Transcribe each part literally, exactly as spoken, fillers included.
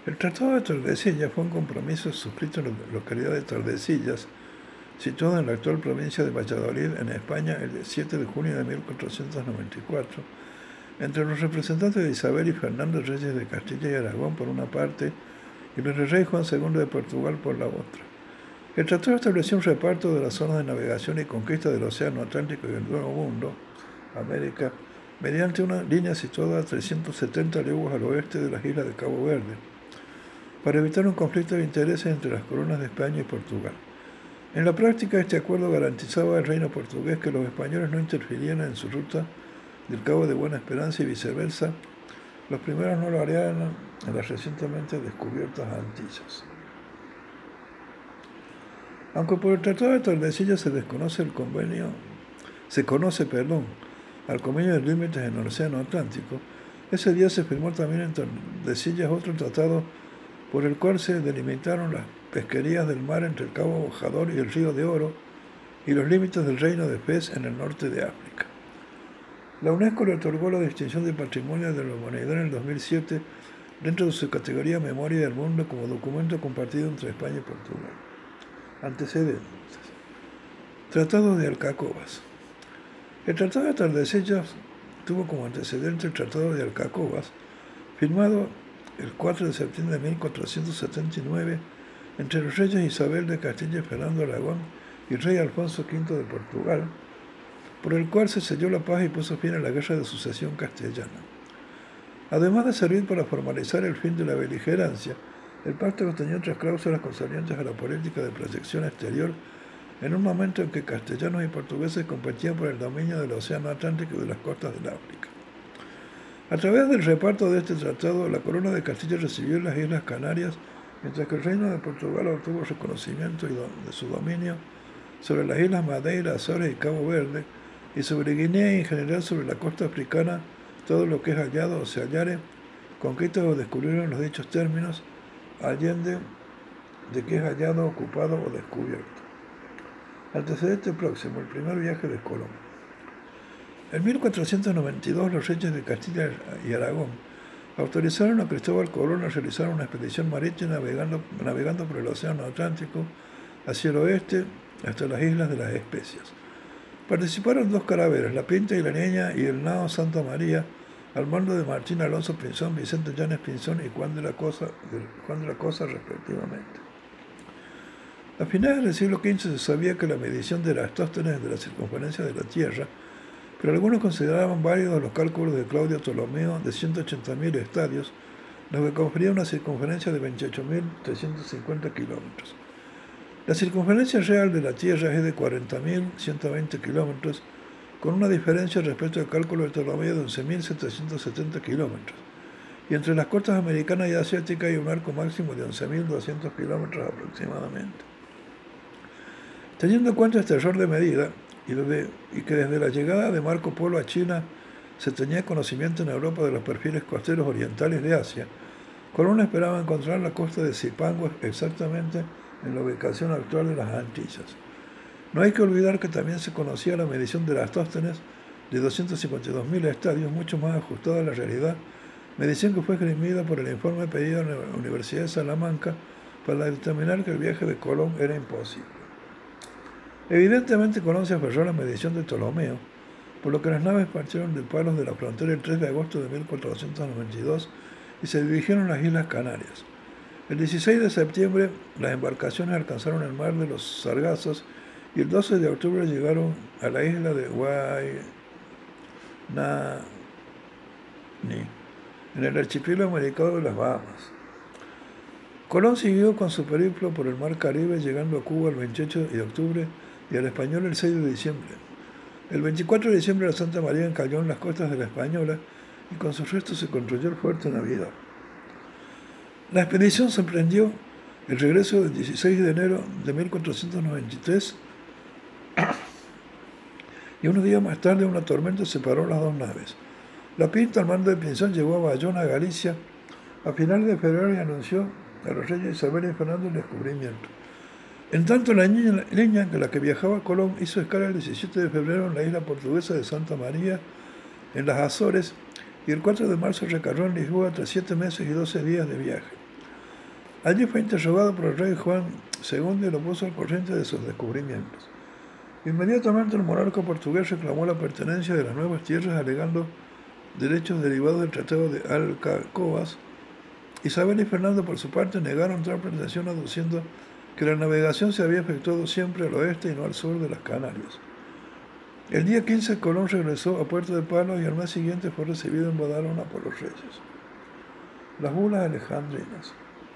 El Tratado de Tordesillas fue un compromiso suscrito en la localidad de Tordesillas, situada en la actual provincia de Valladolid, en España, el siete de junio de mil cuatrocientos noventa y cuatro, entre los representantes de Isabel y Fernando, reyes de Castilla y Aragón por una parte, y el rey Juan segundo de Portugal por la otra. El tratado estableció un reparto de las zonas de navegación y conquista del Océano Atlántico y del Nuevo Mundo, América, mediante una línea situada a trescientas setenta leguas al oeste de las islas de Cabo Verde, para evitar un conflicto de intereses entre las coronas de España y Portugal. En la práctica, este acuerdo garantizaba al reino portugués que los españoles no interfirieran en su ruta del Cabo de Buena Esperanza y viceversa, los primeros no lo harían en las recientemente descubiertas Antillas. Aunque por el Tratado de Tordesillas se desconoce el convenio, se conoce, perdón, al convenio de límites en el Océano Atlántico, ese día se firmó también en Tordesillas otro tratado por el cual se delimitaron las pesquerías del mar entre el Cabo Bojador y el Río de Oro y los límites del Reino de Fez en el norte de África. La UNESCO le otorgó la distinción de Patrimonio de la Humanidad en el dos mil siete dentro de su categoría Memoria del Mundo como documento compartido entre España y Portugal. Antecedentes. Tratado de Alcacobas. El Tratado de Tordesillas tuvo como antecedente el Tratado de Alcacobas, firmado el cuatro de septiembre de mil cuatrocientos setenta y nueve entre los reyes Isabel de Castilla y Fernando de Aragón y el rey Alfonso quinto de Portugal, por el cual se selló la paz y puso fin a la guerra de sucesión castellana. Además de servir para formalizar el fin de la beligerancia, el pacto contenía otras cláusulas concernientes a la política de proyección exterior en un momento en que castellanos y portugueses competían por el dominio del Océano Atlántico y de las costas del África. A través del reparto de este tratado, la corona de Castilla recibió las Islas Canarias, mientras que el reino de Portugal obtuvo reconocimiento de su dominio sobre las Islas Madeira, Azores y Cabo Verde, y sobre Guinea y en general sobre la costa africana, todo lo que es hallado o se hallare, conquistas o descubrieron los dichos términos, allende de que es hallado, ocupado o descubierto. Antecedente próximo, el primer viaje de Colón. En mil cuatrocientos noventa y dos, los reyes de Castilla y Aragón autorizaron a Cristóbal Colón a realizar una expedición marítima navegando, navegando por el Océano Atlántico hacia el oeste hasta las Islas de las Especias. Participaron dos carabelas, la Pinta y la Niña y el nao Santa María, al mando de Martín Alonso Pinzón, Vicente Llanes Pinzón y Juan de la Cosa, Juan de la Cosa respectivamente. A finales del siglo quince se sabía que la medición de Eratóstenes de la circunferencia de la Tierra, pero algunos consideraban válidos los cálculos de Claudio Ptolomeo de ciento ochenta mil estadios, lo que confería una circunferencia de veintiocho mil trescientos cincuenta kilómetros. La circunferencia real de la Tierra es de cuarenta mil ciento veinte kilómetros, con una diferencia respecto al cálculo de Ptolomeo de once mil setecientos setenta kilómetros, y entre las costas americanas y asiáticas hay un arco máximo de once mil doscientos kilómetros aproximadamente. Teniendo en cuenta este error de medida, y, desde, y que desde la llegada de Marco Polo a China se tenía conocimiento en Europa de los perfiles costeros orientales de Asia, Colón esperaba encontrar la costa de Zipango exactamente en la ubicación actual de las Antillas. No hay que olvidar que también se conocía la medición de Eratóstenes de doscientos cincuenta y dos mil estadios, mucho más ajustada a la realidad, medición que fue esgrimida por el informe pedido en la Universidad de Salamanca para determinar que el viaje de Colón era imposible. Evidentemente Colón se aferró a la medición de Ptolomeo, por lo que las naves partieron de Palos de la Frontera el tres de agosto de mil cuatrocientos noventa y dos y se dirigieron a las Islas Canarias. El dieciséis de septiembre las embarcaciones alcanzaron el mar de los Sargazos y el doce de octubre llegaron a la isla de Guaynani, en el archipiélago americano de las Bahamas. Colón siguió con su periplo por el mar Caribe, llegando a Cuba el veintiocho de octubre y al Español el seis de diciembre. El veinticuatro de diciembre la Santa María encalló en las costas de la Española y con sus restos se construyó el fuerte Navidad. La expedición se emprendió el regreso del dieciséis de enero de mil cuatrocientos noventa y tres y unos días más tarde una tormenta separó las dos naves. La Pinta, al mando de Pinzón, llegó a Bayona, Galicia, a finales de febrero y anunció a los reyes Isabel y Fernando el descubrimiento. En tanto, la niña, línea en la que viajaba Colón hizo escala el diecisiete de febrero en la isla portuguesa de Santa María, en las Azores, y el cuatro de marzo recargó en Lisboa tras siete meses y doce días de viaje. Allí fue interrogado por el rey Juan segundo y lo puso al corriente de sus descubrimientos. Inmediatamente el monarca portugués reclamó la pertenencia de las nuevas tierras alegando derechos derivados del Tratado de Alcacobas. Isabel y Fernando por su parte negaron tal pretensión aduciendo que la navegación se había efectuado siempre al oeste y no al sur de las Canarias. El día quince Colón regresó a Puerto de Palos y al mes siguiente fue recibido en Badalona por los reyes. Las bulas alejandrinas.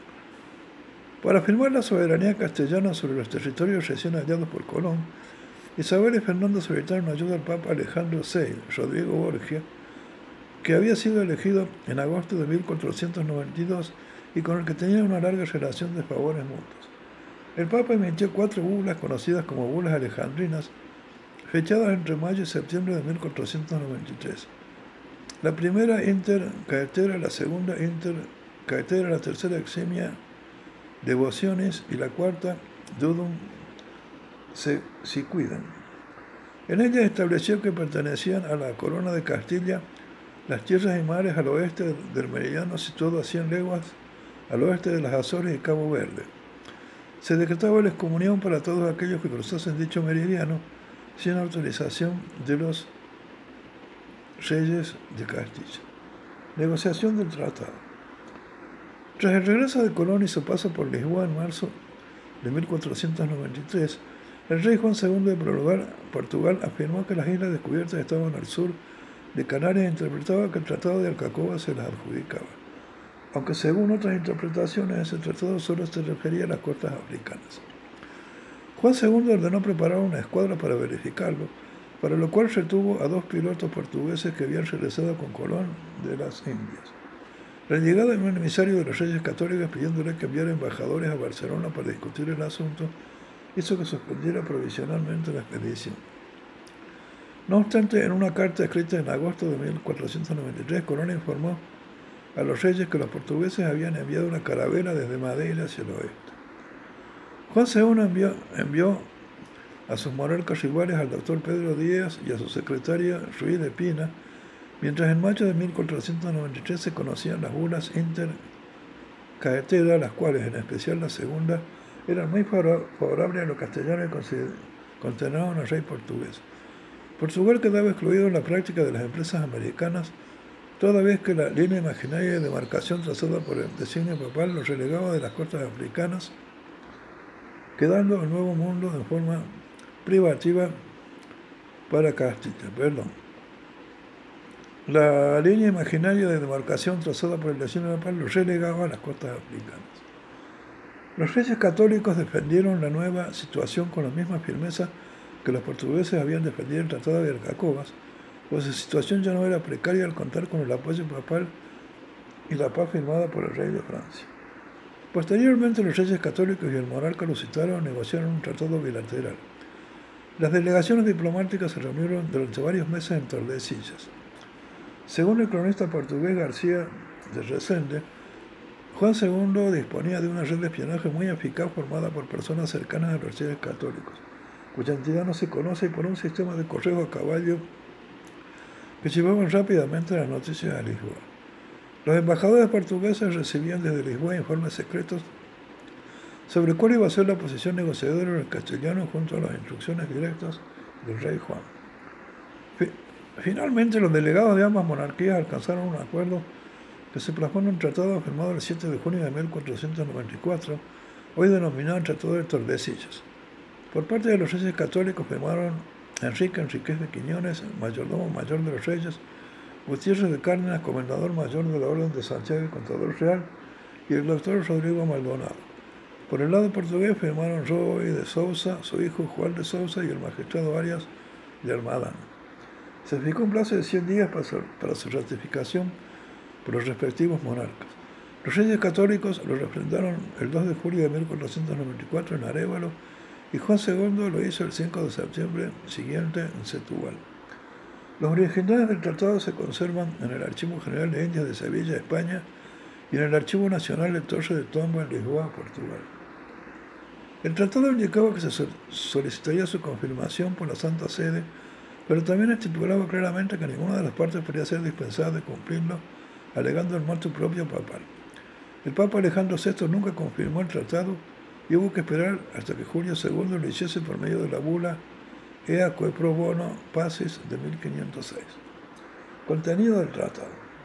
Para afirmar la soberanía castellana sobre los territorios recién hallados por Colón, Isabel y Fernando solicitaron ayuda al Papa Alejandro sexto, Rodrigo Borgia, que había sido elegido en agosto de mil cuatrocientos noventa y dos y con el que tenía una larga relación de favores mutuos. El Papa emitió cuatro bulas conocidas como bulas alejandrinas, fechadas entre mayo y septiembre de mil cuatrocientos noventa y tres. La primera inter caetera, la segunda inter caetera, la tercera eximia devociones y la cuarta dudum se si cuidan. En ella estableció que pertenecían a la corona de Castilla las tierras y mares al oeste del meridiano situado a cien leguas al oeste de las Azores y Cabo Verde. Se decretaba la excomunión para todos aquellos que cruzasen dicho meridiano sin autorización de los reyes de Castilla. Negociación del tratado. Tras el regreso de Colón y su paso por Lisboa en marzo de mil cuatrocientos noventa y tres, el rey Juan segundo de Portugal afirmó que las islas descubiertas estaban al sur de Canarias e interpretaba que el Tratado de Alcacobas se las adjudicaba, aunque según otras interpretaciones ese tratado solo se refería a las costas africanas. Juan segundo ordenó preparar una escuadra para verificarlo, para lo cual retuvo a dos pilotos portugueses que habían regresado con Colón de las Indias. La llegada de un emisario de los Reyes Católicos pidiéndole que enviara embajadores a Barcelona para discutir el asunto hizo que suspendiera provisionalmente la expedición. No obstante, en una carta escrita en agosto de mil cuatrocientos noventa y tres, Colón informó a los reyes que los portugueses habían enviado una caravela desde Madeira hacia el oeste. Juan segundo envió, envió a sus monarcas rivales al doctor Pedro Díaz y a su secretaria Ruiz de Pina, mientras en mayo de mil cuatrocientos noventa y tres se conocían las bulas inter caetera, las cuales, en especial la segunda, eran muy favorables a los castellanos y condenaban al rey portugués. Portugal quedaba excluido en la práctica de las empresas americanas, toda vez que la línea imaginaria de demarcación trazada por el designio papal lo relegaba de las costas africanas, quedando el Nuevo Mundo en forma privativa para Castilla. Perdón. La línea imaginaria de demarcación trazada por el designio papal lo relegaba a las costas africanas. Los reyes católicos defendieron la nueva situación con la misma firmeza que los portugueses habían defendido el Tratado de Alcacobas, pues su situación ya no era precaria al contar con el apoyo papal y la paz firmada por el rey de Francia. Posteriormente, los reyes católicos y el monarca lusitano negociaron un tratado bilateral. Las delegaciones diplomáticas se reunieron durante varios meses en Tordesillas. Según el cronista portugués García de Resende, Juan segundo disponía de una red de espionaje muy eficaz formada por personas cercanas a los reyes católicos, cuya entidad no se conoce, y por un sistema de correo a caballo que llevaban rápidamente las noticias a Lisboa. Los embajadores portugueses recibían desde Lisboa informes secretos sobre cuál iba a ser la posición negociadora del castellano junto a las instrucciones directas del rey Juan. Finalmente, los delegados de ambas monarquías alcanzaron un acuerdo que se plasmó en un tratado firmado el siete de junio de mil cuatrocientos noventa y cuatro, hoy denominado el Tratado de Tordesillas. Por parte de los reyes católicos firmaron Enrique Enríquez de Quiñones, mayordomo mayor de los reyes, Gutiérrez de Cárdenas, comendador mayor de la Orden de Santiago y contador real, y el doctor Rodrigo Maldonado. Por el lado portugués firmaron Roy de Sousa, su hijo Juan de Sousa y el magistrado Arias de Almadán. Se fijó un plazo de cien días para su, para su ratificación por los respectivos monarcas. Los reyes católicos lo refrendaron el dos de julio de mil cuatrocientos noventa y cuatro en Arévalo y Juan segundo lo hizo el cinco de septiembre siguiente en Setúbal. Los originales del tratado se conservan en el Archivo General de Indias de Sevilla, España, y en el Archivo Nacional de Torre de Tomba, en Lisboa, Portugal. El tratado indicaba que se solicitaría su confirmación por la Santa Sede, pero también estipulaba claramente que ninguna de las partes podría ser dispensada de cumplirlo, alegando el motu propio papal. El Papa Alejandro sexto nunca confirmó el tratado y hubo que esperar hasta que Julio segundo lo hiciese por medio de la bula Ea Quo Pro Bono Pacis de mil quinientos seis. Contenido del tratado.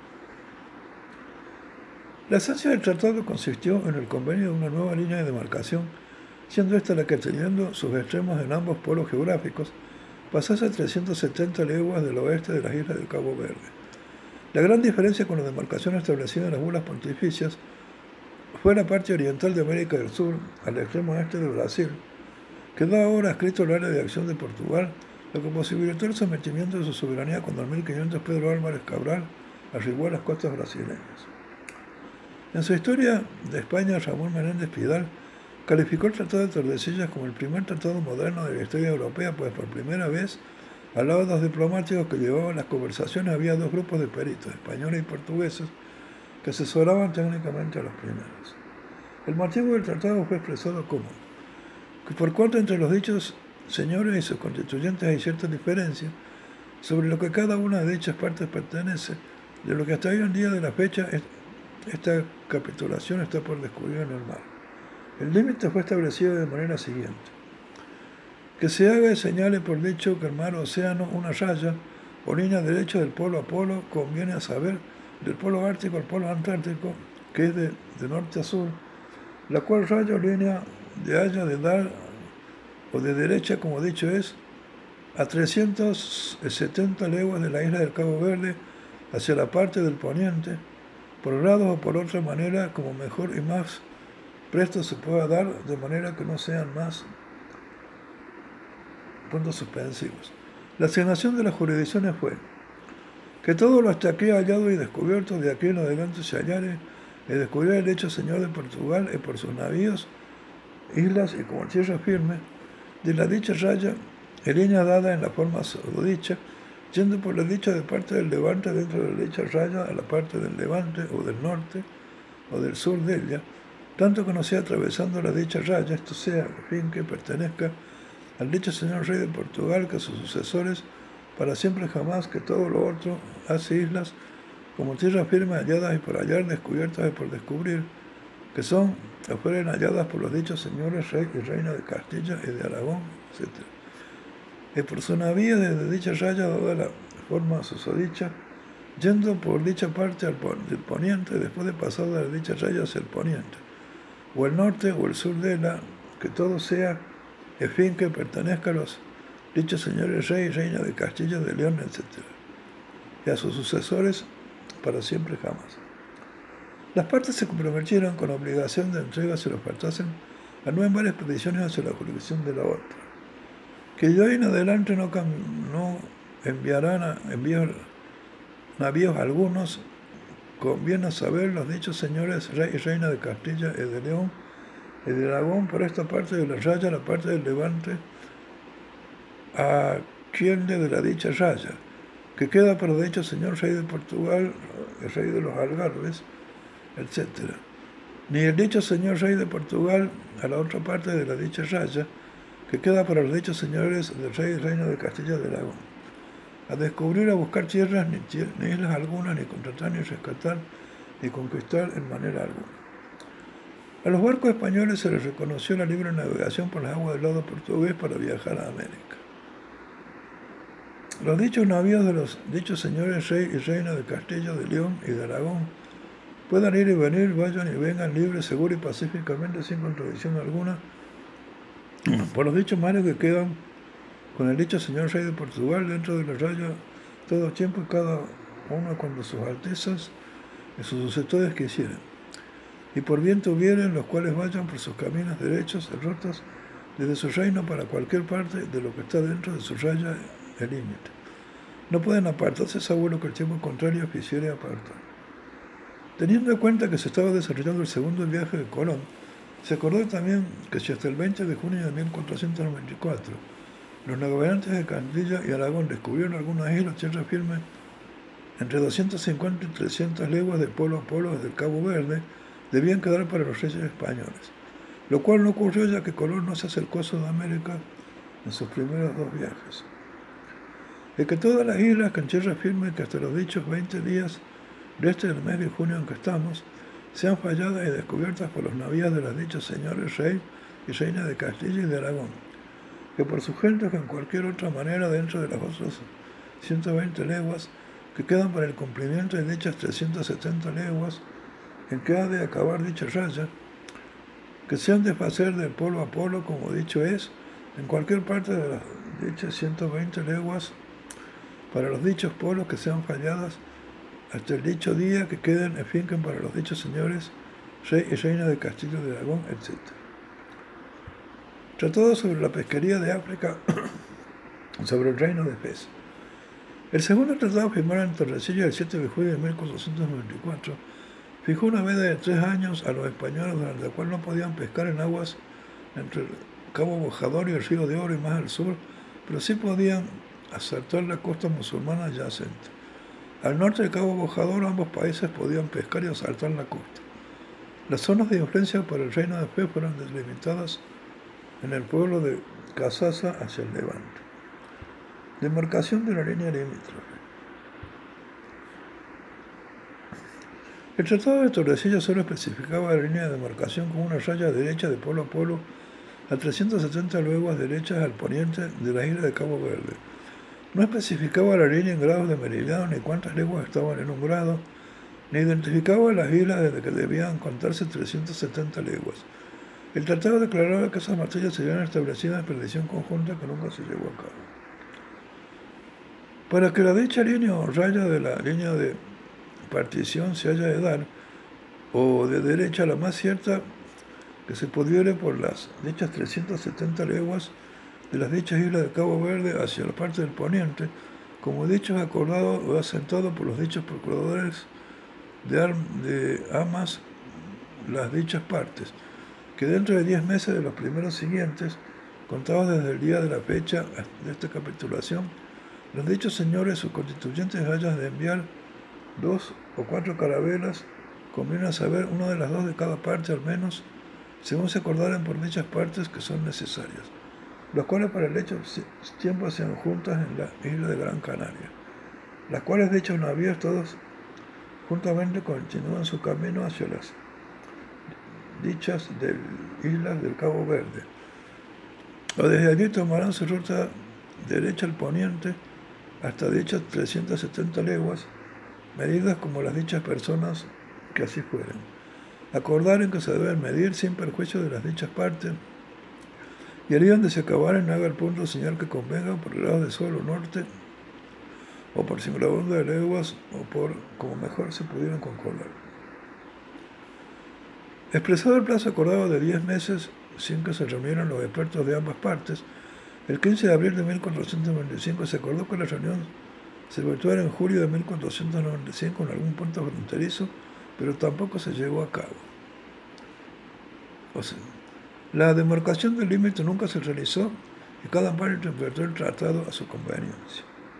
La esencia del tratado consistió en el convenio de una nueva línea de demarcación, siendo esta la que, teniendo sus extremos en ambos polos geográficos, pasase a trescientas setenta leguas del oeste de las islas del Cabo Verde. La gran diferencia con la demarcación establecida en las bulas pontificias fue la parte oriental de América del Sur, al extremo este de Brasil, quedó ahora adscrito al área de acción de Portugal, lo que posibilitó el sometimiento de su soberanía cuando en mil quinientos Pedro Álvarez Cabral arribó a las costas brasileñas. En su historia de España, Ramón Menéndez Pidal calificó el Tratado de Tordesillas como el primer tratado moderno de la historia europea, pues por primera vez, al lado de los diplomáticos que llevaban las conversaciones, había dos grupos de peritos, españoles y portugueses, que asesoraban técnicamente a los primeros. El motivo del tratado fue expresado como que por cuanto entre los dichos señores y sus constituyentes hay cierta diferencia sobre lo que cada una de dichas partes pertenece, de lo que hasta hoy en día de la fecha esta capitulación está por descubrir en el mar. El límite fue establecido de manera siguiente: que se haga y señale por dicho que el mar o océano una raya o línea derecha del polo a polo, conviene a saber del polo ártico al polo antártico, que es de, de norte a sur, la cual raya o línea de haya de dar o de derecha, como dicho es, a trescientas setenta leguas de la isla del Cabo Verde hacia la parte del poniente, por grados o por otra manera, como mejor y más presto se pueda dar, de manera que no sean más puntos suspensivos. La asignación de las jurisdicciones fue que todo lo hasta aquí hallado y descubierto de aquí en adelante se hallare y descubriera el hecho señor de Portugal y por sus navíos, islas y como tierra firme, de la dicha raya y línea dada en la forma dicha, yendo por la dicha de parte del levante dentro de la dicha raya a la parte del levante o del norte o del sur de ella, tanto que no sea atravesando la dicha raya, esto sea, en fin, que pertenezca al dicho señor rey de Portugal, que a sus sucesores, para siempre jamás, que todo lo otro hace islas como tierra firme halladas y por hallar, descubiertas y por descubrir, que son o fueren halladas por los dichos señores rey y reina de Castilla y de Aragón, etcétera. Y por su navío desde dicha raya, dada la forma susodicha, yendo por dicha parte al del poniente, después de pasar de la dicha raya hacia el poniente, o el norte o el sur de la, que todo sea, en fin, que pertenezca a los dichos señores rey y reina de Castilla, de León, etcétera, y a sus sucesores para siempre jamás. Las partes se comprometieron con la obligación de entrega si lo faltasen a no enviar expediciones hacia la jurisdicción de la otra, que de ahí en adelante no, no enviarán a enviar navíos algunos, conviene saber los dichos señores rey y reina de Castilla y de León y de Aragón por esta parte de la raya, la parte del levante, a quien de la dicha raya, que queda para dicho señor rey de Portugal, el rey de los Algarves, etcétera. Ni el dicho señor rey de Portugal a la otra parte de la dicha raya, que queda para los dichos señores del rey y reina de Castilla de Aragón, a descubrir, a buscar tierras, ni, tier ni islas algunas, ni contratar, ni rescatar, ni conquistar en manera alguna. A los barcos españoles se les reconoció la libre navegación por las aguas del lado portugués para viajar a América. Los dichos navíos de los dichos señores rey y reina de Castilla, de León y de Aragón puedan ir y venir, vayan y vengan libres, seguro y pacíficamente, sin contradicción alguna, por los dichos mares que quedan con el dicho señor rey de Portugal dentro de la raya todo tiempo y cada uno cuando sus altezas y sus sucesores quisieran, y por bien tuvieren, los cuales vayan por sus caminos derechos y rutas desde su reino para cualquier parte de lo que está dentro de su raya el límite. No pueden apartarse, salvo lo que el tiempo contrario quisiera apartar. Teniendo en cuenta que se estaba desarrollando el segundo viaje de Colón, se acordó también que si hasta el veinte de junio de mil cuatrocientos noventa y cuatro los navegantes de Castilla y Aragón descubrieron algunas islas tierra firme entre doscientas cincuenta y trescientas leguas de polo a polo desde el Cabo Verde, debían quedar para los reyes españoles, lo cual no ocurrió ya que Colón no se acercó a Sudamérica en sus primeros dos viajes. Y que todas las islas que en tierra firme, que hasta los dichos veinte días de este del mes de junio en que estamos, sean falladas y descubiertas por los navíos de los dichos señores rey y reina de Castilla y de Aragón, que por sus gentes que en cualquier otra manera dentro de las otras ciento veinte leguas que quedan para el cumplimiento de dichas trescientas setenta leguas en que ha de acabar dicha raya, que se han de hacer de polo a polo, como dicho es, en cualquier parte de las dichas ciento veinte leguas, para los dichos polos que sean falladas, hasta el dicho día que queden en finquen para los dichos señores, rey y reina de Castilla y de Aragón, etcétera. Tratado sobre la pesquería de África, sobre el reino de Fez. El segundo tratado firmado en Tordesillas el siete de julio de mil cuatrocientos noventa y cuatro fijó una veda de tres años a los españoles durante la cual no podían pescar en aguas entre el Cabo Bojador y el Río de Oro y más al sur, pero sí podían asaltar la costa musulmana adyacente. Al norte del Cabo Bojador ambos países podían pescar y asaltar la costa. Las zonas de influencia para el reino de Fez fueron delimitadas en el pueblo de Casasa hacia el levante. Demarcación de la línea limítrofe. El Tratado de Tordesillas solo especificaba la línea de demarcación como una raya derecha de polo a polo a trescientas setenta leguas derechas al poniente de la isla de Cabo Verde. No especificaba la línea en grados de meridiano ni cuántas leguas estaban en un grado, ni identificaba las islas desde que debían contarse trescientas setenta leguas. El tratado declaraba que esas materias serían establecidas en predicción conjunta que nunca se llevó a cabo. Para que la dicha línea o raya de la línea de partición se haya de dar, o de derecha la más cierta que se pudiere por las dichas trescientas setenta leguas de las dichas islas de Cabo Verde hacia la parte del poniente, como dicho es acordado o asentado por los dichos procuradores de, arm, de amas las dichas partes, que dentro de diez meses de los primeros siguientes, contados desde el día de la fecha de esta capitulación, los dichos señores o constituyentes hayan de enviar dos o cuatro carabelas, conviene a saber una de las dos de cada parte al menos, según se acordaren por dichas partes que son necesarias, las cuales para el hecho tiempo sean juntas en la isla de Gran Canaria, las cuales dichos navíos todos juntamente continúan su camino hacia las dichas del, islas del Cabo Verde, o desde allí tomarán su ruta derecha al poniente hasta dichas trescientas setenta leguas, medidas como las dichas personas que así fueren. Acordar en que se deben medir sin perjuicio de las dichas partes, y allí donde se acabaren haga el punto señal que convenga por el lado de suelo norte, o por singladura de leguas, o por como mejor se pudieran concordar. Expresado el plazo acordado de diez meses, sin que se reunieran los expertos de ambas partes, el quince de abril de mil cuatrocientos noventa y cinco se acordó que la reunión se efectuara en julio de mil cuatrocientos noventa y cinco en algún punto fronterizo, pero tampoco se llevó a cabo. O sea, la demarcación del límite nunca se realizó y cada parte interpretó el tratado a su conveniencia.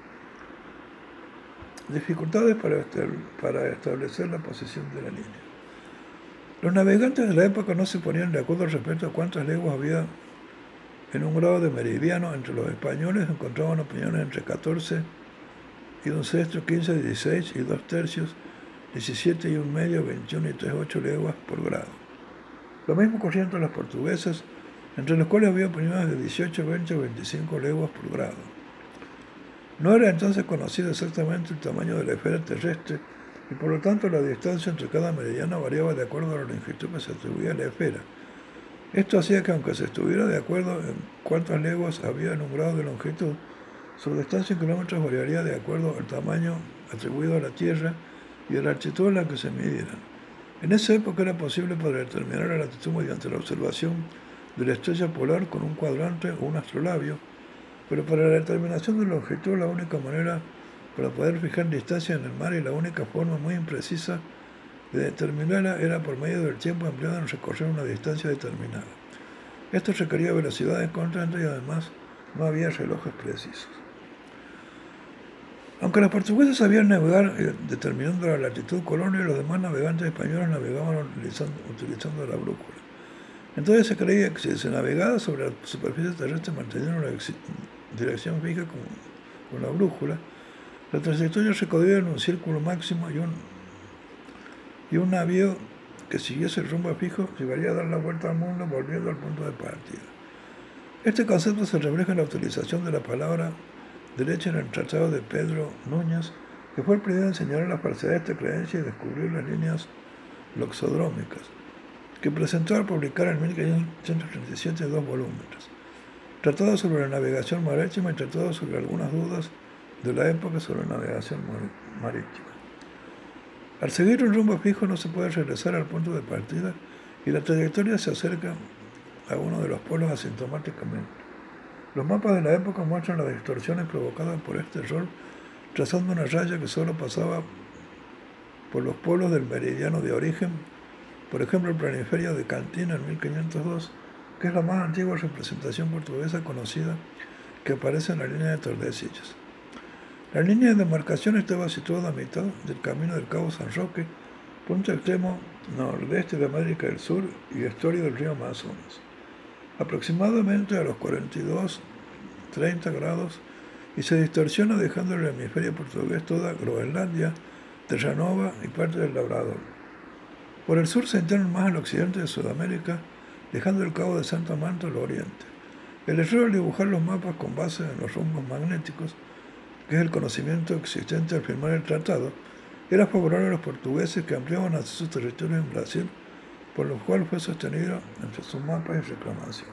Dificultades para, para establecer la posición de la línea. Los navegantes de la época no se ponían de acuerdo respecto a cuántas leguas había en un grado de meridiano. Entre los españoles encontraban opiniones entre catorce y un sexto, quince, dieciséis y dos tercios, diecisiete y un medio, veintiuno y tres ocho leguas por grado. Lo mismo ocurría entre los portugueses, entre los cuales había opiniones de dieciocho, veinte o veinticinco leguas por grado. No era entonces conocido exactamente el tamaño de la esfera terrestre y por lo tanto la distancia entre cada meridiano variaba de acuerdo a la longitud que se atribuía a la esfera. Esto hacía que aunque se estuviera de acuerdo en cuántas leguas había en un grado de longitud, su distancia en kilómetros variaría de acuerdo al tamaño atribuido a la Tierra y a la altitud en la que se midieran. En esa época era posible poder determinar la latitud mediante la observación de la estrella polar con un cuadrante o un astrolabio, pero para la determinación de la longitud la única manera para poder fijar distancia en el mar y la única forma muy imprecisa de determinarla era por medio del tiempo empleado en recorrer una distancia determinada. Esto requería velocidades constantes y además no había relojes precisos. Aunque los portugueses sabían navegar eh, determinando la latitud colonia, los demás navegantes españoles navegaban utilizando, utilizando la brújula. Entonces se creía que si se navegaba sobre la superficie terrestre manteniendo una dirección fija con, con la brújula, la trayectoria recorrida en un círculo máximo y un, y un navío que siguiese el rumbo fijo llegaría a dar la vuelta al mundo volviendo al punto de partida. Este concepto se refleja en la utilización de la palabra derecha en el Tratado de Pedro Núñez, que fue el primero en señalar la falsedad de esta creencia y descubrir las líneas loxodrómicas, que presentó al publicar en mil quinientos treinta y siete dos volúmenes. Tratado sobre la navegación marítima y tratado sobre algunas dudas de la época sobre la navegación marítima. Al seguir un rumbo fijo no se puede regresar al punto de partida y la trayectoria se acerca a uno de los polos asintomáticamente. Los mapas de la época muestran las distorsiones provocadas por este error, trazando una raya que solo pasaba por los polos del meridiano de origen, por ejemplo el planiferio de Cantina en mil quinientos dos, que es la más antigua representación portuguesa conocida que aparece en la línea de Tordesillas. La línea de demarcación estaba situada a mitad del camino del Cabo San Roque, punto extremo nordeste de América del Sur y estuario del río Amazonas, aproximadamente a los cuarenta y dos treinta grados, y se distorsiona dejando el hemisferio portugués toda Groenlandia, Terranova y parte del Labrador. Por el sur se internan más al occidente de Sudamérica, dejando el Cabo de Santa Marta al oriente. El error al dibujar los mapas con base en los rumbos magnéticos, que es el conocimiento existente al firmar el tratado, era favorable a los portugueses que ampliaban así sus territorios en Brasil, por lo cual fue sostenido entre sus mapas y reclamaciones.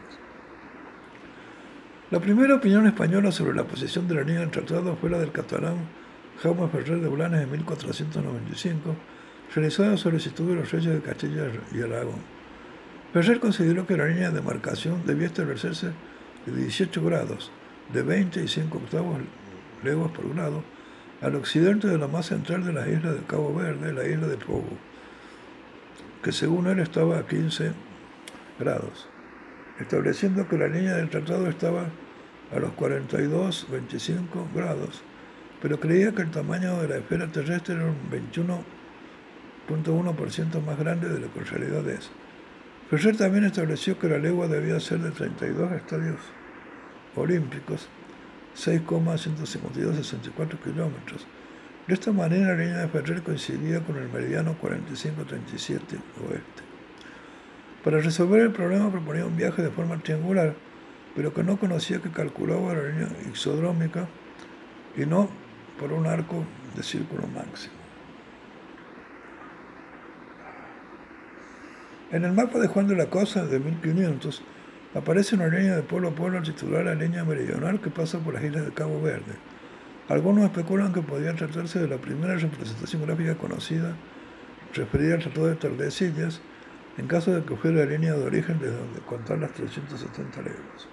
La primera opinión española sobre la posición de la línea del tratado fue la del catalán Jaume Ferrer de Blanes en mil cuatrocientos noventa y cinco, realizada a solicitud de los reyes de Castilla y Aragón. Ferrer consideró que la línea de demarcación debía establecerse de dieciocho grados, de veinte y cinco octavos leguas por grado, al occidente de la más central de las islas de Cabo Verde, la isla de Fogo, que según él estaba a quince grados, estableciendo que la línea del tratado estaba a los cuarenta y dos a veinticinco grados, pero creía que el tamaño de la esfera terrestre era un veintiuno punto uno por ciento más grande de lo que en realidad es. Ferrer también estableció que la legua debía ser de treinta y dos estadios olímpicos, seis coma ciento cincuenta y dos sesenta y cuatro kilómetros. De esta manera, la línea de Ferrer coincidía con el meridiano cuarenta y cinco treinta y siete oeste. Para resolver el problema proponía un viaje de forma triangular, pero que no conocía que calculaba la línea isodrómica y no por un arco de círculo máximo. En el mapa de Juan de la Cosa de mil quinientos aparece una línea de polo a polo al titular la línea meridional que pasa por las islas de Cabo Verde. Algunos especulan que podría tratarse de la primera representación gráfica conocida referida al Tratado de Tordesillas, en caso de que fuera la línea de origen desde donde contar las trescientas setenta leguas.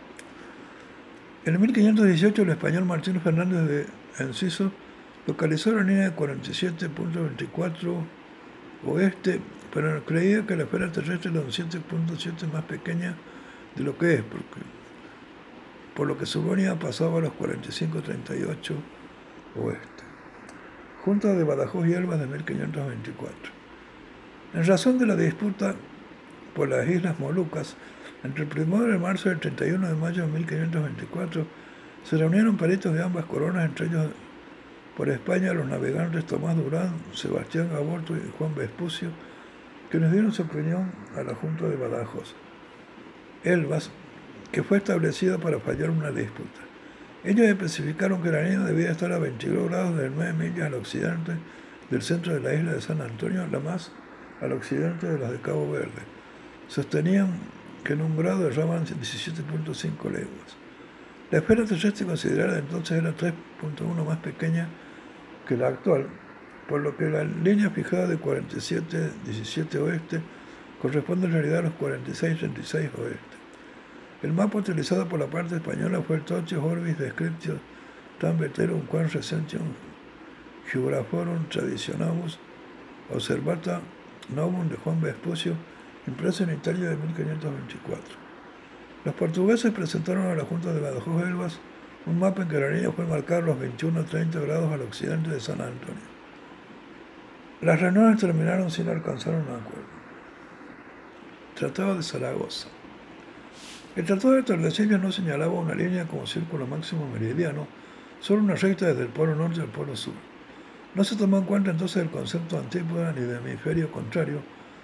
En mil quinientos dieciocho, el español Martín Fernández de Enciso localizó la línea de cuarenta y siete punto veinticuatro oeste, pero creía que la esfera terrestre era un siete punto siete más pequeña de lo que es, porque, por lo que suponía pasaba a los cuarenta y cinco treinta y ocho oeste. Junta de Badajoz y Elvas de mil quinientos veinticuatro. En razón de la disputa por las Islas Molucas, entre el primero de marzo y el treinta y uno de mayo de mil quinientos veinticuatro, se reunieron peritos de ambas coronas, entre ellos por España los navegantes Tomás Durán, Sebastián Gaborto y Juan Vespucio, quienes dieron su opinión a la Junta de Badajoz. Elvas, que fue establecida para fallar una disputa. Ellos especificaron que la línea debía estar a veintidós grados de nueve millas al occidente del centro de la isla de San Antonio, la más al occidente de las de Cabo Verde. Sostenían que en un grado erraban diecisiete punto cinco leguas. La esfera terrestre considerada entonces era tres punto uno más pequeña que la actual, por lo que la línea fijada de cuarenta y siete diecisiete oeste corresponde en realidad a los cuarenta y seis treinta y seis oeste. El mapa utilizado por la parte española fue el Totius Orbis Descriptio Tam Veterum Quam Recension Geographorum Traditionamus Observata Novum de Juan Vespucio, impreso en Italia de mil quinientos veinticuatro. Los portugueses presentaron a la Junta de Badajoz Elvas un mapa en que la línea fue marcar los veintiuno a treinta grados al occidente de San Antonio. Las reuniones terminaron sin alcanzar un acuerdo. Tratado de Zaragoza. El Tratado de Tordesillas no señalaba una línea como círculo máximo meridiano, solo una recta desde el polo norte al polo sur. No se tomó en cuenta entonces el concepto antípoda ni de hemisferio contrario,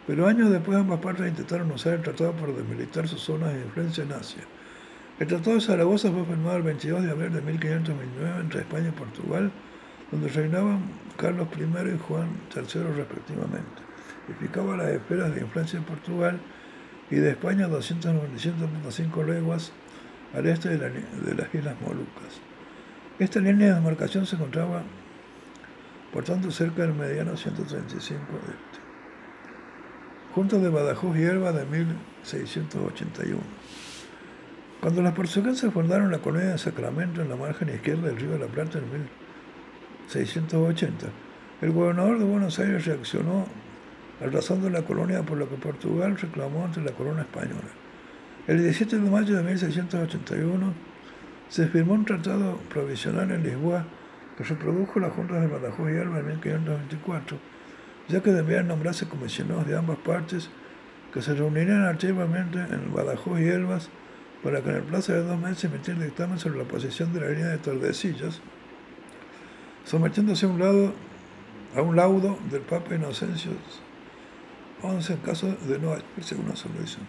Pero años después ambas partes intentaron usar el tratado para desmilitar sus zonas de influencia en Asia. El Tratado de Zaragoza fue firmado el veintidós de abril de mil quinientos veintinueve entre España y Portugal, donde reinaban Carlos primero y Juan tercero respectivamente, y fijaba las esferas de influencia de Portugal y de España a doscientos noventa y siete punto cinco leguas al este de, la, de las Islas Molucas. Esta línea de demarcación se encontraba, por tanto, cerca del meridiano ciento treinta y cinco este. Junta de Badajoz y Elba de mil seiscientos ochenta y uno. Cuando los portugueses fundaron la colonia de Sacramento en la margen izquierda del río de la Plata en mil seiscientos ochenta, el gobernador de Buenos Aires reaccionó arrasando la colonia, por lo que Portugal reclamó ante la corona española. El diecisiete de mayo de mil seiscientos ochenta y uno se firmó un tratado provisional en Lisboa que reprodujo las juntas de Badajoz y Elba en mil quinientos veinticuatro, ya que debían nombrarse comisionados de ambas partes que se reunirían activamente en Badajoz y Elvas para que en el plazo de dos meses emitir dictamen sobre la posición de la línea de Tordesillas, sometiéndose a un, lado, a un laudo del Papa Inocencio once en caso de no hallarse una solución.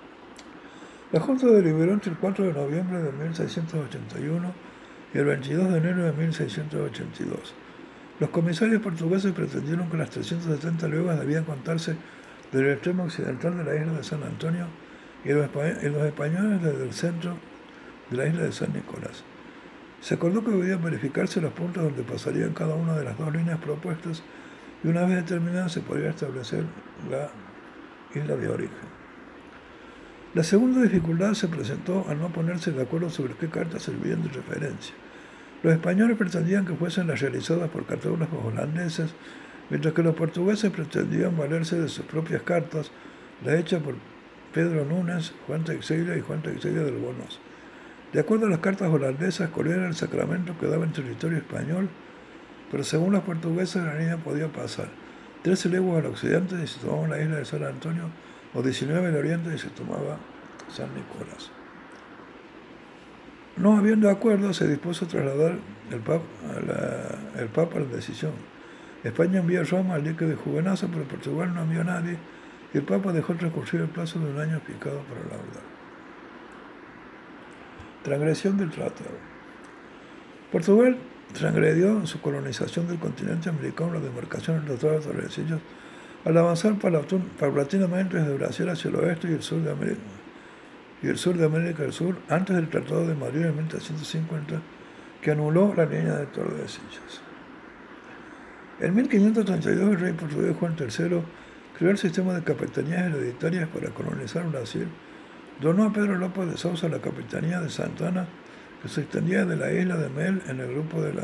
La Junta deliberó entre el cuatro de noviembre de mil seiscientos ochenta y uno y el veintidós de enero de mil seiscientos ochenta y dos. Los comisarios portugueses pretendieron que las trescientas setenta leguas debían contarse del extremo occidental de la isla de San Antonio y los, y los españoles desde el centro de la isla de San Nicolás. Se acordó que debían verificarse los puntos donde pasarían cada una de las dos líneas propuestas y una vez determinada se podría establecer la isla de origen. La segunda dificultad se presentó al no ponerse de acuerdo sobre qué cartas servían de referencia. Los españoles pretendían que fuesen las realizadas por cartógrafos holandeses, mientras que los portugueses pretendían valerse de sus propias cartas, las hechas por Pedro Núñez, Juan Teixeira y Juan Teixeira del Bonos. De acuerdo a las cartas holandesas, Colera del Sacramento quedaba en territorio español, pero según los portugueses la línea podía pasar trece leguas al occidente y se tomaba la isla de San Antonio, o diecinueve al oriente y se tomaba San Nicolás. No habiendo acuerdo, se dispuso a trasladar el Papa a la, el Papa a la decisión. España envió a Roma al dique de Juvenazo, pero Portugal no envió a nadie, y el Papa dejó transcurrir el plazo de un año fijado para laudar. Transgresión del tratado. Portugal transgredió en su colonización del continente americano la demarcación del Tratado de Tordesillas al avanzar paulatinamente desde Brasil hacia el oeste y el sur de América, y el sur de América del Sur, antes del Tratado de Madrid en mil trescientos cincuenta, que anuló la línea de Tordesillas. En mil quinientos treinta y dos, el rey portugués Juan tercero creó el sistema de capitanías hereditarias para colonizar Brasil. Donó a Pedro López de Sousa la capitanía de Santana, que se extendía de la isla de Mel en el grupo de la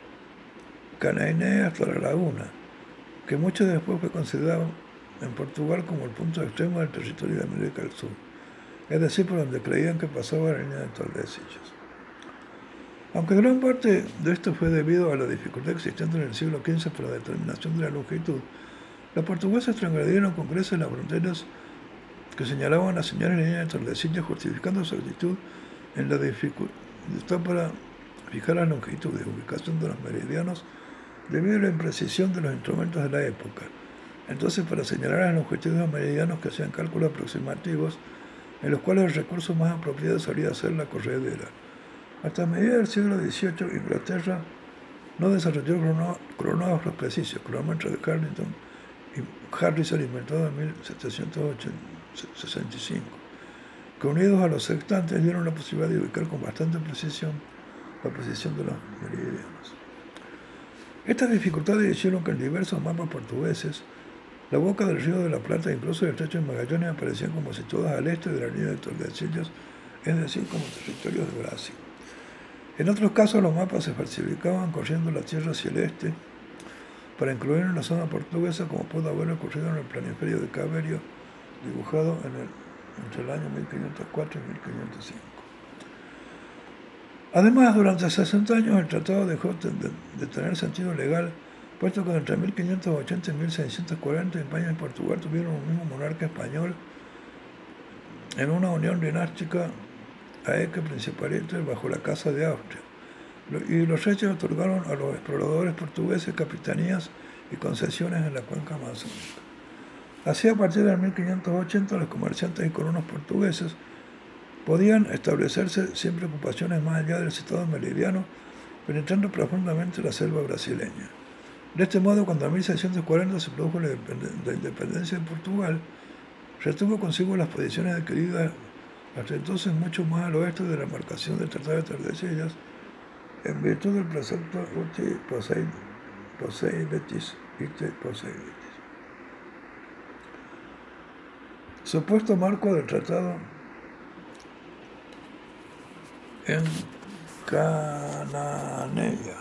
Canainea hasta la laguna, que mucho después fue considerado en Portugal como el punto extremo del territorio de América del Sur, es decir, por donde creían que pasaba la línea de Tordesillas. Aunque gran parte de esto fue debido a la dificultad existente en el siglo quince para la determinación de la longitud, los portugueses transgredieron con creces las fronteras que señalaban las señales de línea de Tordesillas, justificando su actitud en la dificultad para fijar las longitudes, ubicación de los meridianos, debido a la imprecisión de los instrumentos de la época. Entonces, para señalar las longitudes de los meridianos que hacían cálculos aproximativos, en los cuales el recurso más apropiado solía ser la corredera. Hasta mediados del siglo dieciocho, Inglaterra no desarrolló cronógrafos precisos, cronómetros de Harrison, Harrison inventado en mil setecientos sesenta y cinco, que unidos a los sextantes dieron la posibilidad de ubicar con bastante precisión la posición de los meridianos. Estas dificultades hicieron que en diversos mapas portugueses la boca del río de la Plata e incluso el estrecho de Magallanes aparecían como situadas al este de la línea de Tordesillas, es decir, como territorios de Brasil. En otros casos los mapas se falsificaban corriendo la tierra hacia el este para incluir en la zona portuguesa, como pudo haber ocurrido en el planiferio de Caverio, dibujado en el, entre el año mil quinientos cuatro y mil quinientos cinco. Además, durante sesenta años el tratado dejó de, de tener sentido legal, puesto que entre mil quinientos ochenta y mil seiscientos cuarenta España y Portugal tuvieron un mismo monarca español en una unión dinástica aeque principalmente bajo la Casa de Austria, y los reyes otorgaron a los exploradores portugueses capitanías y concesiones en la cuenca amazónica. Así, a partir del mil quinientos ochenta, los comerciantes y colonos portugueses podían establecerse sin preocupaciones más allá del citado meridiano, penetrando profundamente la selva brasileña. De este modo, cuando en mil seiscientos cuarenta se produjo la independencia de Portugal, retuvo consigo las posiciones adquiridas hasta entonces mucho más al oeste de la marcación del Tratado de Tordesillas, en virtud del precepto uti possidetis ite possidetis. Supuesto marco del tratado en Cananea.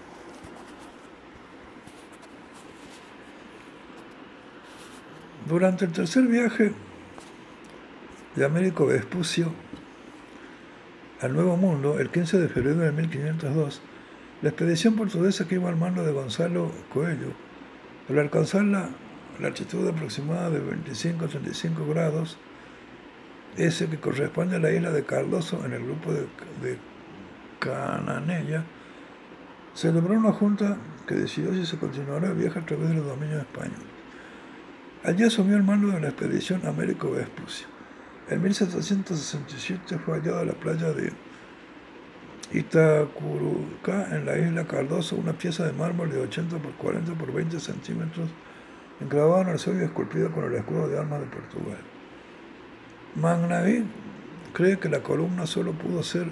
Durante el tercer viaje de Américo Vespucio al Nuevo Mundo, el quince de febrero de mil quinientos dos, la expedición portuguesa que iba al mando de Gonzalo Coelho, al alcanzar la latitud aproximada de veinticinco a treinta y cinco grados, ese que corresponde a la isla de Cardoso en el grupo de, de Cananea, celebró una junta que decidió si se continuará el viaje a través de los dominios españoles. Allí asumió el mando de la expedición Américo Vespucio. En mil setecientos sesenta y siete fue hallada en la playa de Itacurucá, en la isla Cardoso, una pieza de mármol de ochenta por cuarenta por veinte centímetros, enclavada en el suelo y esculpida con el escudo de armas de Portugal. Magnaví cree que la columna solo pudo ser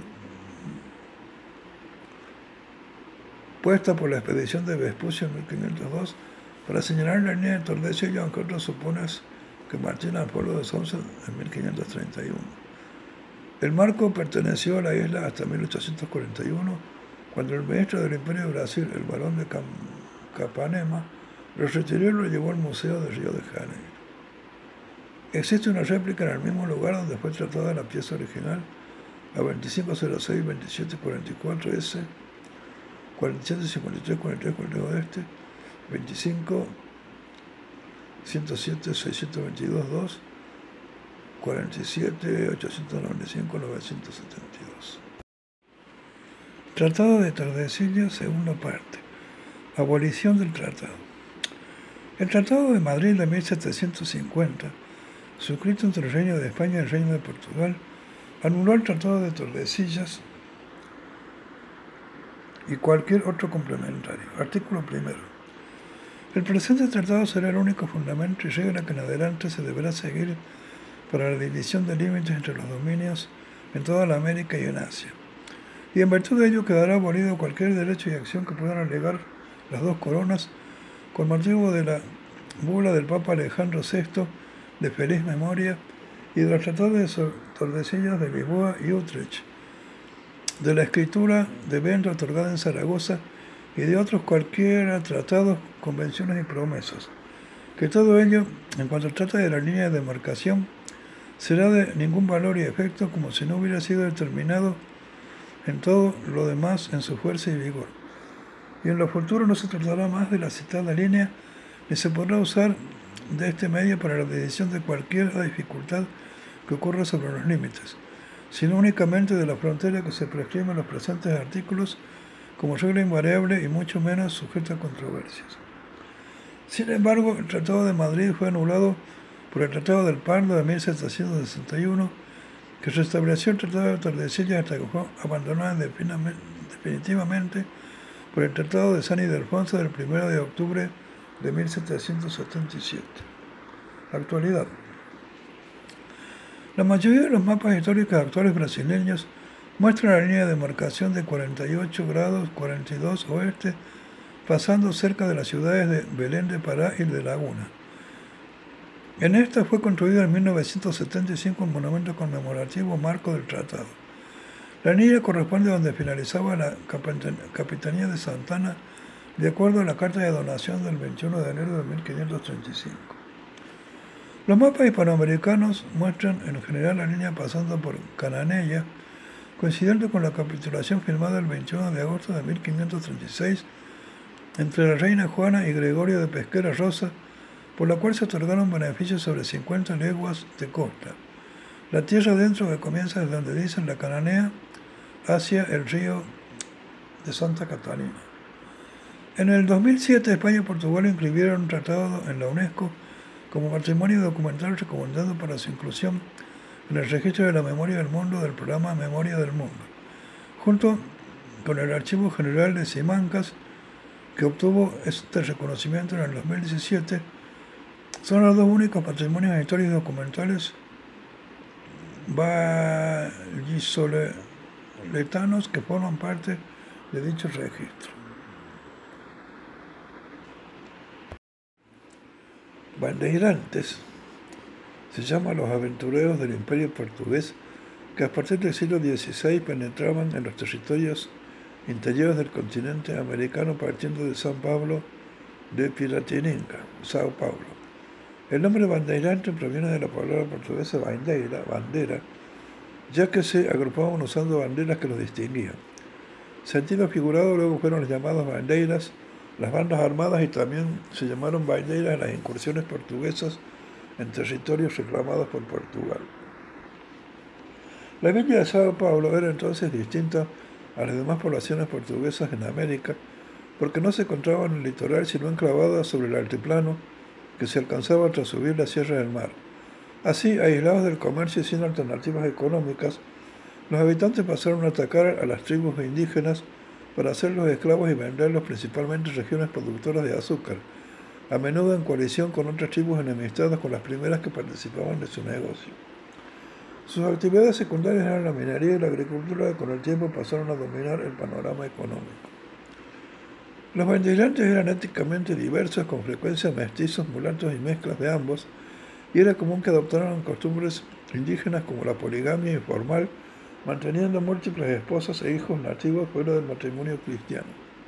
puesta por la expedición de Vespucio en mil quinientos dos para señalar la línea de Tordesillas, aunque otros suponen que marchó al pueblo de Sonsa en mil quinientos treinta y uno. El marco perteneció a la isla hasta mil ochocientos cuarenta y uno, cuando el ministro del Imperio de Brasil, el barón de Cam Capanema, lo retiró y lo llevó al Museo de Río de Janeiro. Existe una réplica en el mismo lugar donde fue tratada la pieza original, a veinticinco cero seis veintisiete cuarenta y cuatro S, cuarenta y siete cincuenta y tres cuarenta y tres cuarenta y dos este, veinticinco ciento siete seiscientos veintidós dos, cuarenta y siete ochocientos noventa y cinco novecientos setenta y dos. Tratado de Tordesillas, segunda parte. Abolición del tratado. El Tratado de Madrid de mil setecientos cincuenta, suscrito entre el Reino de España y el Reino de Portugal, anuló el Tratado de Tordesillas y cualquier otro complementario. Artículo primero. El presente tratado será el único fundamento y regla que en adelante se deberá seguir para la división de límites entre los dominios en toda la América y en Asia. Y en virtud de ello quedará abolido cualquier derecho y acción que puedan alegar las dos coronas con motivo de la bula del Papa Alejandro sexto de feliz memoria y de los tratados de Tordesillas de Lisboa y Utrecht, de la escritura de Venta otorgada en Zaragoza y de otros cualquiera tratados, convenciones y promesas, que todo ello, en cuanto trata de la línea de demarcación, será de ningún valor y efecto como si no hubiera sido determinado en todo lo demás en su fuerza y vigor. Y en lo futuro no se tratará más de la citada línea, ni se podrá usar de este medio para la decisión de cualquier dificultad que ocurra sobre los límites, sino únicamente de la frontera que se prescribe en los presentes artículos como regla invariable y mucho menos sujeta a controversias. Sin embargo, el Tratado de Madrid fue anulado por el Tratado del Pardo de mil setecientos sesenta y uno, que restableció el Tratado de Tordesillas hasta que fue abandonado definitivamente por el Tratado de San Ildefonso del primero de octubre de mil setecientos setenta y siete. Actualidad. La mayoría de los mapas históricos actuales brasileños muestran la línea de demarcación de cuarenta y ocho grados cuarenta y dos oeste, pasando cerca de las ciudades de Belén de Pará y de Laguna. En esta fue construido en mil novecientos setenta y cinco un monumento conmemorativo marco del tratado. La línea corresponde a donde finalizaba la Capitanía de Santana, de acuerdo a la carta de donación del veintiuno de enero de mil quinientos treinta y cinco. Los mapas hispanoamericanos muestran en general la línea pasando por Cananea, coincidente con la capitulación firmada el veintiuno de agosto de mil quinientos treinta y seis entre la reina Juana y Gregorio de Pesquera Rosa, por la cual se otorgaron beneficios sobre cincuenta leguas de costa. La tierra adentro que comienza desde donde dicen la Cananea hacia el río de Santa Catarina. En el dos mil siete, España y Portugal inscribieron un tratado en la UNESCO como patrimonio documental recomendado para su inclusión en el registro de la memoria del mundo del programa Memoria del Mundo, junto con el Archivo General de Simancas, que obtuvo este reconocimiento en el dos mil diecisiete, son los dos únicos patrimonios históricos documentales vallisoletanos que forman parte de dicho registro. Bandeirantes se llaman los aventureros del Imperio Portugués que a partir del siglo dieciséis penetraban en los territorios interiores del continente americano partiendo de San Pablo de Piratininga, Sao Paulo. El nombre bandeirante proviene de la palabra portuguesa bandeira, bandera, ya que se agrupaban usando banderas que los distinguían. Sentido figurado, luego fueron las llamadas bandeiras, las bandas armadas, y también se llamaron bandeiras en las incursiones portuguesas en territorios reclamados por Portugal. La villa de Sao Paulo era entonces distinta a las demás poblaciones portuguesas en América, porque no se encontraba en el litoral, sino enclavada sobre el altiplano que se alcanzaba tras subir la Sierra del Mar. Así, aislados del comercio y sin alternativas económicas, los habitantes pasaron a atacar a las tribus indígenas para hacerlos esclavos y venderlos principalmente en regiones productoras de azúcar, a menudo en coalición con otras tribus enemistadas con las primeras que participaban de su negocio. Sus actividades secundarias eran la minería y la agricultura, que con el tiempo pasaron a dominar el panorama económico. Los bandeirantes eran étnicamente diversos, con frecuencia mestizos, mulatos y mezclas de ambos, y era común que adoptaran costumbres indígenas como la poligamia informal, manteniendo múltiples esposas e hijos nativos fuera del matrimonio cristiano.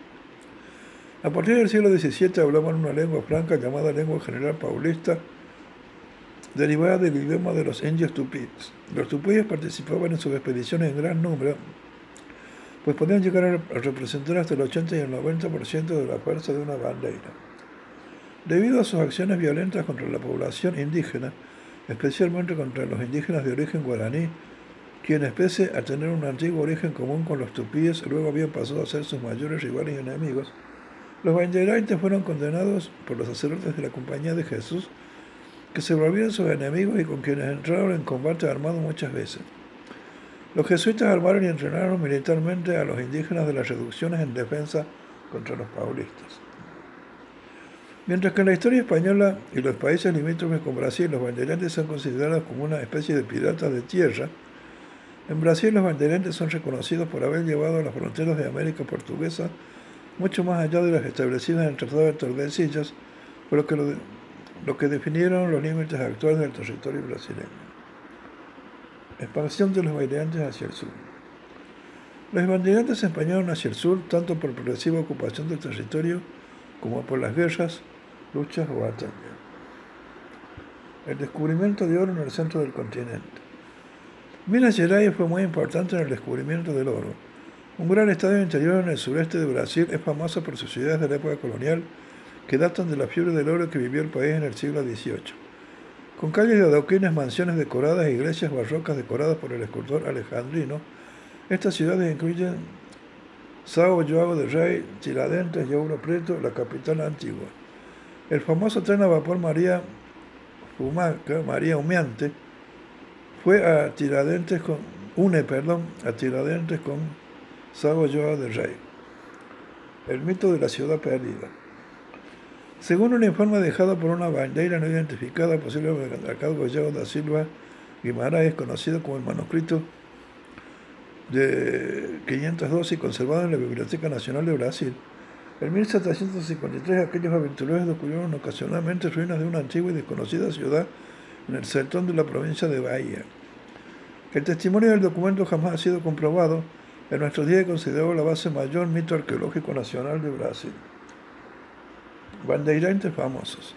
A partir del siglo diecisiete hablaban una lengua franca llamada lengua general paulista, derivada del idioma de los indios tupíes. Los tupíes participaban en sus expediciones en gran número, pues podían llegar a representar hasta el ochenta y el noventa por ciento de la fuerza de una bandeira. Debido a sus acciones violentas contra la población indígena, especialmente contra los indígenas de origen guaraní, quienes pese a tener un antiguo origen común con los tupíes, luego habían pasado a ser sus mayores rivales y enemigos, los bandeirantes fueron condenados por los sacerdotes de la Compañía de Jesús, que se volvieron sus enemigos y con quienes entraron en combate armado muchas veces. Los jesuitas armaron y entrenaron militarmente a los indígenas de las reducciones en defensa contra los paulistas. Mientras que en la historia española y los países limítrofes con Brasil los bandeirantes son considerados como una especie de piratas de tierra, en Brasil los bandeirantes son reconocidos por haber llevado a las fronteras de América Portuguesa mucho más allá de las establecidas en el Tratado de Tordesillas, por lo que, lo, lo que definieron los límites actuales del territorio brasileño. Expansión de los bandeirantes hacia el sur. Los bandeirantes se empañaron hacia el sur tanto por progresiva ocupación del territorio como por las guerras, luchas o batallas. El descubrimiento de oro en el centro del continente. Minas Gerais fue muy importante en el descubrimiento del oro. Un gran estadio interior en el sureste de Brasil es famoso por sus ciudades de la época colonial que datan de la fiebre del oro que vivió el país en el siglo dieciocho. Con calles de adoquines, mansiones decoradas e iglesias barrocas decoradas por el escultor alejandrino, estas ciudades incluyen São João del Rei, Tiradentes y Ouro Preto, la capital antigua. El famoso tren a vapor María Humaca, María Humeante, fue a Tiradentes con, une, perdón, a Tiradentes con São João del Rei. El mito de la ciudad perdida. Según un informe dejado por una bandeira no identificada, posiblemente a cargo de João da Silva Guimarães, conocido como el manuscrito de quinientos doce y conservado en la Biblioteca Nacional de Brasil, en mil setecientos cincuenta y tres aquellos aventureros descubrieron ocasionalmente ruinas de una antigua y desconocida ciudad en el sertón de la provincia de Bahía. El testimonio del documento jamás ha sido comprobado. En nuestros días es considerado la base mayor mito arqueológico nacional de Brasil. Bandeirantes famosos.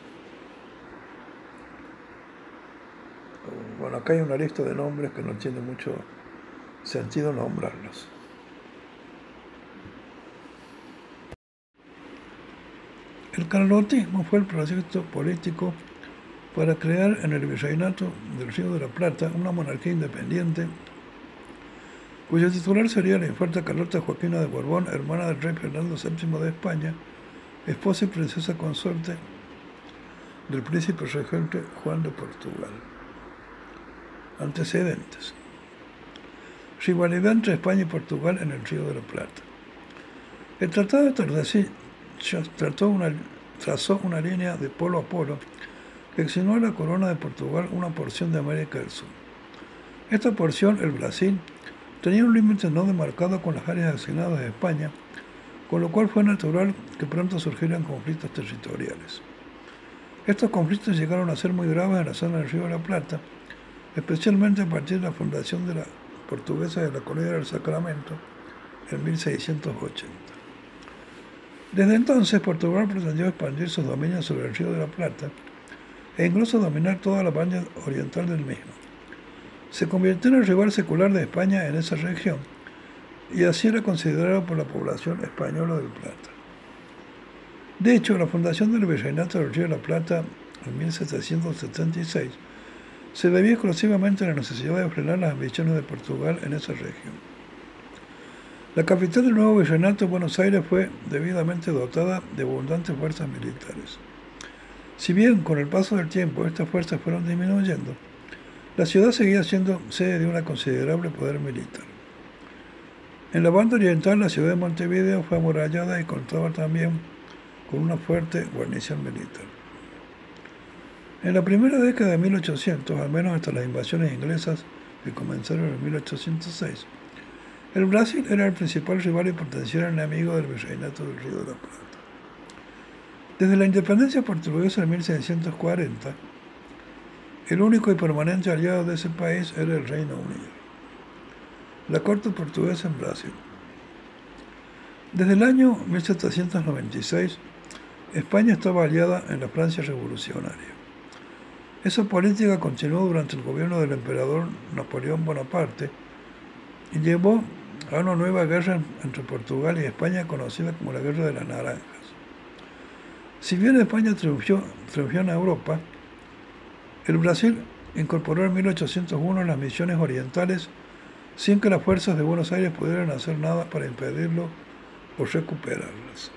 Bueno, acá hay una lista de nombres que no tiene mucho sentido nombrarlos. El carlotismo fue el proyecto político para crear en el virreinato del Río de la Plata una monarquía independiente cuyo titular sería la infanta Carlota Joaquina de Borbón, hermana del rey Fernando séptimo de España, esposa y princesa consorte del príncipe regente Juan de Portugal. Antecedentes. Rivalidad entre España y Portugal en el Río de la Plata. El Tratado de Tordesillas trató una, trazó una línea de polo a polo que asignó a la corona de Portugal una porción de América del Sur. Esta porción, el Brasil, tenía un límite no demarcado con las áreas asignadas de España, con lo cual fue natural que pronto surgieran conflictos territoriales. Estos conflictos llegaron a ser muy graves en la zona del Río de la Plata, especialmente a partir de la fundación de la portuguesa de la colonia del Sacramento en mil seiscientos ochenta. Desde entonces, Portugal pretendió expandir sus dominios sobre el Río de la Plata e incluso dominar toda la banda oriental del mismo. Se convirtió en el rival secular de España en esa región y así era considerado por la población española del Plata. De hecho, la fundación del Virreinato del Río de la Plata en mil setecientos setenta y seis se debía exclusivamente a la necesidad de frenar las ambiciones de Portugal en esa región. La capital del nuevo virreinato, Buenos Aires, fue debidamente dotada de abundantes fuerzas militares. Si bien con el paso del tiempo estas fuerzas fueron disminuyendo, la ciudad seguía siendo sede de un considerable poder militar. En la banda oriental, la ciudad de Montevideo fue amurallada y contaba también con una fuerte guarnición militar. En la primera década de mil ochocientos, al menos hasta las invasiones inglesas que comenzaron en mil ochocientos seis, el Brasil era el principal rival y potencial enemigo del Virreinato del Río de la Plata. Desde la independencia portuguesa en mil seiscientos cuarenta, el único y permanente aliado de ese país era el Reino Unido. La corte portuguesa en Brasil. Desde el año mil setecientos noventa y seis, España estaba aliada en la Francia revolucionaria. Esa política continuó durante el gobierno del emperador Napoleón Bonaparte y llevó a una nueva guerra entre Portugal y España conocida como la Guerra de las Naranjas. Si bien España triunfó, triunfó en Europa, el Brasil incorporó en mil ochocientos uno las misiones orientales sin que las fuerzas de Buenos Aires pudieran hacer nada para impedirlo o recuperarlas.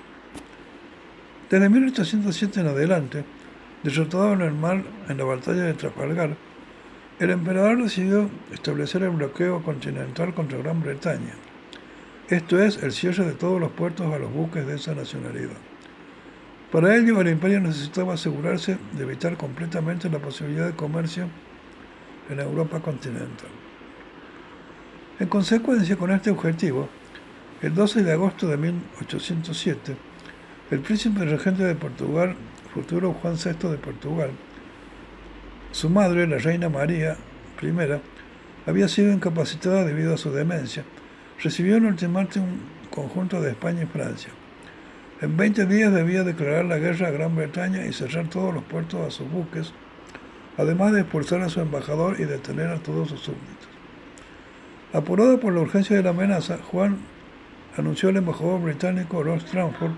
Desde mil ochocientos siete en adelante, derrotado en el mar en la batalla de Trafalgar, el emperador decidió establecer el bloqueo continental contra Gran Bretaña, esto es, el cierre de todos los puertos a los buques de esa nacionalidad. Para ello, el imperio necesitaba asegurarse de evitar completamente la posibilidad de comercio en Europa continental. En consecuencia con este objetivo, el doce de agosto de mil ochocientos siete, el príncipe regente de Portugal, futuro Juan sexto de Portugal, su madre, la reina María I, había sido incapacitada debido a su demencia, recibió un ultimátum conjunto de España y Francia. En veinte días debía declarar la guerra a Gran Bretaña y cerrar todos los puertos a sus buques, además de expulsar a su embajador y detener a todos sus súbditos. Apurado por la urgencia de la amenaza, Juan anunció al embajador británico Lord Strangford.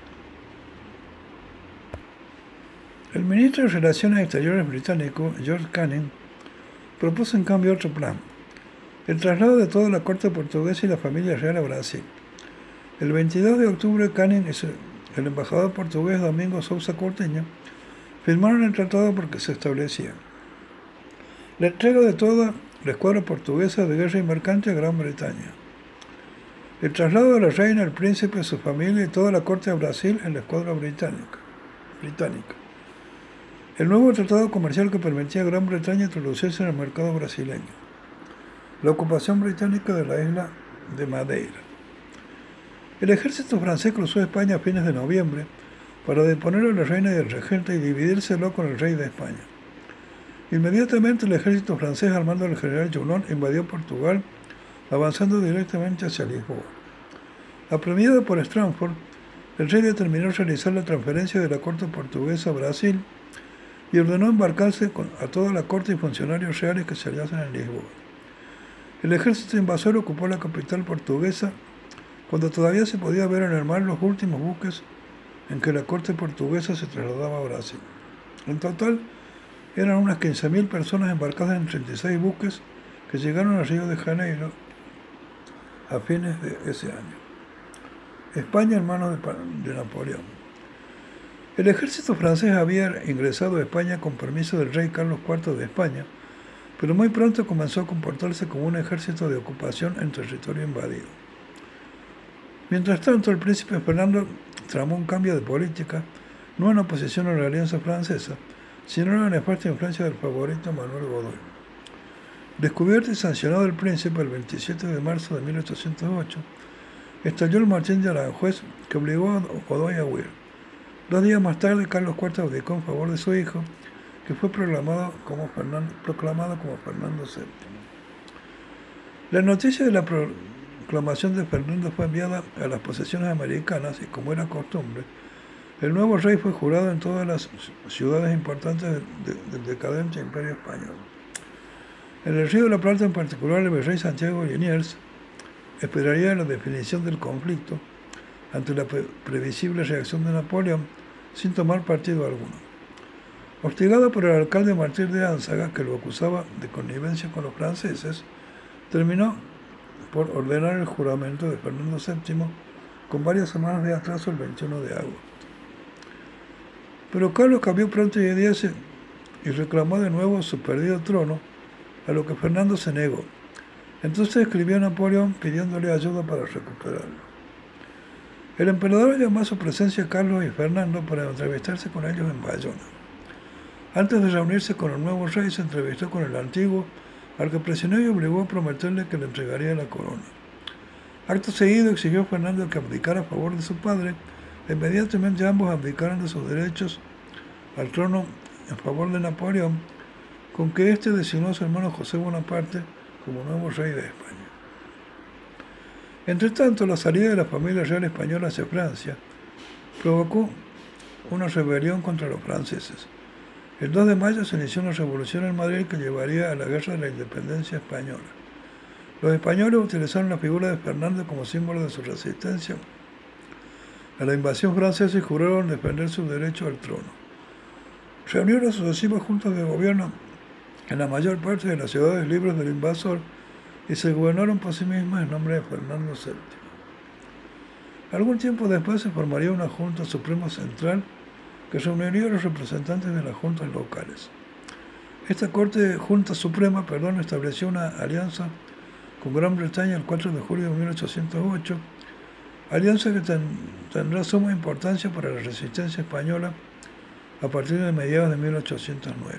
El ministro de Relaciones Exteriores británico, George Canning, propuso en cambio otro plan: el traslado de toda la corte portuguesa y la familia real a Brasil. El veintidós de octubre, Canning y el embajador portugués Domingo Sousa Coutinho firmaron el tratado porque se establecía la entrega de toda la escuadra portuguesa de guerra y mercante a Gran Bretaña, el traslado de la reina, el príncipe, su familia y toda la corte a Brasil en la escuadra británica, británica, el nuevo tratado comercial que permitía a Gran Bretaña introducirse en el mercado brasileño, la ocupación británica de la isla de Madeira. El ejército francés cruzó España a fines de noviembre para deponer a la reina y al regente y dividírselo con el rey de España. Inmediatamente el ejército francés al mando del general Junot invadió Portugal, avanzando directamente hacia Lisboa. Apremiado por Strangford, el rey determinó realizar la transferencia de la corte portuguesa a Brasil y ordenó embarcarse a toda la corte y funcionarios reales que se hallasen en Lisboa. El ejército invasor ocupó la capital portuguesa cuando todavía se podía ver en el mar los últimos buques en que la corte portuguesa se trasladaba a Brasil. En total, eran unas quince mil personas embarcadas en treinta y seis buques que llegaron a Río de Janeiro a fines de ese año. España en manos de, de Napoleón. El ejército francés había ingresado a España con permiso del rey Carlos cuarto de España, pero muy pronto comenzó a comportarse como un ejército de ocupación en territorio invadido. Mientras tanto, el príncipe Fernando tramó un cambio de política, no en oposición a la alianza francesa, sino en la nefasta influencia del favorito Manuel Godoy. Descubierto y sancionado el príncipe el veintisiete de marzo de mil ochocientos ocho, estalló el motín de Aranjuez que obligó a Godoy a huir. Dos días más tarde, Carlos cuarto abdicó en favor de su hijo, que fue proclamado como Fernando, proclamado como Fernando séptimo. La noticia de la proclamación de Fernando fue enviada a las posesiones americanas y, como era costumbre, el nuevo rey fue jurado en todas las ciudades importantes del, del decadente Imperio Español. En el Río de la Plata, en particular, el virrey Santiago Liniers esperaría la definición del conflicto ante la pre previsible reacción de Napoleón sin tomar partido alguno. Hostigado por el alcalde Martín de Ánzaga, que lo acusaba de connivencia con los franceses, terminó por ordenar el juramento de Fernando séptimo con varias semanas de atraso el veintiuno de agosto. Pero Carlos cambió pronto de ideas y reclamó de nuevo su perdido trono, a lo que Fernando se negó. Entonces escribió a Napoleón pidiéndole ayuda para recuperarlo. El emperador llamó a su presencia a Carlos y Fernando para entrevistarse con ellos en Bayona. Antes de reunirse con el nuevo rey, se entrevistó con el antiguo, al que presionó y obligó a prometerle que le entregaría la corona. Acto seguido exigió a Fernando que abdicara a favor de su padre, e inmediatamente ambos abdicaron de sus derechos al trono en favor de Napoleón, con que éste designó a su hermano José Bonaparte como nuevo rey de España. Entre tanto, la salida de la familia real española hacia Francia provocó una rebelión contra los franceses. El dos de mayo se inició una revolución en Madrid que llevaría a la guerra de la independencia española. Los españoles utilizaron la figura de Fernando como símbolo de su resistencia a la invasión francesa y juraron defender su derecho al trono. Reunieron sucesivas juntas de gobierno en la mayor parte de las ciudades libres del invasor y se gobernaron por sí mismas en nombre de Fernando séptimo. Algún tiempo después se formaría una Junta Suprema Central que reuniría a los representantes de las juntas locales. Esta Corte Junta Suprema perdón, estableció una alianza con Gran Bretaña el cuatro de julio de mil ochocientos ocho, alianza que ten, tendrá suma importancia para la resistencia española a partir de mediados de mil ochocientos nueve.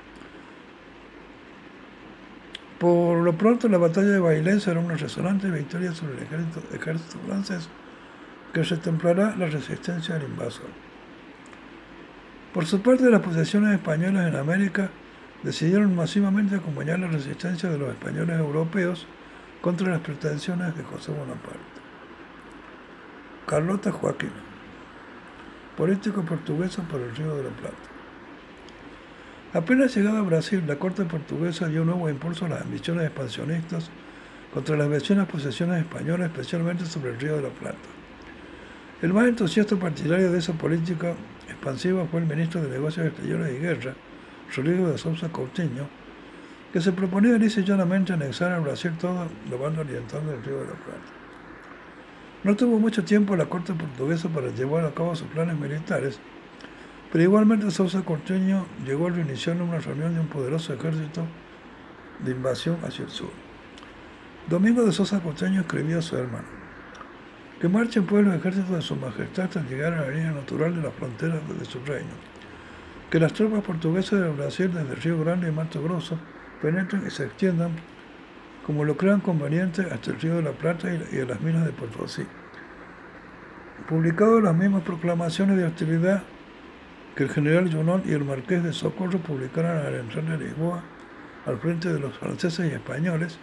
Por lo pronto, la batalla de Bailén será una resonante victoria sobre el ejército, ejército francés que retemplará la resistencia del invasor. Por su parte, las posesiones españolas en América decidieron masivamente acompañar la resistencia de los españoles europeos contra las pretensiones de José Bonaparte. Carlota Joaquina, política portuguesa por el Río de la Plata. Apenas llegada a Brasil, la corte portuguesa dio nuevo impulso a las ambiciones expansionistas contra las vecinas posesiones españolas, especialmente sobre el Río de la Plata. El más entusiasta partidario de esa política expansiva fue el ministro de Negocios Exteriores y Guerra, Rodrigo de Sousa Coutinho, que se proponía lisa y llanamente anexar a Brasil toda la banda oriental del Río de la Plata. No tuvo mucho tiempo la corte portuguesa para llevar a cabo sus planes militares, pero igualmente Sousa Coutinho llegó a reiniciar una reunión de un poderoso ejército de invasión hacia el sur. Domingo de Sousa Coutinho escribía a su hermano: que marchen pues los ejércitos de su majestad hasta llegar a la línea natural de las fronteras de su reino, que las tropas portuguesas de Brasil desde Río Grande y Mato Grosso penetren y se extiendan como lo crean conveniente hasta el Río de la Plata y a las minas de Potosí. Publicado las mismas proclamaciones de hostilidad que el general Junot y el marqués de Socorro publicaron al entrar de Lisboa al frente de los franceses y españoles,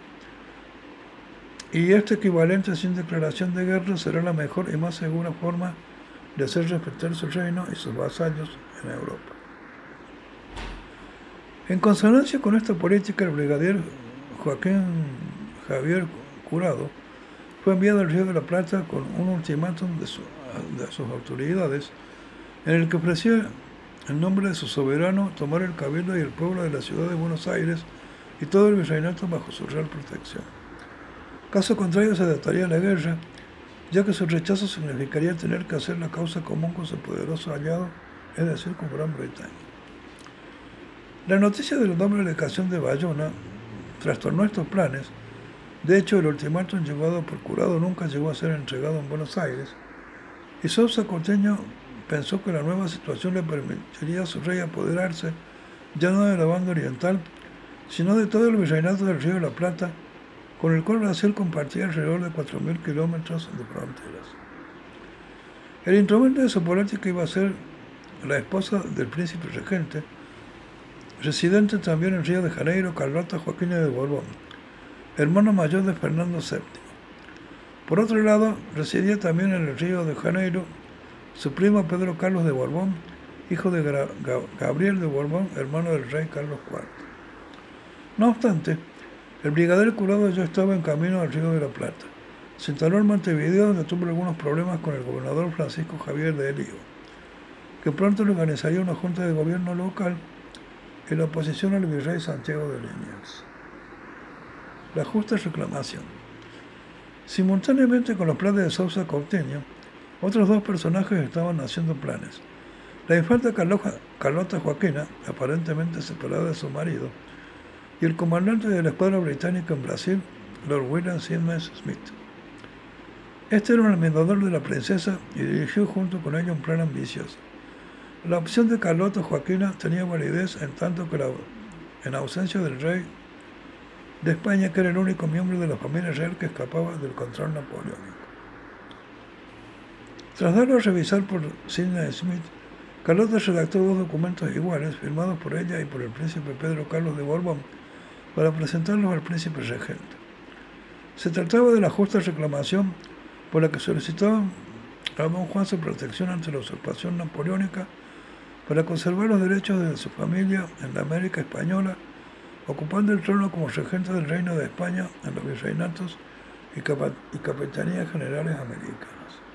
y este equivalente sin declaración de guerra será la mejor y más segura forma de hacer respetar su reino y sus vasallos en Europa. En consonancia con esta política, el brigadier Joaquín Javier Curado fue enviado al Río de la Plata con un ultimátum de, su, de sus autoridades en el que ofrecía, en nombre de su soberano, tomar el cabildo y el pueblo de la ciudad de Buenos Aires y todo el virreinato bajo su real protección. Caso contrario, se desataría la guerra, ya que su rechazo significaría tener que hacer la causa común con su poderoso aliado, es decir, con Gran Bretaña. La noticia de la doble delegación de Bayona trastornó estos planes. De hecho, el ultimátum llevado por Curado nunca llegó a ser entregado en Buenos Aires, y Sousa Coutinho pensó que la nueva situación le permitiría a su rey apoderarse ya no de la banda oriental, sino de todo el virreinato del Río de la Plata, con el cual Brasil compartía alrededor de cuatro mil kilómetros de fronteras. El instrumento de su política iba a ser la esposa del príncipe regente, residente también en Río de Janeiro, Carlota Joaquina de Borbón, hermano mayor de Fernando séptimo. Por otro lado, residía también en el Río de Janeiro su primo Pedro Carlos de Borbón, hijo de Gabriel de Borbón, hermano del rey Carlos cuarto. No obstante, el brigadier Curado ya estaba en camino al Río de la Plata. Se instaló en Montevideo, donde tuvo algunos problemas con el gobernador Francisco Javier de Elío, que pronto le organizaría una junta de gobierno local en la oposición al virrey Santiago de Liniers. La justa reclamación. Simultáneamente con los planes de Sousa Coutinho, otros dos personajes estaban haciendo planes. La infanta Carlota Joaquina, aparentemente separada de su marido, y el comandante de la escuadra británica en Brasil, Lord William Sydney Smith. Este era un admirador de la princesa y dirigió junto con ella un plan ambicioso. La opción de Carlota Joaquina tenía validez en tanto que la, en ausencia del rey de España, que era el único miembro de la familia real que escapaba del control napoleónico. Tras darlo a revisar por Sydney Smith, Carlota redactó dos documentos iguales, firmados por ella y por el príncipe Pedro Carlos de Borbón, para presentarlos al príncipe regente. Se trataba de la justa reclamación por la que solicitaban a don Juan su protección ante la usurpación napoleónica para conservar los derechos de su familia en la América española, ocupando el trono como regente del Reino de España en los virreinatos y, cap- y capitanías generales americanas.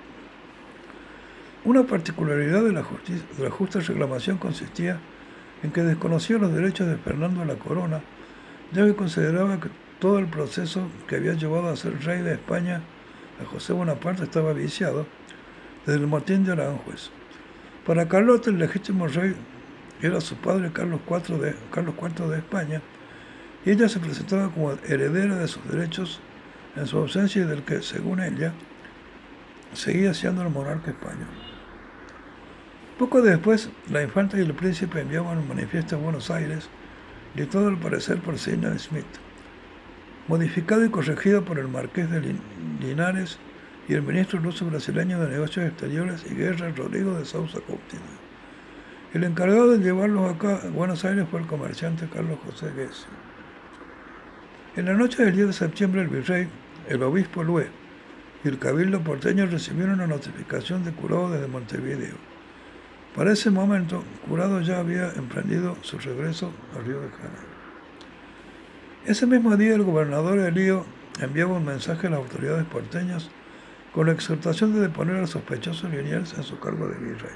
Una particularidad de la, justicia, de la justa reclamación consistía en que desconocía los derechos de Fernando a la corona, ya que consideraba que todo el proceso que había llevado a ser rey de España a José Bonaparte estaba viciado desde el motín de Aranjuez. Para Carlota, el legítimo rey era su padre Carlos cuarto de, Carlos cuarto de España, y ella se presentaba como heredera de sus derechos en su ausencia y del que, según ella, seguía siendo el monarca español. Poco después, la infanta y el príncipe enviaban un manifiesto a Buenos Aires, dictado al parecer por Sydney Smith, modificado y corregido por el marqués de Linares y el ministro ruso brasileño de Negocios Exteriores y Guerra, Rodrigo de Sousa Coutinho. El encargado de llevarlos acá a Buenos Aires fue el comerciante Carlos José Gessi. En la noche del diez de septiembre, el virrey, el obispo Lué y el cabildo porteño recibieron una notificación de Curado desde Montevideo. Para ese momento, Curado ya había emprendido su regreso a Río de Janeiro. Ese mismo día, el gobernador Elío enviaba un mensaje a las autoridades porteñas con la exhortación de deponer al sospechoso Liniers en su cargo de virrey.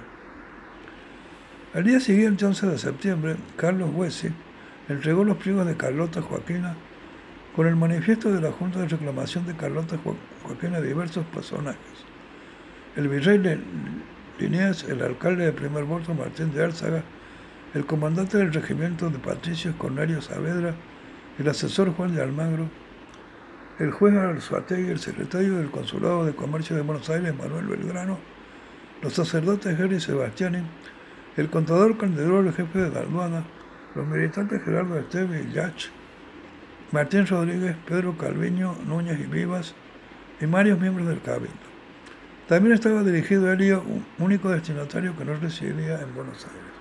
Al día siguiente, once de septiembre, Carlos Gessi entregó los pliegos de Carlota Joaquina con el manifiesto de la Junta de Reclamación de Carlota Joaquina a diversos personajes. El virrey de Liniers, el alcalde de Primer Voto Martín de Álzaga, el comandante del regimiento de patricios Cornelio Saavedra, el asesor Juan de Almagro, el juez Alzuategui, el secretario del Consulado de Comercio de Buenos Aires, Manuel Belgrano, los sacerdotes Geri Sebastiani, el contador Calderón, el jefe de la aduana, los militantes Gerardo Esteve y Yach, Martín Rodríguez, Pedro Calviño, Núñez y Vivas, y varios miembros del cabildo. También estaba dirigido a Elío, un único destinatario que no residía en Buenos Aires.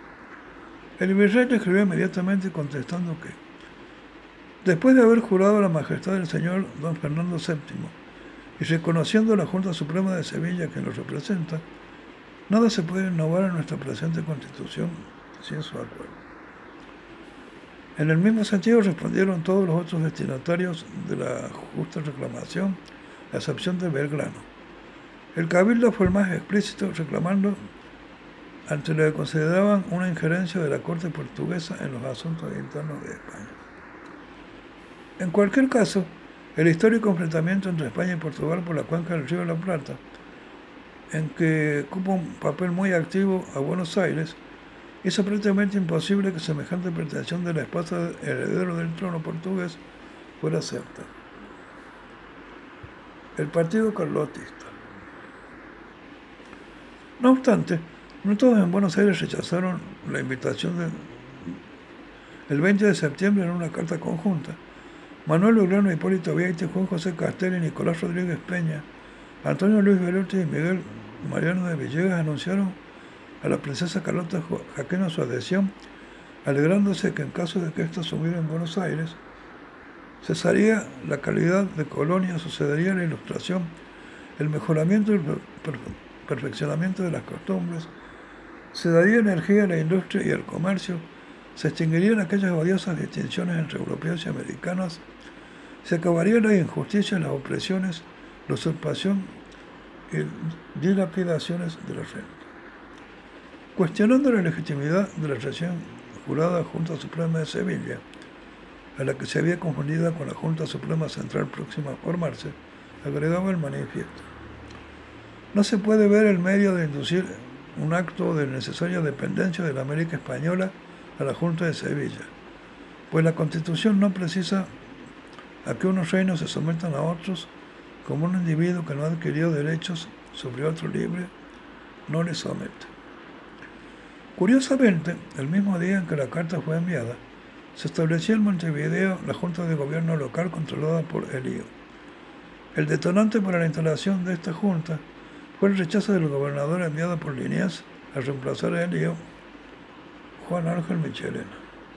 El virrey le escribió inmediatamente contestando que, después de haber jurado la majestad del señor don Fernando séptimo y reconociendo la Junta Suprema de Sevilla que lo representa, nada se puede innovar en nuestra presente Constitución sin su acuerdo. En el mismo sentido respondieron todos los otros destinatarios de la justa reclamación, a excepción de Belgrano. El cabildo fue el más explícito, reclamando ante lo que consideraban una injerencia de la corte portuguesa en los asuntos internos de España. En cualquier caso, el histórico enfrentamiento entre España y Portugal por la cuenca del Río de la Plata en que ocupa un papel muy activo a Buenos Aires, hizo prácticamente imposible que semejante pretensión de la esposa del heredero del trono portugués fuera cierta. El partido carlotista. No obstante, no todos en Buenos Aires rechazaron la invitación de, el veinte de septiembre en una carta conjunta. Manuel Belgrano, Hipólito Vieites, Juan José Castelli, Nicolás Rodríguez Peña, Antonio Luis Beruti y Miguel Mariano de Villegas anunciaron a la princesa Carlota Joaquina su adhesión, alegrándose que en caso de que ésta asumiera en Buenos Aires, cesaría la calidad de colonia, sucedería la ilustración, el mejoramiento y el perfeccionamiento de las costumbres, se daría energía a la industria y al comercio, se extinguirían aquellas odiosas distinciones entre europeos y americanos, se acabaría la injusticia, las opresiones, la usurpación y dilapidaciones de la renta. Cuestionando la legitimidad de la recién jurada Junta Suprema de Sevilla, a la que se había confundido con la Junta Suprema Central próxima a formarse, agregaba el manifiesto: no se puede ver el medio de inducir un acto de necesaria dependencia de la América Española a la Junta de Sevilla, pues la Constitución no precisa a que unos reinos se sometan a otros, como un individuo que no adquirió derechos sobre otro libre no le somete. Curiosamente, el mismo día en que la carta fue enviada, se estableció en Montevideo la Junta de Gobierno local controlada por Elío. El detonante para la instalación de esta junta fue el rechazo del gobernador enviado por Liniers a reemplazar a Elío, Juan Ángel Michelena.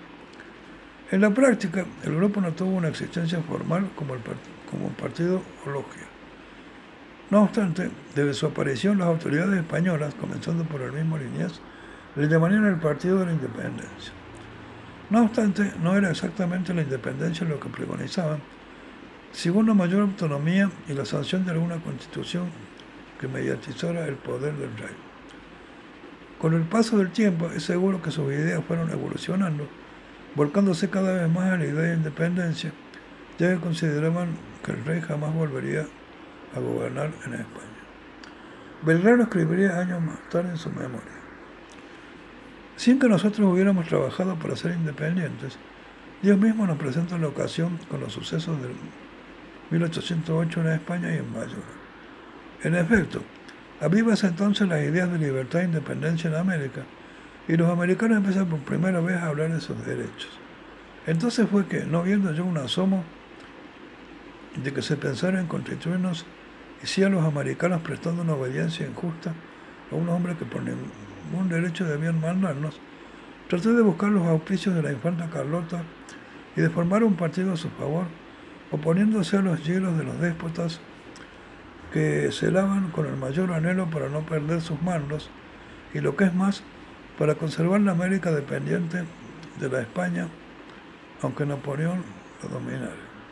En la práctica, el grupo no tuvo una existencia formal como, el, como un partido o logia. No obstante, desde su aparición las autoridades españolas, comenzando por el mismo Liniers, le llamarían el Partido de la Independencia. No obstante, no era exactamente la independencia lo que preconizaban, sino una mayor autonomía y la sanción de alguna constitución que mediatizara el poder del rey. Con el paso del tiempo, es seguro que sus ideas fueron evolucionando, volcándose cada vez más a la idea de independencia, ya que consideraban que el rey jamás volvería a gobernar en España. Belgrano escribiría años más tarde en su memoria: sin que nosotros hubiéramos trabajado para ser independientes, Dios mismo nos presenta la ocasión con los sucesos del mil ochocientos ocho en España y en Mayo. En efecto, avivas entonces las ideas de libertad e independencia en América, y los americanos empiezan por primera vez a hablar de sus derechos. Entonces fue que, no viendo yo un asomo de que se pensara en constituirnos, y sí a los americanos prestando una obediencia injusta a un hombre que por ningún derecho debían mandarnos, traté de buscar los auspicios de la infanta Carlota y de formar un partido a su favor, oponiéndose a los hielos de los déspotas que celaban con el mayor anhelo para no perder sus mandos y, lo que es más, para conservar la América dependiente de la España, aunque Napoleón lo dominara.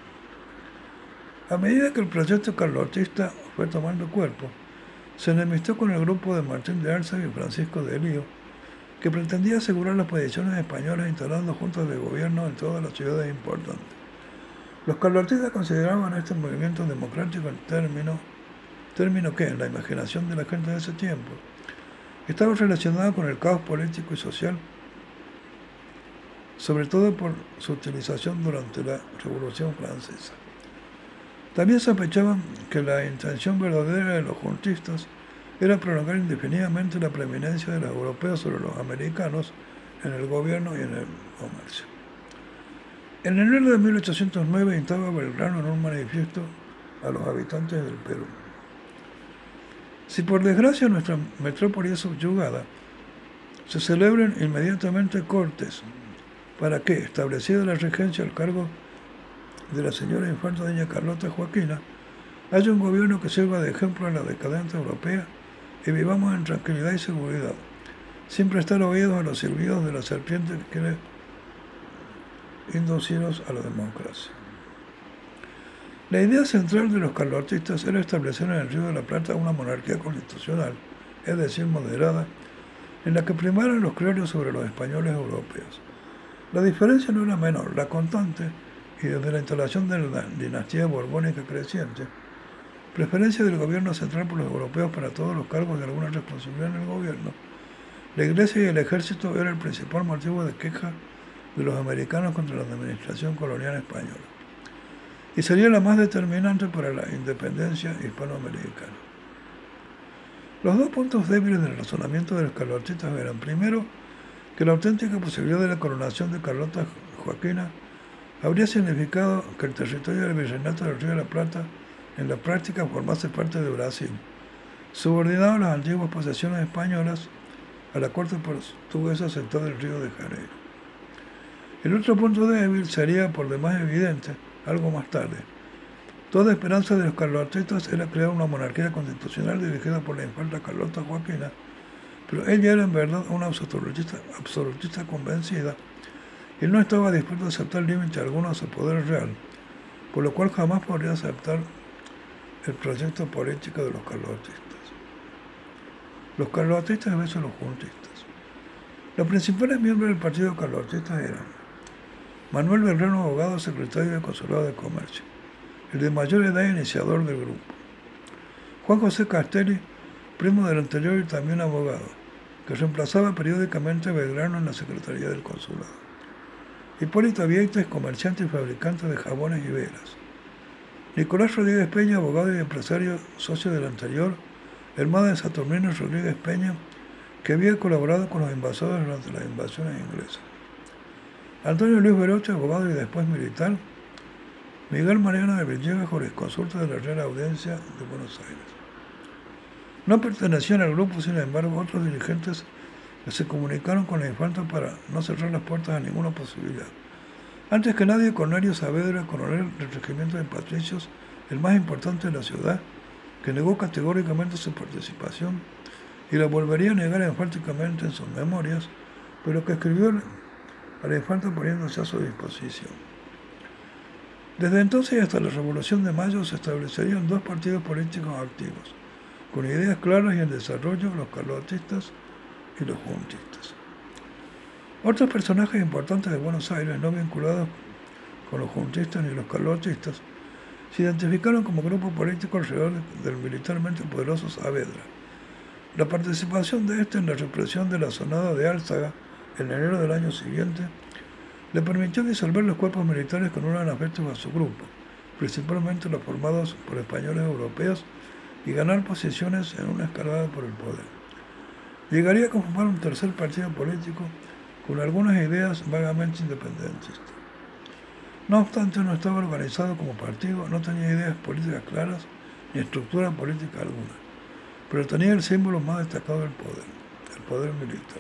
A medida que el proyecto carlotista fue tomando cuerpo, se enemistó con el grupo de Martín de Arza y Francisco de Elío, que pretendía asegurar las posiciones españolas instalando juntas de gobierno en todas las ciudades importantes. Los carlotistas consideraban este movimiento democrático en términos, término que, en la imaginación de la gente de ese tiempo, estaba relacionado con el caos político y social, sobre todo por su utilización durante la Revolución Francesa. También sospechaban que la intención verdadera de los juntistas era prolongar indefinidamente la preeminencia de los europeos sobre los americanos en el gobierno y en el comercio. En enero de mil ochocientos nueve instaba Belgrano en un manifiesto a los habitantes del Perú: si por desgracia nuestra metrópoli es subyugada, se celebren inmediatamente cortes para que, establecida la regencia al cargo de la señora infanta doña Carlota Joaquina, haya un gobierno que sirva de ejemplo a la decadente europea y vivamos en tranquilidad y seguridad, sin prestar oídos a los silbidos de la serpiente que quiere induciros a la democracia. La idea central de los carlotistas era establecer en el Río de la Plata una monarquía constitucional, es decir, moderada, en la que primaran los criollos sobre los españoles europeos. La diferencia no era menor, la constante, y desde la instalación de la dinastía borbónica creciente, preferencia del gobierno central por los europeos para todos los cargos de alguna responsabilidad en el gobierno, la Iglesia y el ejército era el principal motivo de queja de los americanos contra la administración colonial española, y sería la más determinante para la independencia hispanoamericana. Los dos puntos débiles del razonamiento de los carlotistas eran, primero, que la auténtica posibilidad de la coronación de Carlota Joaquina habría significado que el territorio del Virreinato del Río de la Plata en la práctica formase parte de Brasil, subordinado a las antiguas posesiones españolas a la corte portuguesa asentada del Río de Janeiro. El otro punto débil sería, por demás evidente, algo más tarde. Toda esperanza de los carlotistas era crear una monarquía constitucional dirigida por la infanta Carlota Joaquina, pero ella era en verdad una absolutista, absolutista convencida y no estaba dispuesta a aceptar límite alguno a su poder real, por lo cual jamás podría aceptar el proyecto político de los carlotistas. Los carlotistas versus los juntistas. Los principales miembros del partido carlotista eran Manuel Belgrano, abogado, secretario del Consulado de Comercio, el de mayor edad e iniciador del grupo. Juan José Castelli, primo del anterior y también abogado, que reemplazaba periódicamente a Belgrano en la Secretaría del Consulado. Hipólito Vieites, comerciante y fabricante de jabones y velas. Nicolás Rodríguez Peña, abogado y empresario, socio del anterior, hermano de Saturnino Rodríguez Peña, que había colaborado con los invasores durante las invasiones inglesas. Antonio Luis Veroche, abogado y después militar. Miguel Mariano de Villegas, jurisconsulto de la Real Audiencia de Buenos Aires. No pertenecían al grupo, sin embargo, otros dirigentes que se comunicaron con la infanta para no cerrar las puertas a ninguna posibilidad. Antes que nadie, Cornelio Saavedra, coronel del regimiento de patricios, el más importante de la ciudad, que negó categóricamente su participación y la volvería a negar enfáticamente en sus memorias, pero que escribió a la infanta poniéndose a su disposición. Desde entonces y hasta la Revolución de Mayo se establecerían dos partidos políticos activos, con ideas claras y en desarrollo, los carlotistas y los juntistas. Otros personajes importantes de Buenos Aires, no vinculados con los juntistas ni los carlotistas, se identificaron como grupo político alrededor del militarmente poderoso Saavedra. La participación de este en la represión de la Sonada de Álzaga en enero del año siguiente le permitió disolver los cuerpos militares que no eran afectos a su grupo, principalmente los formados por españoles europeos, y ganar posiciones en una escalada por el poder. Llegaría a conformar un tercer partido político con algunas ideas vagamente independentistas. No obstante, no estaba organizado como partido, no tenía ideas políticas claras ni estructura política alguna, pero tenía el símbolo más destacado del poder, el poder militar.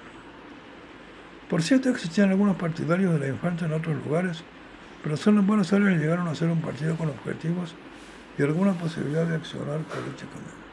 Por cierto, existían algunos partidarios de la infanta en otros lugares, pero solo en Buenos Aires llegaron a ser un partido con objetivos y alguna posibilidad de accionar políticamente.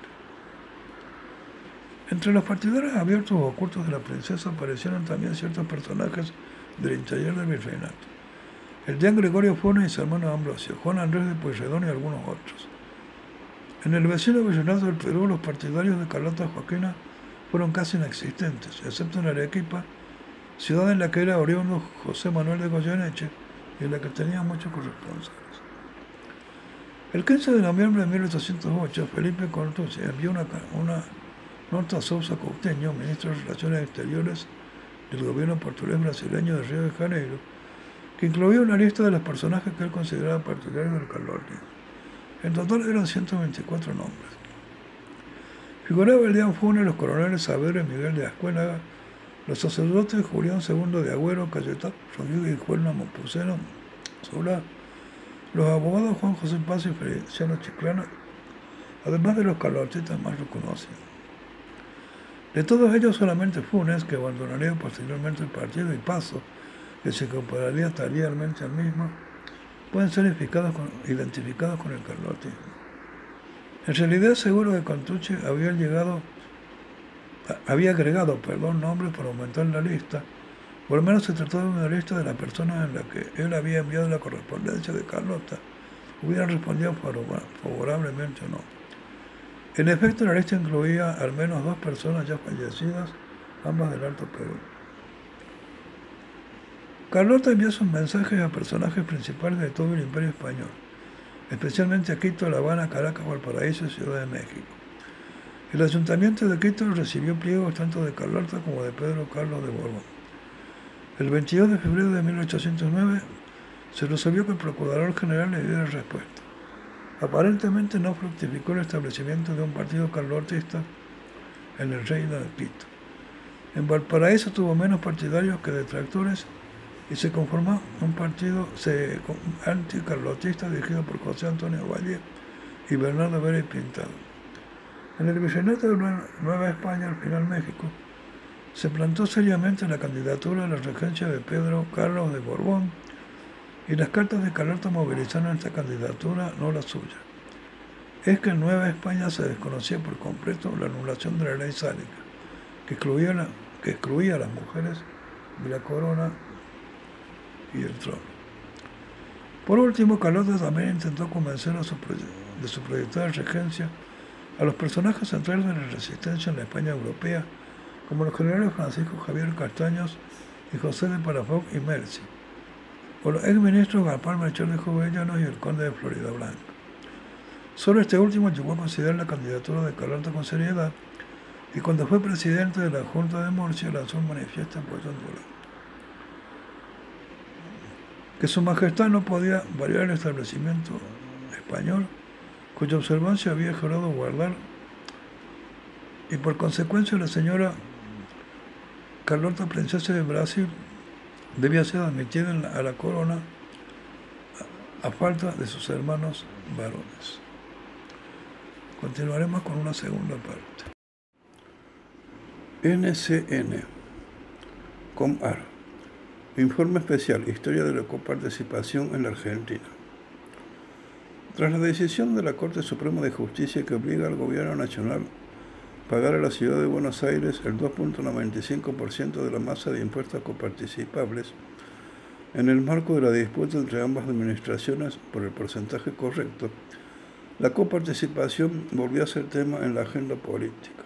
Entre los partidarios abiertos o ocultos de la princesa aparecieron también ciertos personajes del interior del virreinato. El deán Gregorio Funes y su hermano Ambrosio, Juan Andrés de Pueyrredón y algunos otros. En el vecino virreinato del Perú, los partidarios de Carlota Joaquina fueron casi inexistentes, excepto en Arequipa, ciudad en la que era oriundo José Manuel de Goyeneche y en la que tenía muchos corresponsales. El quince de noviembre de mil ochocientos ocho, Felipe Contursi envió una, una nota a Sousa Coutinho, ministro de Relaciones Exteriores del gobierno portugués brasileño de Río de Janeiro, que incluía una lista de los personajes que él consideraba partidarios del carlotismo. En total eran ciento veinticuatro nombres. Figuraba el deán Funes, los coroneles Saavedra y Miguel de Ascuénaga, los sacerdotes Julián segundo de Agüero, Cayetano Rodríguez y Juan Puceno Solá, los abogados Juan José Paz y Feliciano Chiclana, además de los carlotistas más reconocidos. De todos ellos, solamente Funes, que abandonaría posteriormente el partido, y Paso, que se incorporaría tardíamente al mismo, pueden ser identificados con, identificados con el carlotismo. En realidad, seguro que Contursi había llegado había agregado perdón, nombres para aumentar la lista, o al menos se trató de una lista de las personas en las que él había enviado la correspondencia de Carlota, hubieran respondido favorablemente o no. En efecto, la lista incluía al menos dos personas ya fallecidas, ambas del Alto Perú. Carlota envió sus mensajes a personajes principales de todo el Imperio Español, especialmente a Quito, La Habana, Caracas, Valparaíso y Ciudad de México. El ayuntamiento de Quito recibió pliegos tanto de Carlota como de Pedro Carlos de Borbón. El veintidós de febrero de mil ochocientos nueve se resolvió que el Procurador General le diera respuesta. Aparentemente no fructificó el establecimiento de un partido carlotista en el Reino de Quito. En Valparaíso tuvo menos partidarios que detractores y se conformó un partido anticarlotista dirigido por José Antonio Valle y Bernardo Vera y Pintado. En el virreinato de Nueva España, al final México, se plantó seriamente la candidatura a la regencia de Pedro Carlos de Borbón y las cartas de Carlota movilizaron esta candidatura, no la suya. Es que en Nueva España se desconocía por completo la anulación de la ley sálica, que excluía, la, que excluía a las mujeres de la corona y el trono. Por último, Carlota también intentó convencer a su, de su proyectada regencia a los personajes centrales de la resistencia en la España europea, como los generales Francisco Javier Castaños y José de Palafox y Mercy, o los exministros Gaspar Melchor de Jovellanos y el conde de Florida Blanca. Solo este último llegó a considerar la candidatura de Carlota con seriedad y cuando fue presidente de la Junta de Murcia lanzó un manifiesto apoyándola. Que su majestad no podía variar el establecimiento español, cuya observancia había jurado guardar, y por consecuencia la señora Carlota, princesa de Brasil, debía ser admitida en la, a la corona a, a falta de sus hermanos varones. Continuaremos con una segunda parte. N C N Comar. Informe especial, Historia de la coparticipación en la Argentina. Tras la decisión de la Corte Suprema de Justicia que obliga al gobierno nacional a pagar a la ciudad de Buenos Aires el dos punto noventa y cinco por ciento de la masa de impuestos coparticipables, en el marco de la disputa entre ambas administraciones por el porcentaje correcto, la coparticipación volvió a ser tema en la agenda política.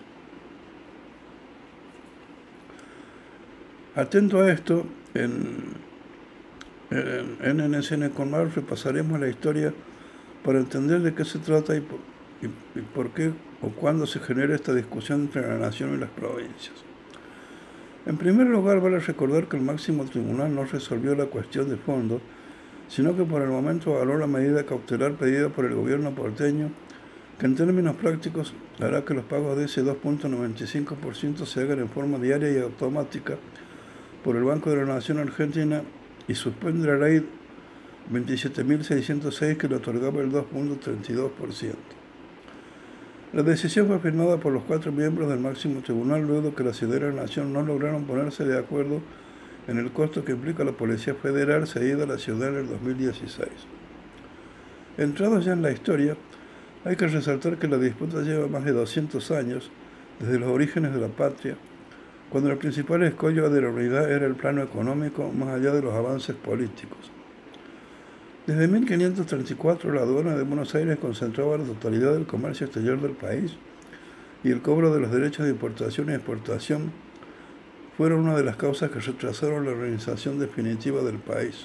Atento a esto, en, en, en N C N Comar repasaremos la historia para entender de qué se trata y por, y, y por qué o cuándo se genera esta discusión entre la nación y las provincias. En primer lugar, vale recordar que el máximo tribunal no resolvió la cuestión de fondo, sino que por el momento avaló la medida cautelar pedida por el gobierno porteño, que en términos prácticos hará que los pagos de ese dos punto noventa y cinco por ciento se hagan en forma diaria y automática por el Banco de la Nación Argentina y suspende la ley veintisiete mil seiscientos seis que le otorgaba el dos punto treinta y dos por ciento. La decisión fue firmada por los cuatro miembros del máximo tribunal luego que la ciudad y la nación no lograron ponerse de acuerdo en el costo que implica la Policía Federal cedida a la ciudad en el dos mil dieciséis. Entrados ya en la historia, hay que resaltar que la disputa lleva más de doscientos años, desde los orígenes de la patria, cuando el principal escollo de la unidad era el plano económico, más allá de los avances políticos. Desde mil quinientos treinta y cuatro, la aduana de Buenos Aires concentraba la totalidad del comercio exterior del país y el cobro de los derechos de importación y exportación fueron una de las causas que retrasaron la organización definitiva del país.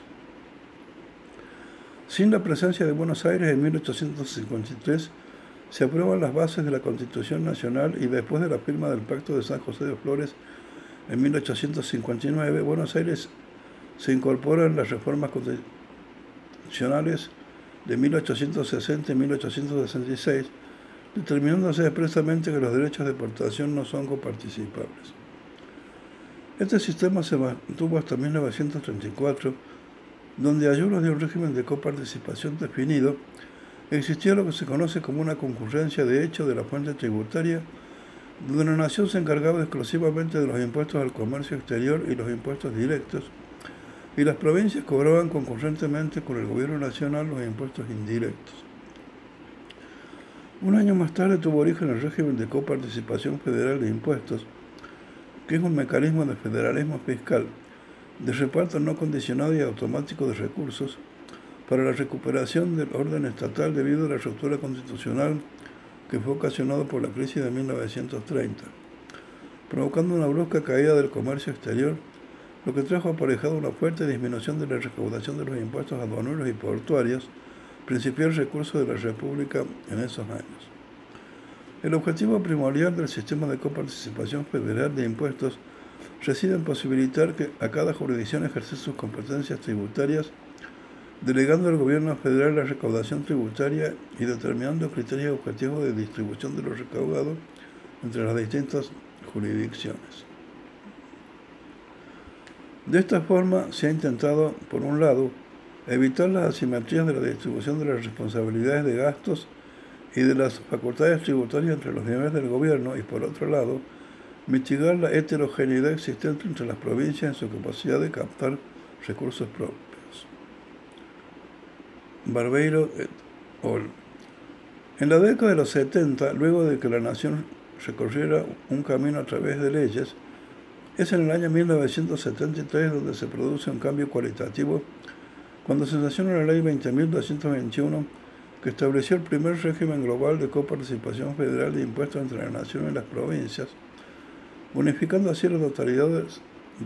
Sin la presencia de Buenos Aires, en mil ochocientos cincuenta y tres se aprueban las bases de la Constitución Nacional y después de la firma del Pacto de San José de Flores en mil ochocientos cincuenta y nueve, Buenos Aires se incorpora en las reformas constitucionales de mil ochocientos sesenta y mil ochocientos sesenta y seis, determinándose expresamente que los derechos de exportación no son coparticipables. Este sistema se mantuvo hasta mil novecientos treinta y cuatro, donde a ayudas de un régimen de coparticipación definido, existía lo que se conoce como una concurrencia de hecho de la fuente tributaria, donde la nación se encargaba exclusivamente de los impuestos al comercio exterior y los impuestos directos, y las provincias cobraban concurrentemente con el gobierno nacional los impuestos indirectos. Un año más tarde tuvo origen el régimen de coparticipación federal de impuestos, que es un mecanismo de federalismo fiscal, de reparto no condicionado y automático de recursos para la recuperación del orden estatal debido a la ruptura constitucional que fue ocasionado por la crisis de mil novecientos treinta, provocando una brusca caída del comercio exterior, lo que trajo aparejado una fuerte disminución de la recaudación de los impuestos aduaneros y portuarios, principal recurso de la República en esos años. El objetivo primordial del sistema de coparticipación federal de impuestos reside en posibilitar que a cada jurisdicción ejercer sus competencias tributarias, delegando al gobierno federal la recaudación tributaria y determinando criterios objetivos de distribución de lo recaudado entre las distintas jurisdicciones. De esta forma se ha intentado, por un lado, evitar las asimetrías de la distribución de las responsabilidades de gastos y de las facultades tributarias entre los niveles del gobierno y, por otro lado, mitigar la heterogeneidad existente entre las provincias en su capacidad de captar recursos propios. Barbeiro et al. En la década de los setenta, luego de que la nación recorriera un camino a través de leyes, es en el año mil novecientos setenta y tres donde se produce un cambio cualitativo cuando se sanciona la Ley veinte mil doscientos veintiuno, que estableció el primer régimen global de coparticipación federal de impuestos entre la nación y las provincias, unificando así las totalidades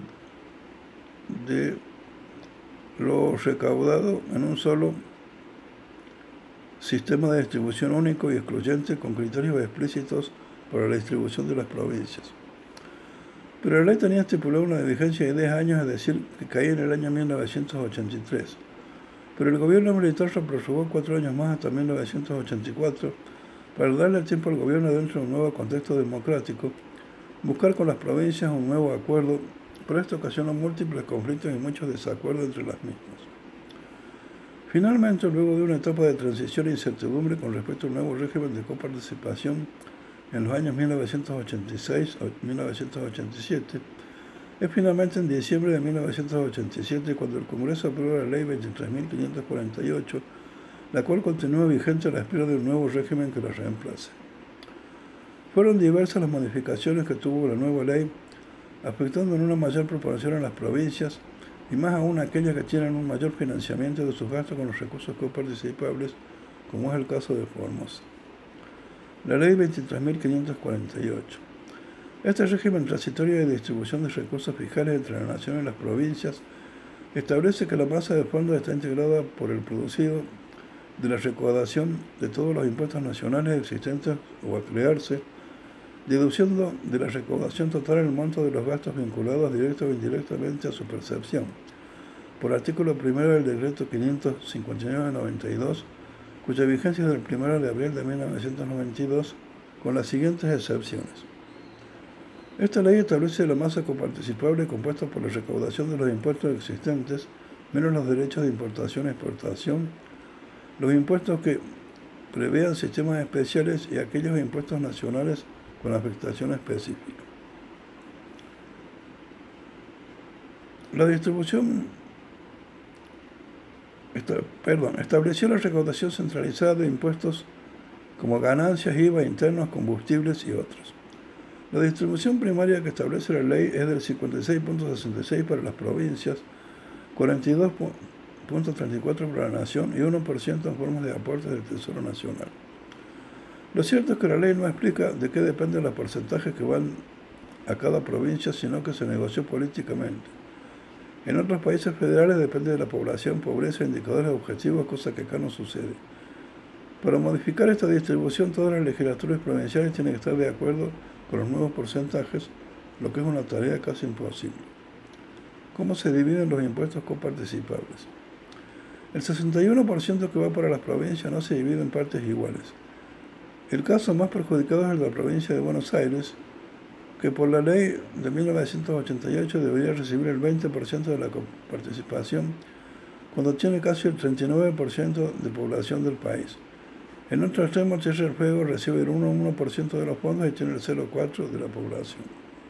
de lo recaudado en un solo sistema de distribución único y excluyente con criterios explícitos para la distribución de las provincias. Pero la ley tenía estipulada una vigencia de diez años, es decir, que caía en el año mil novecientos ochenta y tres. Pero el gobierno militar lo prorrogó cuatro años más hasta mil novecientos ochenta y cuatro para darle tiempo al gobierno dentro de un nuevo contexto democrático, buscar con las provincias un nuevo acuerdo, pero esto ocasionó múltiples conflictos y muchos desacuerdos entre las mismas. Finalmente, luego de una etapa de transición e incertidumbre con respecto al nuevo régimen de coparticipación en los años mil novecientos ochenta y seis a mil novecientos ochenta y siete, es finalmente en diciembre de mil novecientos ochenta y siete cuando el Congreso aprueba la Ley veintitrés mil quinientos cuarenta y ocho, la cual continúa vigente a la espera de un nuevo régimen que la reemplace. Fueron diversas las modificaciones que tuvo la nueva ley, afectando en una mayor proporción a las provincias, y más aún aquellas que tienen un mayor financiamiento de sus gastos con los recursos coparticipables, como es el caso de Formosa. La Ley veintitrés mil quinientos cuarenta y ocho. Este régimen transitorio de distribución de recursos fiscales entre la nación y las provincias establece que la masa de fondos está integrada por el producido de la recaudación de todos los impuestos nacionales existentes o a crearse, deduciendo de la recaudación total el monto de los gastos vinculados directa o indirectamente a su percepción, por artículo primero del decreto quinientos cincuenta y nueve de noventa y dos, cuya vigencia es del primero de abril de mil novecientos noventa y dos, con las siguientes excepciones. Esta ley establece la masa coparticipable compuesta por la recaudación de los impuestos existentes, menos los derechos de importación e exportación, los impuestos que prevean sistemas especiales y aquellos impuestos nacionales con afectación específica. La distribución, esta, perdón, estableció la recaudación centralizada de impuestos como ganancias, I V A, internos, combustibles y otros. La distribución primaria que establece la ley es del cincuenta y seis punto sesenta y seis para las provincias, cuarenta y dos punto treinta y cuatro para la nación y uno por ciento en forma de aportes del Tesoro Nacional. Lo cierto es que la ley no explica de qué dependen los porcentajes que van a cada provincia, sino que se negoció políticamente. En otros países federales depende de la población, pobreza e indicadores objetivos, cosa que acá no sucede. Para modificar esta distribución, todas las legislaturas provinciales tienen que estar de acuerdo con los nuevos porcentajes, lo que es una tarea casi imposible. ¿Cómo se dividen los impuestos coparticipables? El sesenta y uno por ciento que va para las provincias no se divide en partes iguales. El caso más perjudicado es el de la provincia de Buenos Aires, que por la ley de mil novecientos ochenta y ocho debería recibir el veinte por ciento de la coparticipación, cuando tiene casi el treinta y nueve por ciento de población del país. En otro extremo, Tierra del Fuego recibe el uno coma uno por ciento de los fondos y tiene el cero coma cuatro por ciento de la población.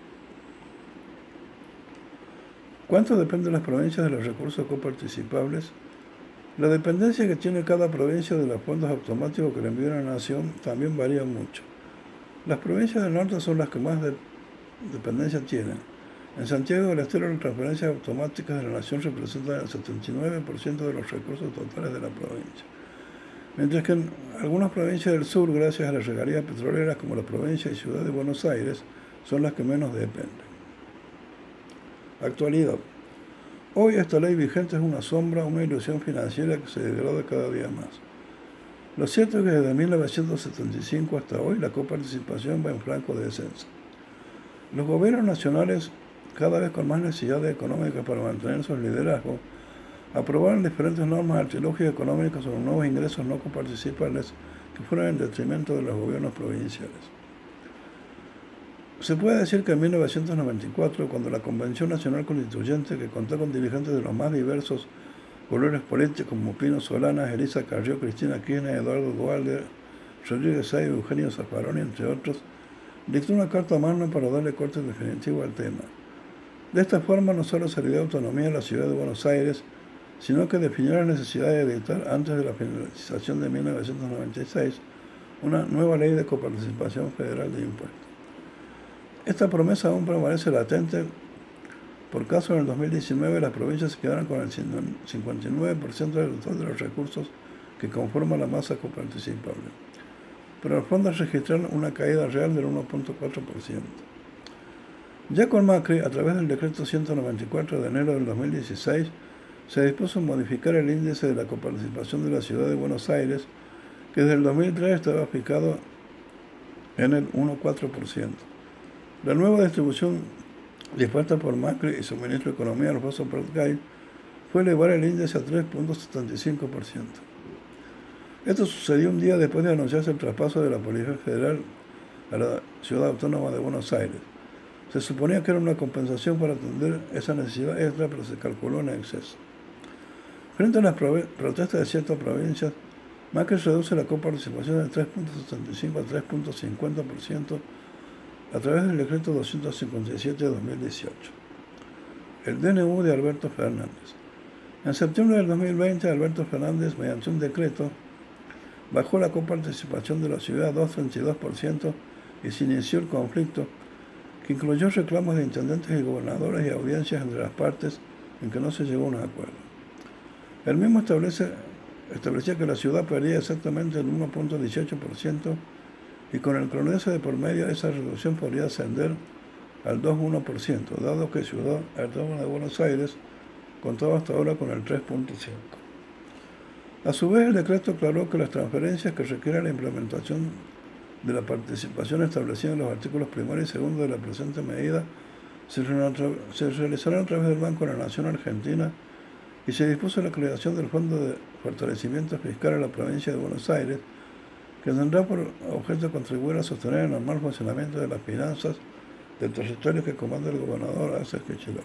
¿Cuánto dependen las provincias de los recursos coparticipables? La dependencia que tiene cada provincia de los fondos automáticos que le envía la nación también varía mucho. Las provincias del norte son las que más de dependencia tienen. En Santiago del Estero, las transferencias automáticas de la nación representan el setenta y nueve por ciento de los recursos totales de la provincia. Mientras que en algunas provincias del sur, gracias a las regalías petroleras como la provincia y ciudad de Buenos Aires, son las que menos dependen. Actualidad. Hoy esta ley vigente es una sombra, una ilusión financiera que se degrada cada día más. Lo cierto es que desde mil novecientos setenta y cinco hasta hoy la coparticipación va en franco descenso. Los gobiernos nacionales, cada vez con más necesidad económica para mantener sus liderazgos, aprobaron diferentes normas artilógicas económicas sobre nuevos ingresos no coparticipables que fueron en detrimento de los gobiernos provinciales. Se puede decir que en mil novecientos noventa y cuatro, cuando la Convención Nacional Constituyente, que contó con dirigentes de los más diversos colores políticos como Pino Solanas, Elisa Carrió, Cristina Kirchner, Eduardo Duhalde, Rodríguez Sá y Eugenio Zaffaroni, entre otros, dictó una carta magna para darle corte definitivo al tema. De esta forma no solo se le dio autonomía a la ciudad de Buenos Aires, sino que definió la necesidad de dictar, antes de la finalización de mil novecientos noventa y seis, una nueva ley de coparticipación federal de impuestos. Esta promesa aún permanece latente. Por caso, en el dos mil diecinueve las provincias se quedaron con el cincuenta y nueve por ciento del total de los recursos que conforman la masa coparticipable, pero al fondo registraron una caída real del uno punto cuatro por ciento. Ya con Macri, a través del decreto ciento noventa y cuatro de enero del dos mil dieciséis, se dispuso a modificar el índice de la coparticipación de la ciudad de Buenos Aires, que desde el dos mil tres estaba fijado en el uno punto cuatro por ciento. La nueva distribución dispuesta por Macri y su ministro de Economía, Alfonso Prat-Gay, fue elevar el índice a tres punto setenta y cinco por ciento. Esto sucedió un día después de anunciarse el traspaso de la Policía Federal a la Ciudad Autónoma de Buenos Aires. Se suponía que era una compensación para atender esa necesidad extra, pero se calculó en exceso. Frente a las protestas de ciertas provincias, Macri reduce la coparticipación de tres punto setenta y cinco a tres punto cincuenta por ciento a través del decreto doscientos cincuenta y siete de dos mil dieciocho. El D N U de Alberto Fernández. En septiembre del dos mil veinte, Alberto Fernández, mediante un decreto, bajó la coparticipación de la ciudad a dos punto treinta y dos por ciento y se inició el conflicto, que incluyó reclamos de intendentes y gobernadores y audiencias entre las partes en que no se llegó a un acuerdo. El mismo establece, establecía que la ciudad perdía exactamente el uno punto dieciocho por ciento y con el cronese de por medio esa reducción podría ascender al dos punto uno por ciento, dado que Ciudad Autónoma de Buenos Aires contaba hasta ahora con el tres punto cinco por ciento. A su vez, el decreto aclaró que las transferencias que requieren la implementación de la participación establecida en los artículos primero y segundo de la presente medida se realizarán a través del Banco de la Nación Argentina y se dispuso la creación del Fondo de Fortalecimiento Fiscal a la provincia de Buenos Aires, que tendrá por objeto contribuir a sostener el normal funcionamiento de las finanzas del territorio que comanda el gobernador Axel Kicillof.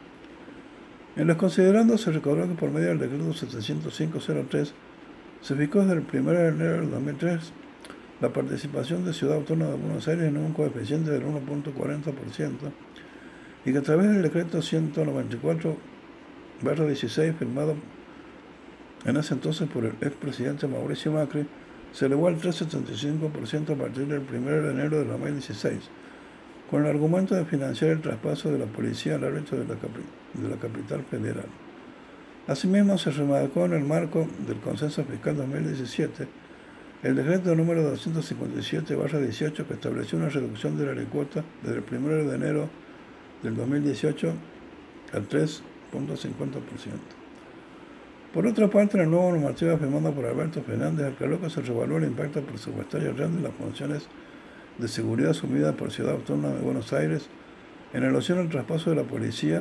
En los considerandos se recordó que por medio del decreto setecientos cinco cero tres se fijó desde el primero de enero del dos mil tres la participación de Ciudad Autónoma de Buenos Aires en un coeficiente del uno punto cuarenta por ciento y que a través del decreto ciento noventa y cuatro barra dieciséis firmado en ese entonces por el expresidente Mauricio Macri se elevó al tres punto setenta y cinco por ciento a partir del primero de enero de dos mil dieciséis, con el argumento de financiar el traspaso de la policía al ámbito de la, capi- de la capital federal. Asimismo, se remarcó en el marco del Consenso Fiscal dos mil diecisiete el decreto número doscientos cincuenta y siete barra dieciocho que estableció una reducción de la alicuota desde el primero de enero del dos mil dieciocho al tres punto cincuenta por ciento. Por otra parte, la nueva normativa firmada por Alberto Fernández aclaró que se revaluó el impacto presupuestario real de las funciones de seguridad asumidas por Ciudad Autónoma de Buenos Aires en relación al traspaso de la policía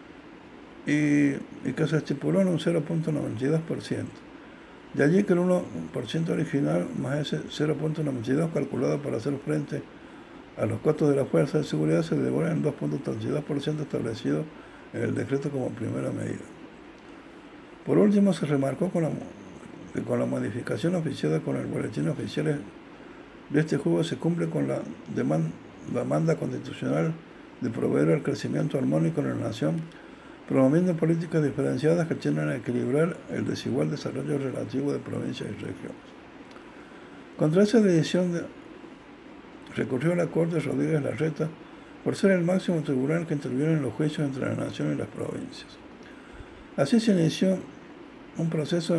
y, y que se estipuló en un cero punto noventa y dos por ciento. De allí que el uno por ciento original más ese cero punto noventa y dos por ciento calculado para hacer frente a los costos de la fuerza de seguridad se devora en dos punto treinta y dos por ciento establecido en el decreto como primera medida. Por último, se remarcó con la, que con la modificación oficiada con el boletín oficial de este juego se cumple con la demanda, la demanda constitucional de proveer al crecimiento armónico en la nación, promoviendo políticas diferenciadas que tienden a equilibrar el desigual desarrollo relativo de provincias y regiones. Contra esa decisión de, recurrió a la Corte Rodríguez Larreta por ser el máximo tribunal que interviene en los juicios entre la nación y las provincias. Así se inició un proceso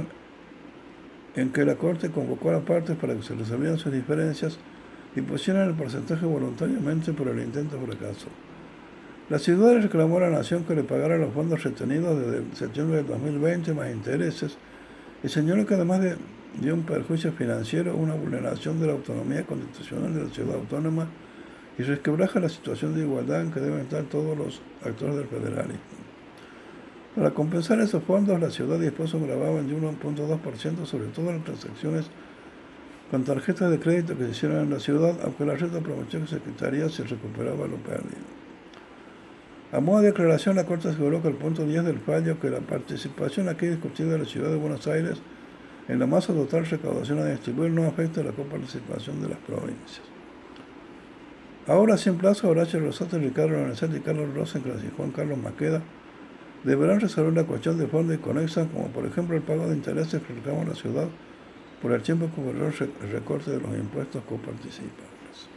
en que la Corte convocó a las partes para que se resolvieran sus diferencias y pusieran el porcentaje voluntariamente, por el intento fracasó. La ciudad reclamó a la nación que le pagara los fondos retenidos desde septiembre del dos mil veinte más intereses y señaló que además de de un perjuicio financiero, una vulneración de la autonomía constitucional de la ciudad autónoma y resquebraja la situación de igualdad en que deben estar todos los actores del federalismo. Para compensar esos fondos, la ciudad dispuso un gravamen de uno punto dos por ciento sobre todas las transacciones con tarjetas de crédito que se hicieron en la ciudad, aunque la renta prometió que se quitaría si recuperaba lo perdido. A modo de aclaración, la Corte aseguró que el punto diez del fallo, que la participación aquí discutida de la ciudad de Buenos Aires en la masa total recaudación a distribuir no afecta a la coparticipación de las provincias. Ahora, sin plazo, Horacio Rosati, Ricardo Lorenzetti, Carlos Rosencrantz y Juan Carlos Maqueda deberán resolver la cuestión de fondo y conexa, como por ejemplo el pago de intereses que reclama la ciudad por el tiempo que ocurrió el recorte de los impuestos coparticipables.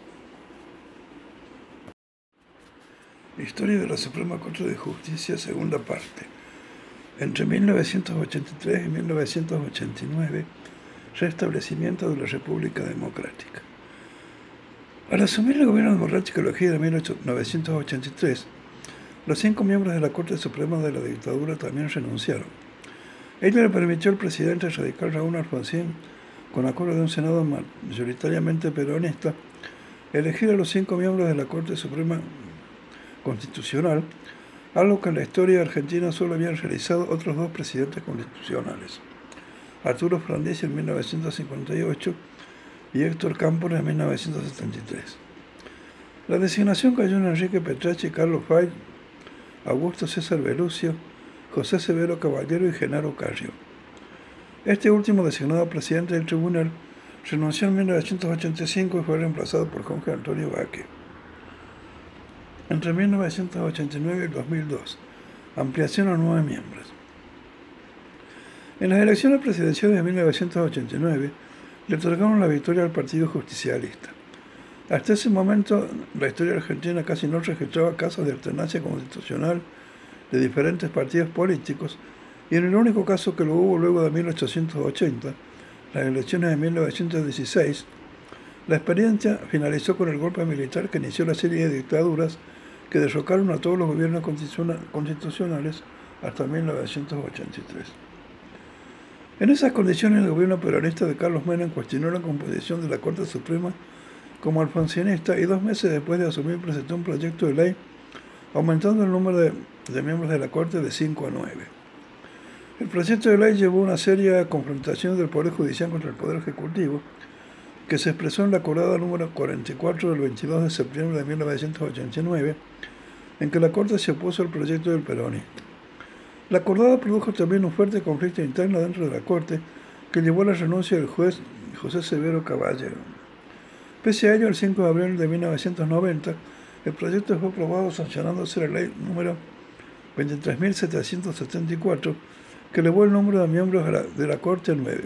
Historia de la Suprema Corte de Justicia, segunda parte. Entre mil novecientos ochenta y tres y mil novecientos ochenta y nueve, restablecimiento de la República Democrática. Al asumir el gobierno democrático elegido en mil novecientos ochenta y tres, los cinco miembros de la Corte Suprema de la dictadura también renunciaron. Ello le permitió al presidente radical Raúl Alfonsín, con acuerdo de un Senado mayoritariamente peronista, elegir a los cinco miembros de la Corte Suprema Constitucional, algo que en la historia argentina solo habían realizado otros dos presidentes constitucionales, Arturo Frondizi en mil novecientos cincuenta y ocho y Héctor Cámpora en mil novecientos setenta y tres. La designación cayó en Enrique Petracci, Carlos Fay, Augusto César Belucio, José Severo Caballero y Genaro Carrió. Este último, designado presidente del tribunal, renunció en mil novecientos ochenta y cinco y fue reemplazado por Jorge Antonio Baque. Entre mil novecientos ochenta y nueve y dos mil dos, ampliación a nueve miembros. En las elecciones presidenciales de mil novecientos ochenta y nueve, le otorgaron la victoria al Partido Justicialista. Hasta ese momento, la historia argentina casi no registraba casos de alternancia constitucional de diferentes partidos políticos, y en el único caso que lo hubo luego de mil ochocientos ochenta, las elecciones de mil novecientos dieciséis, la experiencia finalizó con el golpe militar que inició la serie de dictaduras que derrocaron a todos los gobiernos constitucionales hasta mil novecientos ochenta y tres. En esas condiciones, el gobierno peronista de Carlos Menem cuestionó la composición de la Corte Suprema como alfonsinista y dos meses después de asumir presentó un proyecto de ley aumentando el número de, de miembros de la Corte de cinco a nueve. El proyecto de ley llevó una seria confrontación del Poder Judicial contra el Poder Ejecutivo, que se expresó en la acordada número cuarenta y cuatro del veintidós de septiembre de mil novecientos ochenta y nueve, en que la Corte se opuso al proyecto del peronismo. La acordada produjo también un fuerte conflicto interno dentro de la Corte, que llevó a la renuncia del juez José Severo Caballero. Pese a ello, el cinco de abril de mil novecientos noventa, el proyecto fue aprobado sancionándose la ley número veintitrés mil setecientos setenta y cuatro, que elevó el número de miembros de la, de la Corte a nueve.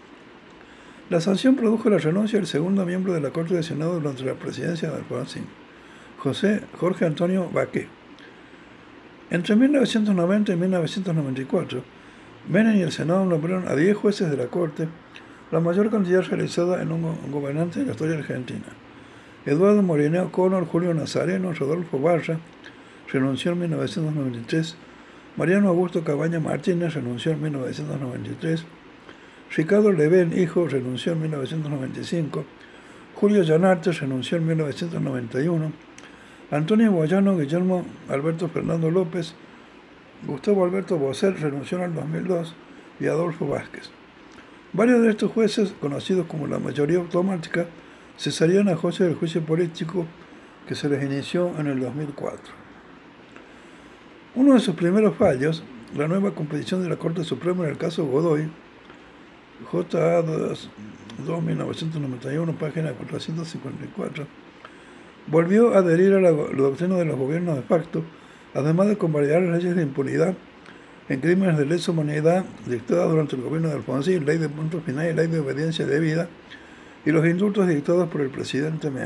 La sanción produjo la renuncia del segundo miembro de la Corte de Senado durante la presidencia de Alfonsín, José Jorge Antonio Baque. Entre mil novecientos noventa y mil novecientos noventa y cuatro, Menem y el Senado nombraron a diez jueces de la Corte, la mayor cantidad realizada en un, un gobernante de la historia argentina. Eduardo Molineo Connor, Julio Nazareno, Rodolfo Barra, renunció en mil novecientos noventa y tres, Mariano Augusto Cabaña Martínez, renunció en mil novecientos noventa y tres, Ricardo Levén, hijo, renunció en mil novecientos noventa y cinco, Julio Llanarte, renunció en mil novecientos noventa y uno, Antonio Boyano, Guillermo Alberto Fernando López, Gustavo Alberto Bosel, renunció en el dos mil dos, y Adolfo Vázquez. Varios de estos jueces, conocidos como la mayoría automática, cesarían a jueces del juicio político que se les inició en el dos mil cuatro. Uno de sus primeros fallos, la nueva composición de la Corte Suprema en el caso Godoy, J A dos mil novecientos noventa y uno, página cuatrocientos cincuenta y cuatro, volvió a adherir a la, la doctrina de los gobiernos de facto, además de convalidar las leyes de impunidad en crímenes de lesa humanidad dictadas durante el gobierno de Alfonsín, ley de punto final y ley de obediencia debida, y los indultos dictados por el presidente Menem.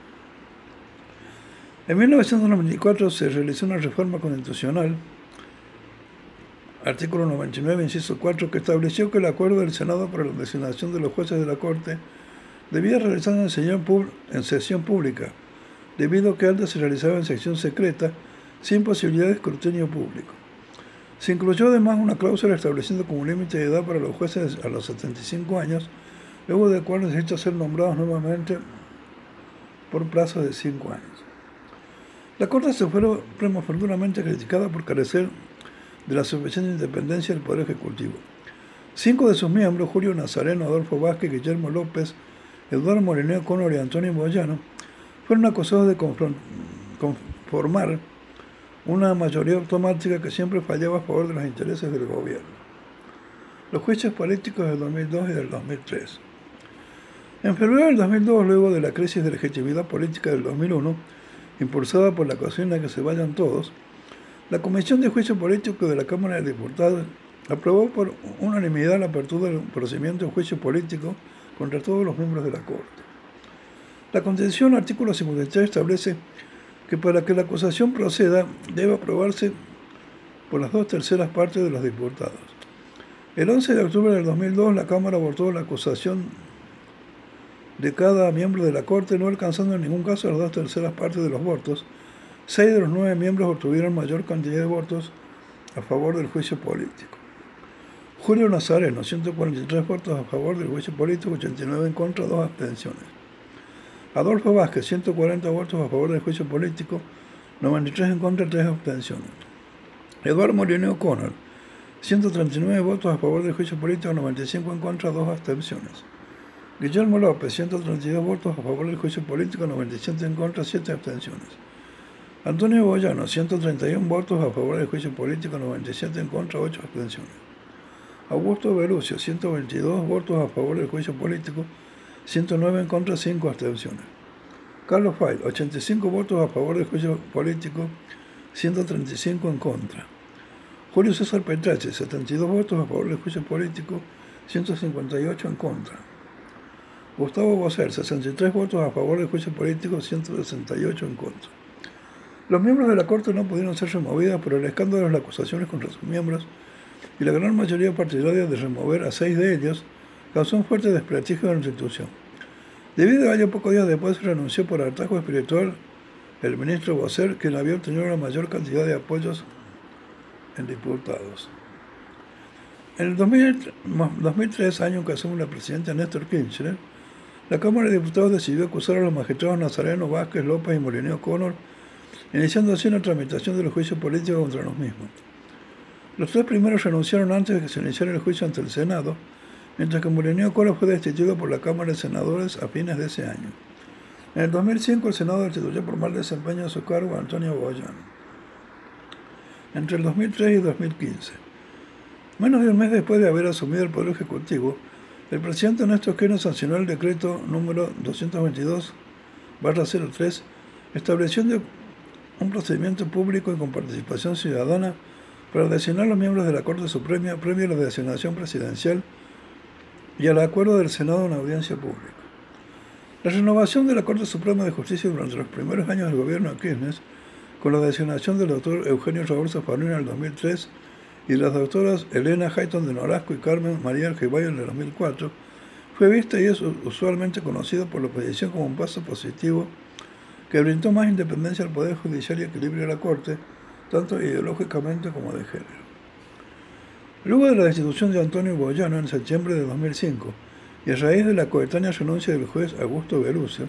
En mil novecientos noventa y cuatro se realizó una reforma constitucional, artículo noventa y nueve, inciso cuatro, que estableció que el acuerdo del Senado para la designación de los jueces de la Corte debía realizarse en sesión, pub- en sesión pública, debido a que antes se realizaba en sección secreta, sin posibilidad de escrutinio público. Se incluyó además una cláusula estableciendo como límite de edad para los jueces a los setenta y cinco años, luego de cual necesitan ser nombrados nuevamente por plazo de cinco años. La Corte Suprema fue duramente criticada por carecer de la suficiente independencia del Poder Ejecutivo. Cinco de sus miembros, Julio Nazareno, Adolfo Vázquez, Guillermo López, Eduardo Molineo Cónor y Antonio Boyano, fueron acusados de conformar una mayoría automática que siempre fallaba a favor de los intereses del gobierno. Los juicios políticos del dos mil dos y del dos mil tres. En febrero del dos mil dos, luego de la crisis de legitimidad política del dos mil uno, impulsada por la consigna que se vayan todos, la Comisión de Juicio Político de la Cámara de Diputados aprobó por unanimidad la apertura del procedimiento de juicio político contra todos los miembros de la Corte. La Constitución, artículo cincuenta y tres, establece que para que la acusación proceda debe aprobarse por las dos terceras partes de los diputados. El once de octubre del dos mil dos, la Cámara votó la acusación de cada miembro de la Corte, no alcanzando en ningún caso las dos terceras partes de los votos. Seis de los nueve miembros obtuvieron mayor cantidad de votos a favor del juicio político. Julio Nazareno, ciento cuarenta y tres votos a favor del juicio político, ochenta y nueve en contra, dos abstenciones. Adolfo Vázquez, ciento cuarenta votos a favor del juicio político, noventa y tres en contra, tres abstenciones. Eduardo Molineo Cónor, ciento treinta y nueve votos a favor del juicio político, noventa y cinco en contra, dos abstenciones. Guillermo López, ciento treinta y dos votos a favor del juicio político, noventa y siete en contra, siete abstenciones. Antonio Boyano, ciento treinta y uno votos a favor del juicio político, noventa y siete en contra, ocho abstenciones. Augusto Belucio, ciento veintidós votos a favor del juicio político, ciento nueve en contra, cinco abstenciones. Carlos Fay, ochenta y cinco votos a favor del juicio político, ciento treinta y cinco en contra. Julio César Petrache, setenta y dos votos a favor del juicio político, ciento cincuenta y ocho en contra. Gustavo Boser, sesenta y tres votos a favor del juicio político, ciento sesenta y ocho en contra. Los miembros de la Corte no pudieron ser removidos por el escándalo de las acusaciones contra sus miembros, y la gran mayoría partidaria de remover a seis de ellos causó un fuerte desprestigio de la institución. Debido a ello, pocos días después renunció por hartazgo espiritual el ministro Boser, quien había obtenido la mayor cantidad de apoyos en diputados. En el dos mil tres, año en que asume la presidenta Néstor Kirchner, la Cámara de Diputados decidió acusar a los magistrados Nazareno, Vázquez, López y Molineo Cónor, iniciando así una tramitación de los juicios políticos contra los mismos. Los tres primeros renunciaron antes de que se iniciara el juicio ante el Senado, mientras que Molineo Cónor fue destituido por la Cámara de Senadores a fines de ese año. En el dos mil cinco, el Senado destituyó por mal desempeño de su cargo a Antonio Boyano. Entre el dos mil tres y dos mil quince. Menos de un mes después de haber asumido el Poder Ejecutivo, el presidente Néstor Kirchner sancionó el decreto número doscientos veintidós barra cero tres, estableciendo un procedimiento público y con participación ciudadana para designar a los miembros de la Corte Suprema previo a la designación presidencial y al acuerdo del Senado en audiencia pública. La renovación de la Corte Suprema de Justicia durante los primeros años del gobierno de Kirchner, con la designación del doctor Eugenio Raúl Zaffaroni en el dos mil tres y de las doctoras Elena Hayton de Nolasco y Carmen María Argiballo en el dos mil cuatro, fue vista y es usualmente conocido por la oposición como un paso positivo que brindó más independencia al Poder Judicial y equilibrio de la Corte, tanto ideológicamente como de género. Luego de la destitución de Antonio Boyano en septiembre de dos mil cinco, y a raíz de la coetánea renuncia del juez Augusto Belucio,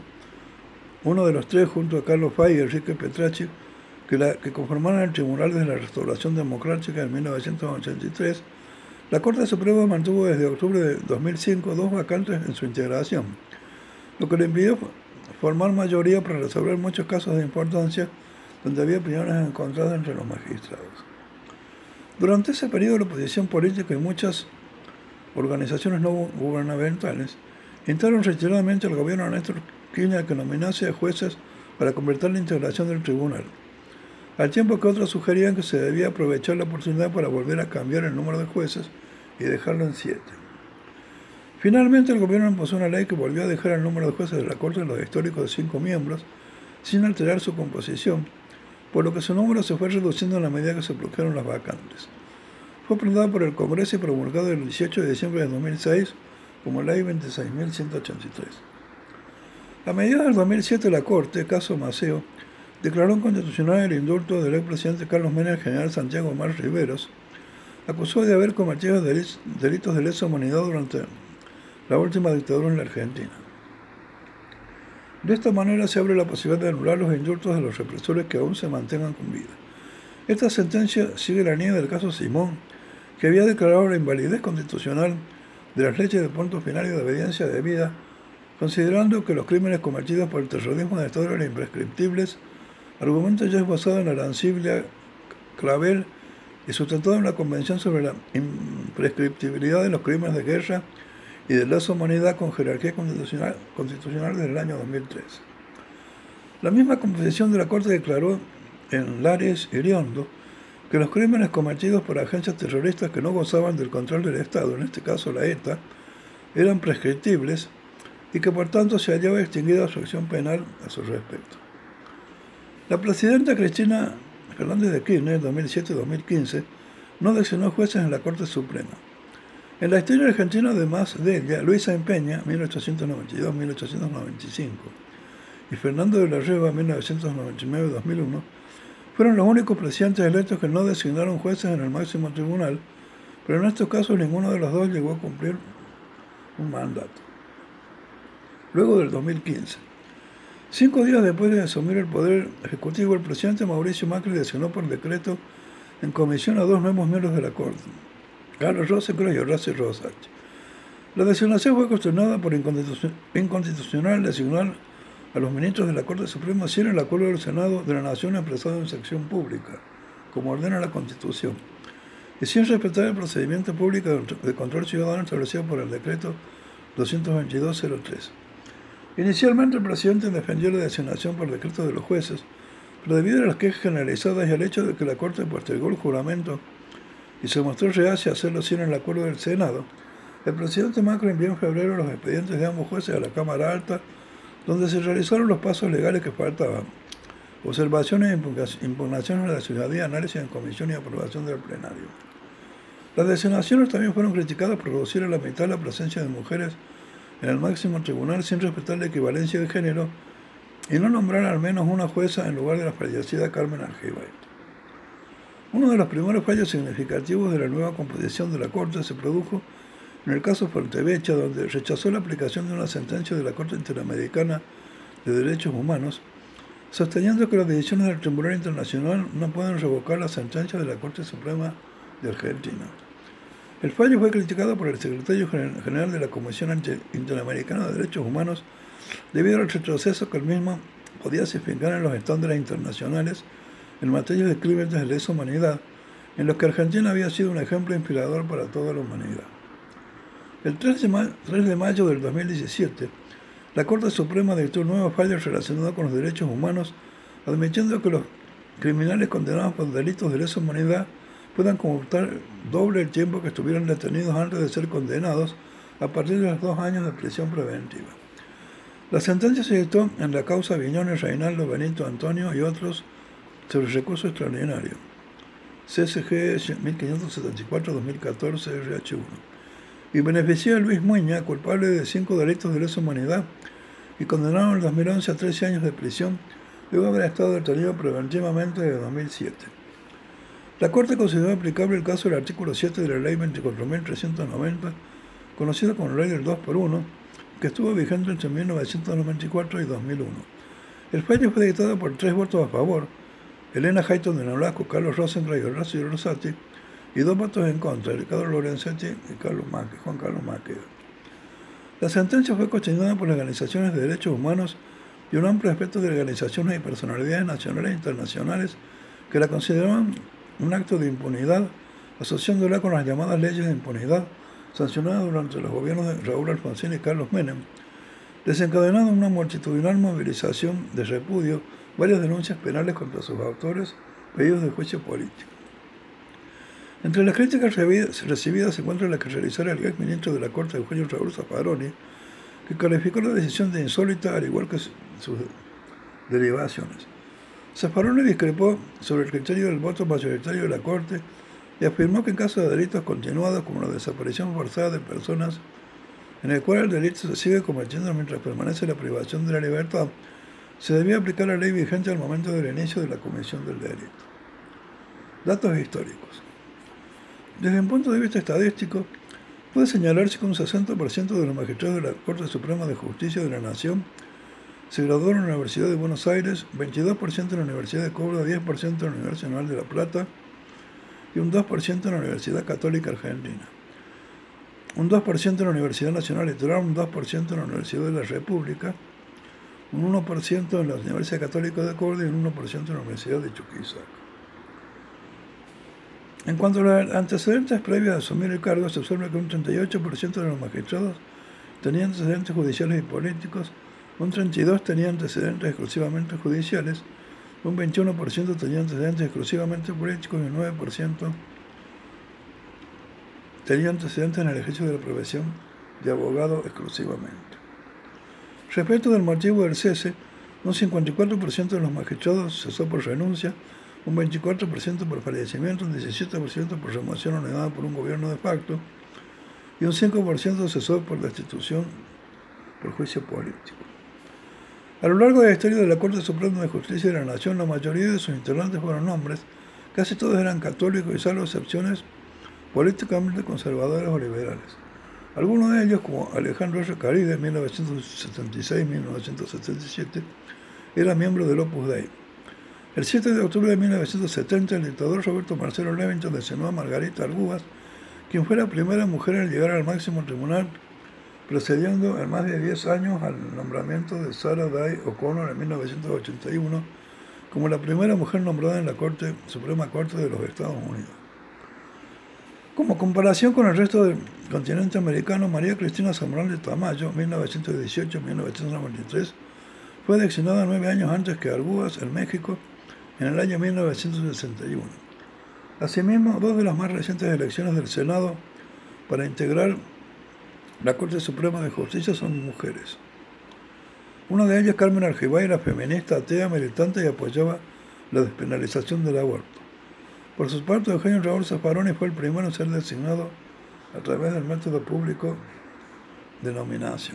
uno de los tres junto a Carlos Fay y Enrique Petrache, que, la, que conformaron el Tribunal desde la Restauración Democrática en mil novecientos ochenta y tres, la Corte Suprema mantuvo desde octubre de dos mil cinco dos vacantes en su integración, lo que le impidió formar mayoría para resolver muchos casos de importancia donde había opiniones encontradas entre los magistrados. Durante ese periodo, la oposición política y muchas organizaciones no gubernamentales instaron reiteradamente al gobierno de Néstor Kirchner que nominase a jueces para completar la integración del tribunal, al tiempo que otros sugerían que se debía aprovechar la oportunidad para volver a cambiar el número de jueces y dejarlo en siete. Finalmente, el gobierno impuso una ley que volvió a dejar el número de jueces de la Corte en los históricos de cinco miembros, sin alterar su composición, por lo que su número se fue reduciendo en la medida que se produjeron las vacantes. Fue aprobada por el Congreso y promulgado el dieciocho de diciembre de dos mil seis como Ley veintiséis mil ciento ochenta y tres. A mediados del dos mil siete, la Corte, caso Maceo, declaró inconstitucional el indulto del expresidente Carlos Menem al general Santiago Mar Riveros, acusó de haber cometido delitos de lesa humanidad durante la última dictadura en la Argentina. De esta manera se abre la posibilidad de anular los indultos de los represores que aún se mantengan con vida. Esta sentencia sigue la línea del caso Simón, que había declarado la invalidez constitucional de las leyes de punto final y de obediencia debida, considerando que los crímenes cometidos por el terrorismo de Estado eran imprescriptibles, argumento ya esbozado en Arancibia, Clavel y sustentado en la Convención sobre la imprescriptibilidad de los crímenes de guerra y de lesa humanidad con jerarquía constitucional, constitucional desde el año dos mil tres. La misma composición de la Corte declaró en Lares Iriondo que los crímenes cometidos por agencias terroristas que no gozaban del control del Estado, en este caso la ETA, eran prescriptibles y que por tanto se hallaba extinguida su acción penal a su respecto. La presidenta Cristina Fernández de Kirchner, dos mil siete a dos mil quince, no designó jueces en la Corte Suprema. En la historia argentina, además de ella, Luisa Empeña, mil ochocientos noventa y dos a mil ochocientos noventa y cinco, y Fernando de la Riva, mil novecientos noventa y nueve a dos mil uno, fueron los únicos presidentes electos que no designaron jueces en el máximo tribunal, pero en estos casos ninguno de los dos llegó a cumplir un mandato. Luego del dos mil quince, cinco días después de asumir el poder ejecutivo, el presidente Mauricio Macri designó por decreto en comisión a dos nuevos miembros de la Corte, Carlos Rosencrantz y Horacio Rosach. La designación fue cuestionada por inconstitucional designar a los ministros de la Corte Suprema sin el acuerdo del Senado de la Nación expresado en sección pública, como ordena la Constitución, y sin respetar el procedimiento público de control ciudadano establecido por el decreto doscientos veintidós cero tres. Inicialmente el presidente defendió la designación por decreto de los jueces, pero debido a las quejas generalizadas y al hecho de que la Corte postergó el juramento y se mostró reacia a hacerlo sin el acuerdo del Senado, el presidente Macri envió en febrero los expedientes de ambos jueces a la Cámara Alta, donde se realizaron los pasos legales que faltaban: observaciones e impugnaciones de la ciudadanía, análisis en comisión y aprobación del plenario. Las designaciones también fueron criticadas por reducir a la mitad la presencia de mujeres en el máximo tribunal sin respetar la equivalencia de género y no nombrar al menos una jueza en lugar de la fallecida Carmen Argibay. Uno de los primeros fallos significativos de la nueva composición de la Corte se produjo en el caso Fortevecha, donde rechazó la aplicación de una sentencia de la Corte Interamericana de Derechos Humanos, sosteniendo que las decisiones del Tribunal Internacional no pueden revocar la sentencia de la Corte Suprema de Argentina. El fallo fue criticado por el secretario general de la Comisión Interamericana de Derechos Humanos debido al retroceso que el mismo podía significar en los estándares internacionales en materia de crímenes de lesa humanidad, en los que Argentina había sido un ejemplo inspirador para toda la humanidad. El tres de mayo del dos mil diecisiete, la Corte Suprema dictó un nuevo fallo relacionado con los derechos humanos, admitiendo que los criminales condenados por delitos de lesa humanidad puedan computar doble el tiempo que estuvieron detenidos antes de ser condenados a partir de los dos años de prisión preventiva. La sentencia se dictó en la causa Viñones, Reinaldo, Benito, Antonio y otros sobre recurso extraordinario, C S G mil quinientos setenta y cuatro dos mil catorce R H uno, y benefició a Luis Muña, culpable de cinco delitos de lesa humanidad, y condenado en el dos mil once a trece años de prisión, luego de haber estado detenido preventivamente desde dos mil siete. La Corte consideró aplicable el caso del artículo siete de la Ley veinticuatro mil trescientos noventa, conocida como la Ley del dos por uno, que estuvo vigente entre mil novecientos noventa y cuatro y dos mil uno. El fallo fue dictado por tres votos a favor: Elena Hayton de Nolasco, Carlos Rosencrantz y Horacio Rosati, y dos votos en contra, Ricardo Lorenzetti y Carlos Maque, Juan Carlos Maqueda. La sentencia fue cuestionada por las organizaciones de derechos humanos y un amplio espectro de organizaciones y personalidades nacionales e internacionales que la consideraban un acto de impunidad, asociándola con las llamadas leyes de impunidad sancionadas durante los gobiernos de Raúl Alfonsín y Carlos Menem, desencadenando una multitudinal movilización de repudio, varias denuncias penales contra sus autores, pedidos de juicio político. Entre las críticas recibidas se encuentra la que realizara el ex ministro de la Corte, Eugenio Raúl Zaffaroni, que calificó la decisión de insólita, al igual que sus derivaciones. Zaffaroni discrepó sobre el criterio del voto mayoritario de la Corte y afirmó que en caso de delitos continuados como la desaparición forzada de personas, en el cual el delito se sigue cometiendo mientras permanece la privación de la libertad, se debía aplicar la ley vigente al momento del inicio de la comisión del delito. Datos históricos. Desde un punto de vista estadístico, puede señalarse que un sesenta por ciento de los magistrados de la Corte Suprema de Justicia de la Nación se graduaron en la Universidad de Buenos Aires, veintidós por ciento en la Universidad de Córdoba, diez por ciento en la Universidad Nacional de La Plata y un dos por ciento en la Universidad Católica Argentina, un dos por ciento en la Universidad Nacional Litoral, un dos por ciento en la Universidad de la República, un uno por ciento en la Universidad Católica de Córdoba y un uno por ciento en la Universidad de Chuquisaca. En cuanto a los antecedentes previos a asumir el cargo, se observa que un treinta y ocho por ciento de los magistrados tenían antecedentes judiciales y políticos, un treinta y dos por ciento tenía antecedentes exclusivamente judiciales, un veintiuno por ciento tenía antecedentes exclusivamente políticos y un nueve por ciento tenía antecedentes en el ejercicio de la profesión de abogado exclusivamente. Respecto del motivo del cese, un cincuenta y cuatro por ciento de los magistrados cesó por renuncia, un veinticuatro por ciento por fallecimiento, un diecisiete por ciento por remoción ordenada por un gobierno de facto y un cinco por ciento cesó por destitución por juicio político. A lo largo de la historia de la Corte Suprema de Justicia de la Nación, la mayoría de sus integrantes fueron hombres, casi todos eran católicos y salvo excepciones políticamente conservadores o liberales. Algunos de ellos, como Alejandro Recaride, mil novecientos setenta y seis a mil novecientos setenta y siete, era miembro del Opus Dei. El siete de octubre de mil novecientos setenta, el dictador Roberto Marcelo Levington designó a Margarita Argubas, quien fue la primera mujer en llegar al máximo tribunal, procediendo en más de diez años al nombramiento de Sarah Day O'Connor en mil novecientos ochenta y uno como la primera mujer nombrada en la Corte, Suprema Corte de los Estados Unidos. Como comparación con el resto del continente americano, María Cristina Zambrano de Tamayo, mil novecientos dieciocho a mil novecientos noventa y tres, fue designada nueve años antes que Argubas en México en el año mil novecientos sesenta y uno. Asimismo, dos de las más recientes elecciones del Senado para integrar la Corte Suprema de Justicia son mujeres. Una de ellas, Carmen Argibay, era feminista, atea, militante y apoyaba la despenalización del aborto. Por su parte, Eugenio Raúl Zaffaroni fue el primero en ser designado a través del método público de nominación.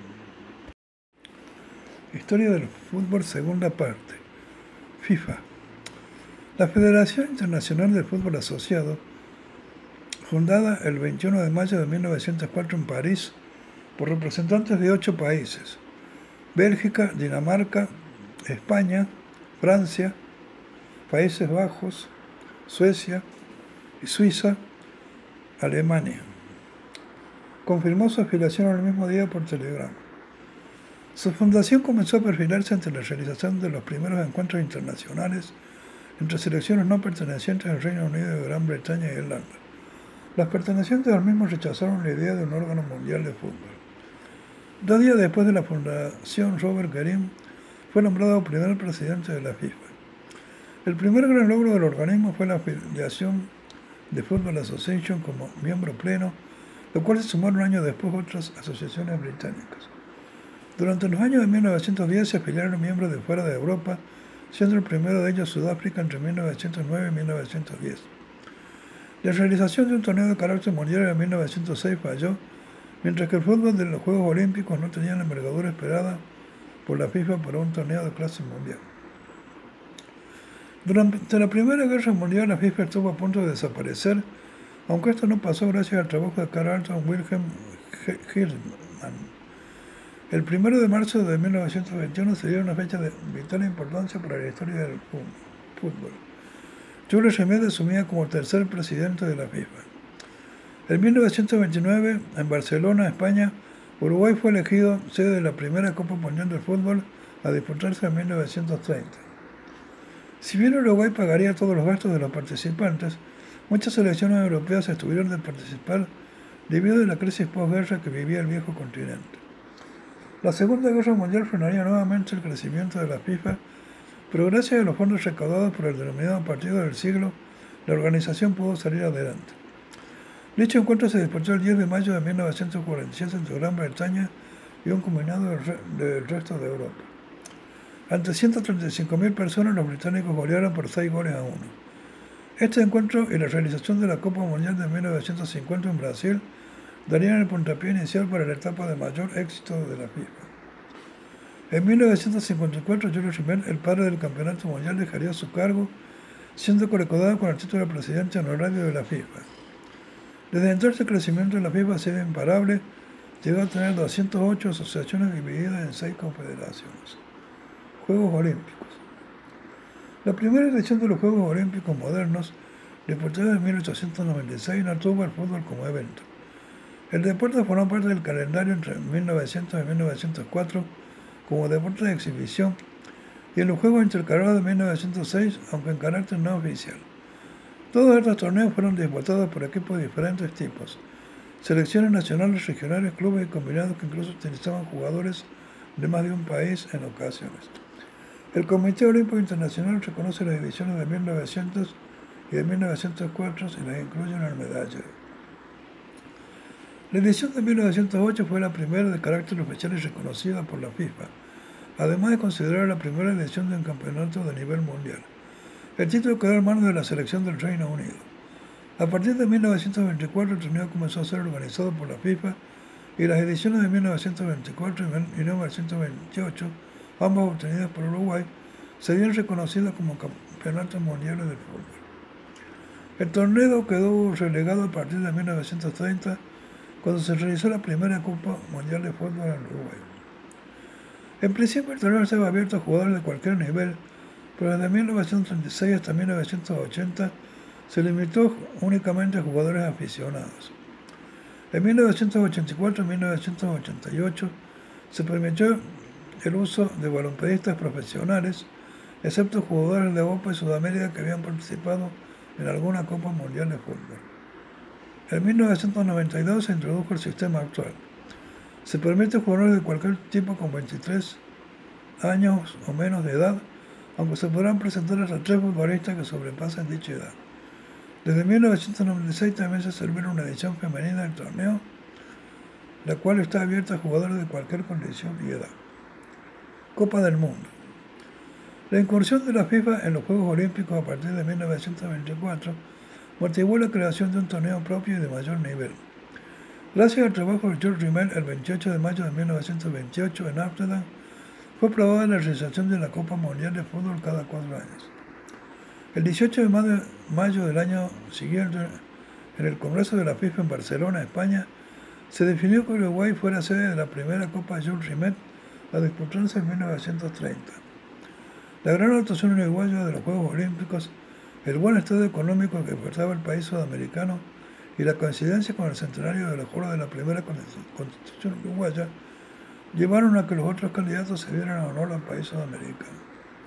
Historia del fútbol, segunda parte. FIFA. La Federación Internacional del Fútbol Asociado, fundada el veintiuno de mayo de mil novecientos cuatro en París por representantes de ocho países: Bélgica, Dinamarca, España, Francia, Países Bajos, Suecia y Suiza, Alemania. Confirmó su afiliación el mismo día por telegrama. Su fundación comenzó a perfilarse ante la realización de los primeros encuentros internacionales entre selecciones no pertenecientes al Reino Unido de Gran Bretaña y Irlanda. Las pertenecientes al mismo rechazaron la idea de un órgano mundial de fútbol. Dos días después de la fundación, Robert Guerin fue nombrado primer presidente de la FIFA. El primer gran logro del organismo fue la afiliación de Football Association como miembro pleno, lo cual se sumaron un año después otras asociaciones británicas. Durante los años de mil novecientos diez se afiliaron miembros de fuera de Europa, siendo el primero de ellos Sudáfrica entre mil novecientos nueve y mil novecientos diez. La realización de un torneo de carácter mundial en mil novecientos seis falló, mientras que el fútbol de los Juegos Olímpicos no tenía la envergadura esperada por la FIFA para un torneo de clase mundial. Durante la Primera Guerra Mundial, la FIFA estuvo a punto de desaparecer, aunque esto no pasó gracias al trabajo de Carl Anton Wilhelm Hillman. El primero de marzo de mil novecientos veintiuno sería una fecha de vital importancia para la historia del fútbol. Jules Rimet asumía como tercer presidente de la FIFA. En mil novecientos veintinueve, en Barcelona, España, Uruguay fue elegido sede de la primera Copa Mundial del Fútbol a disputarse en mil novecientos treinta. Si bien Uruguay pagaría todos los gastos de los participantes, muchas selecciones europeas estuvieron de participar debido a la crisis posguerra que vivía el viejo continente. La Segunda Guerra Mundial frenaría nuevamente el crecimiento de la FIFA, pero gracias a los fondos recaudados por el denominado Partido del Siglo, la organización pudo salir adelante. Dicho encuentro se disputó el diez de mayo de mil novecientos cuarenta y siete entre Gran Bretaña y un combinado del, re del resto de Europa. Ante ciento treinta y cinco mil personas, los británicos golearon por seis goles a uno. Este encuentro y la realización de la Copa Mundial de mil novecientos cincuenta en Brasil darían el puntapié inicial para la etapa de mayor éxito de la FIFA. En mil novecientos cincuenta y cuatro, Jules Rimet, el padre del campeonato mundial, dejaría su cargo, siendo condecorado con el título de presidente honorario de la FIFA. Desde entonces el crecimiento de la FIFA ha sido imparable, llegó a tener doscientas ocho asociaciones divididas en seis confederaciones. Juegos Olímpicos. La primera edición de los Juegos Olímpicos modernos, disputada en mil ochocientos noventa y seis, no tuvo el fútbol como evento. El deporte formó parte del calendario entre mil novecientos y mil novecientos cuatro como deporte de exhibición y en los Juegos Intercalados de mil novecientos seis, aunque en carácter no oficial. Todos estos torneos fueron disputados por equipos de diferentes tipos, selecciones nacionales, regionales, clubes y combinados que incluso utilizaban jugadores de más de un país en ocasiones. El Comité Olímpico Internacional reconoce las ediciones de mil novecientos y de mil novecientos cuatro y las incluye en el medallario. La edición de mil novecientos ocho fue la primera de carácter oficial y reconocida por la FIFA, además de considerar la primera edición de un campeonato de nivel mundial. El título quedó en manos de la selección del Reino Unido. A partir de mil novecientos veinticuatro el torneo comenzó a ser organizado por la FIFA y las ediciones de mil novecientos veinticuatro y mil novecientos veintiocho, ambas obtenidas por Uruguay, serían reconocidas como campeonatos mundiales del fútbol. El torneo quedó relegado a partir de mil novecientos treinta, cuando se realizó la primera Copa Mundial de Fútbol en Uruguay. En principio el torneo estaba abierto a jugadores de cualquier nivel, pero desde mil novecientos treinta y seis hasta mil novecientos ochenta se limitó únicamente a jugadores aficionados. En mil novecientos ochenta y cuatro y mil novecientos ochenta y ocho se permitió el uso de balompedistas profesionales, excepto jugadores de Europa y Sudamérica que habían participado en alguna Copa Mundial de Fútbol. En mil novecientos noventa y dos se introdujo el sistema actual. Se permite jugadores de cualquier tipo con veintitrés años o menos de edad, aunque se podrán presentar hasta tres futbolistas que sobrepasen dicha edad. Desde mil novecientos noventa y seis también se servirá una edición femenina del torneo, la cual está abierta a jugadores de cualquier condición y edad. Copa del Mundo. La incursión de la FIFA en los Juegos Olímpicos a partir de mil novecientos veinticuatro motivó la creación de un torneo propio y de mayor nivel. Gracias al trabajo de Jules Rimet, el veintiocho de mayo de mil novecientos veintiocho en Ámsterdam, fue aprobada la realización de la Copa Mundial de Fútbol cada cuatro años. El dieciocho de mayo del año siguiente, en el Congreso de la FIFA en Barcelona, España, se definió que Uruguay fuera sede de la primera Copa Jules Rimet a disputarse en mil novecientos treinta. La gran actuación uruguaya de los Juegos Olímpicos, el buen estado económico que ofertaba el país sudamericano y la coincidencia con el centenario de la jura de la primera Constitución uruguaya llevaron a que los otros candidatos se dieran a honor al país sudamericano.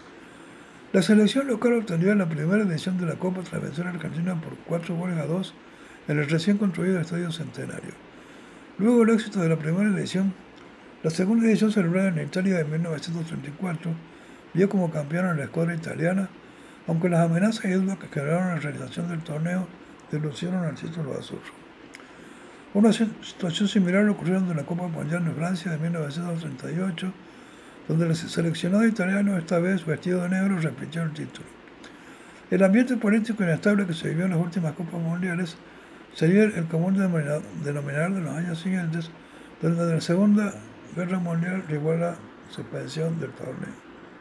La selección local obtendría la primera edición de la Copa tras vencer a Argentina por cuatro goles a dos en el recién construido Estadio Centenario. Luego del éxito de la primera edición, la segunda edición celebrada en Italia de mil novecientos treinta y cuatro vio como campeona a la escuadra italiana, aunque las amenazas y dudas que generaron la realización del torneo delucieron al título azul. Una situación similar ocurrió en la Copa Mundial de Francia de mil novecientos treinta y ocho, donde el seleccionado italiano, esta vez vestido de negro, repitió el título. El ambiente político inestable que se vivió en las últimas Copas Mundiales sería el común denominador de los años siguientes, donde la Segunda Guerra Mundial llevó a la suspensión del torneo.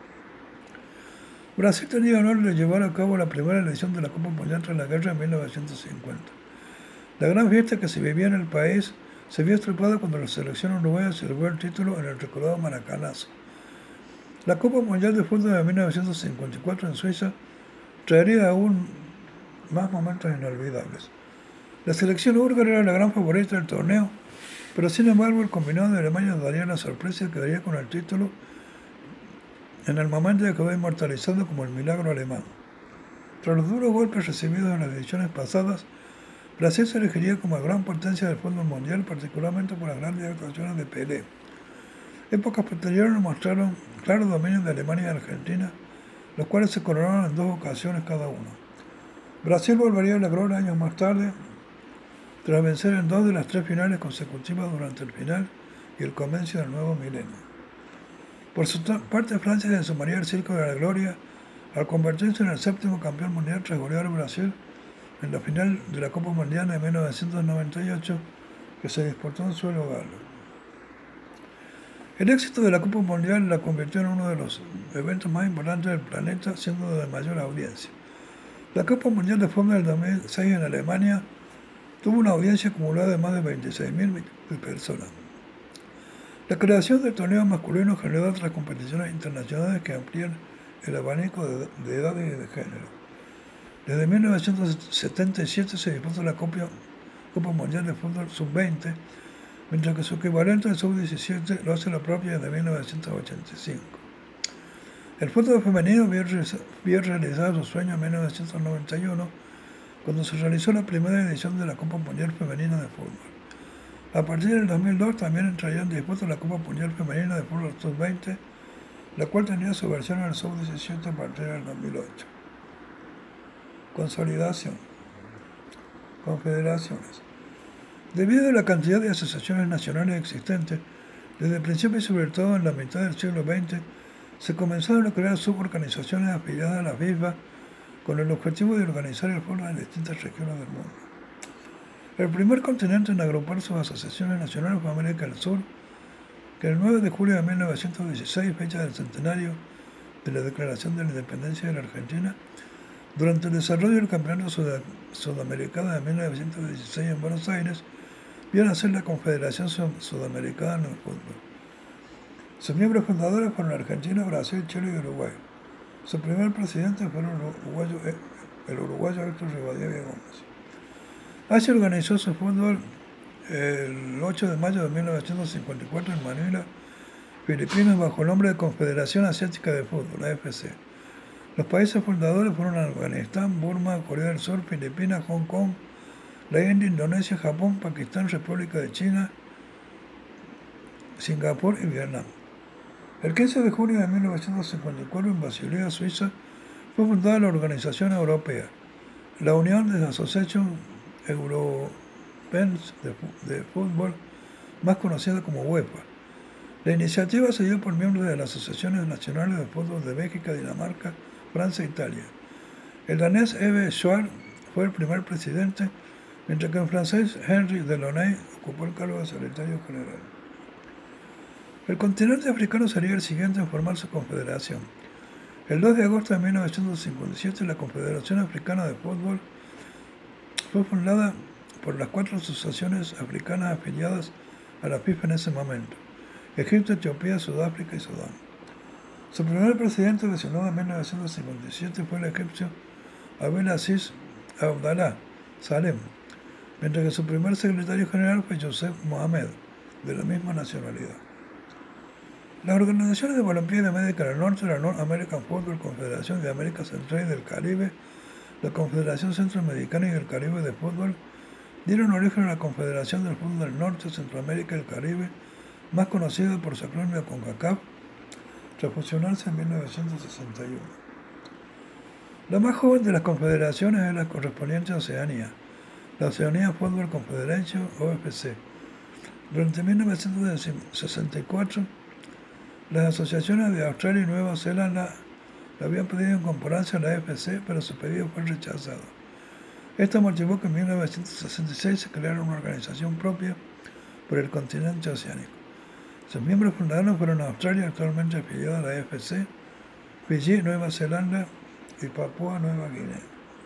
Brasil tenía honor de llevar a cabo la primera edición de la Copa Mundial tras la guerra en mil novecientos cincuenta. La gran fiesta que se vivía en el país se vio estropeada cuando la selección uruguaya celebró el título en el recordado Maracanazo. La Copa Mundial de Fútbol de mil novecientos cincuenta y cuatro en Suiza traería aún más momentos inolvidables. La selección húngara era la gran favorita del torneo, pero sin embargo el combinado de Alemania daría la sorpresa y quedaría con el título en el momento de que quedó inmortalizado como el milagro alemán. Tras los duros golpes recibidos en las ediciones pasadas, Brasil se elegiría como la gran potencia del fútbol mundial, particularmente por las grandes actuaciones de Pelé. Épocas posteriores mostraron claro dominio de Alemania y Argentina, los cuales se coronaron en dos ocasiones cada uno. Brasil volvería a la gloria años más tarde, tras vencer en dos de las tres finales consecutivas durante el final y el comienzo del nuevo milenio. Por su parte, Francia se sumaría al circo de la gloria al convertirse en el séptimo campeón mundial tras golear a Brasil en la final de la Copa Mundial de mil novecientos noventa y ocho, que se disputó en suelo galo. El éxito de la Copa Mundial la convirtió en uno de los eventos más importantes del planeta, siendo de mayor audiencia. La Copa Mundial de Fútbol del dos mil seis en Alemania tuvo una audiencia acumulada de más de veintiséis mil personas. La creación del torneo masculino generó otras competiciones internacionales que amplían el abanico de, de edades y de género. Desde mil novecientos setenta y siete se disputa la Copa, Copa Mundial de Fútbol sub veinte, mientras que su equivalente al sub diecisiete lo hace la propia desde mil novecientos ochenta y cinco. El fútbol femenino vio, vio realizado su sueño en mil novecientos noventa y uno, cuando se realizó la primera edición de la Copa Mundial Femenina de Fútbol. A partir del dos mil dos también entraría en disputa la Copa Mundial Femenina de Fútbol sub veinte, la cual tenía su versión en el sub diecisiete a partir del dos mil ocho. Consolidación. Confederaciones. Debido a la cantidad de asociaciones nacionales existentes, desde el principio y sobre todo en la mitad del siglo veinte, se comenzaron a crear suborganizaciones afiliadas a la FIFA con el objetivo de organizar el fútbol en distintas regiones del mundo. El primer continente en agrupar sus asociaciones nacionales fue América del Sur, que el nueve de julio de mil novecientos dieciséis, fecha del centenario de la Declaración de la Independencia de la Argentina, durante el desarrollo del Campeonato Sud Sudamericano de mil novecientos dieciséis en Buenos Aires, vio nacer la Confederación Sudamericana de Fútbol. Sus miembros fundadores fueron Argentina, Brasil, Chile y Uruguay. Su primer presidente fue el uruguayo, el uruguayo Héctor Rivadavia Gómez. Asia organizó su fútbol el ocho de mayo de mil novecientos cincuenta y cuatro en Manila, Filipinas, bajo el nombre de Confederación Asiática de Fútbol, A F C. Los países fundadores fueron Afganistán, Burma, Corea del Sur, Filipinas, Hong Kong, la India, Indonesia, Japón, Pakistán, República de China, Singapur y Vietnam. El quince de junio de mil novecientos cincuenta y cuatro en Basilea, Suiza, fue fundada la Organización Europea, la Unión de Associations Européennes de, de Fútbol, más conocida como UEFA. La iniciativa se dio por miembros de las Asociaciones Nacionales de Fútbol de Bélgica, Dinamarca, Francia e Italia. El danés Eve Schwarz fue el primer presidente, mientras que el francés Henri Delaunay ocupó el cargo de secretario general. El continente africano sería el siguiente en formar su confederación. El dos de agosto de mil novecientos cincuenta y siete, la Confederación Africana de Fútbol fue fundada por las cuatro asociaciones africanas afiliadas a la FIFA en ese momento: Egipto, Etiopía, Sudáfrica y Sudán. Su primer presidente, designado en mil novecientos cincuenta y siete, fue el egipcio Abdel Aziz Abdallah Salem, mientras que su primer secretario general fue Youssef Mohamed, de la misma nacionalidad. Las organizaciones de balompié de América del Norte, la North American Football Confederación de América Central y del Caribe, la Confederación Centroamericana y del Caribe de Fútbol, dieron origen a la Confederación del Fútbol del Norte, Centroamérica y el Caribe, más conocida por su acrónimo CONCACAF, tras fusionarse en mil novecientos sesenta y uno. La más joven de las confederaciones es la correspondiente a Oceanía, la Oceanía Football Confederation, O F C. Durante mil novecientos sesenta y cuatro, las asociaciones de Australia y Nueva Zelanda le habían pedido incorporarse a la A F C, pero su pedido fue rechazado. Esto motivó que en mil novecientos sesenta y seis se creara una organización propia por el continente oceánico. Sus miembros fundadores fueron Australia, actualmente afiliada a la A F C, Fiji, Nueva Zelanda y Papúa Nueva Guinea.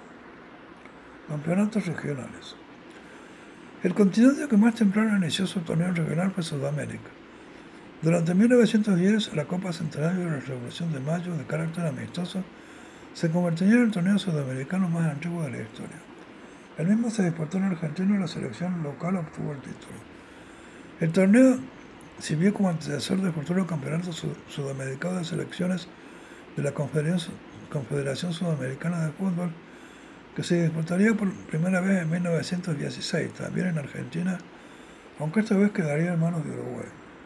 Campeonatos regionales. El continente que más temprano inició su torneo regional fue Sudamérica. Durante mil novecientos diez, la Copa Centenario de la Revolución de Mayo, de carácter amistoso, se convertiría en el torneo sudamericano más antiguo de la historia. El mismo se disputó en Argentina y la selección local obtuvo el título. El torneo sirvió como antecesor del futuro Campeonato Sud Sudamericano de Selecciones de la Confederación, Confederación Sudamericana de Fútbol, que se disputaría por primera vez en mil novecientos dieciséis, también en Argentina, aunque esta vez quedaría en manos de Uruguay.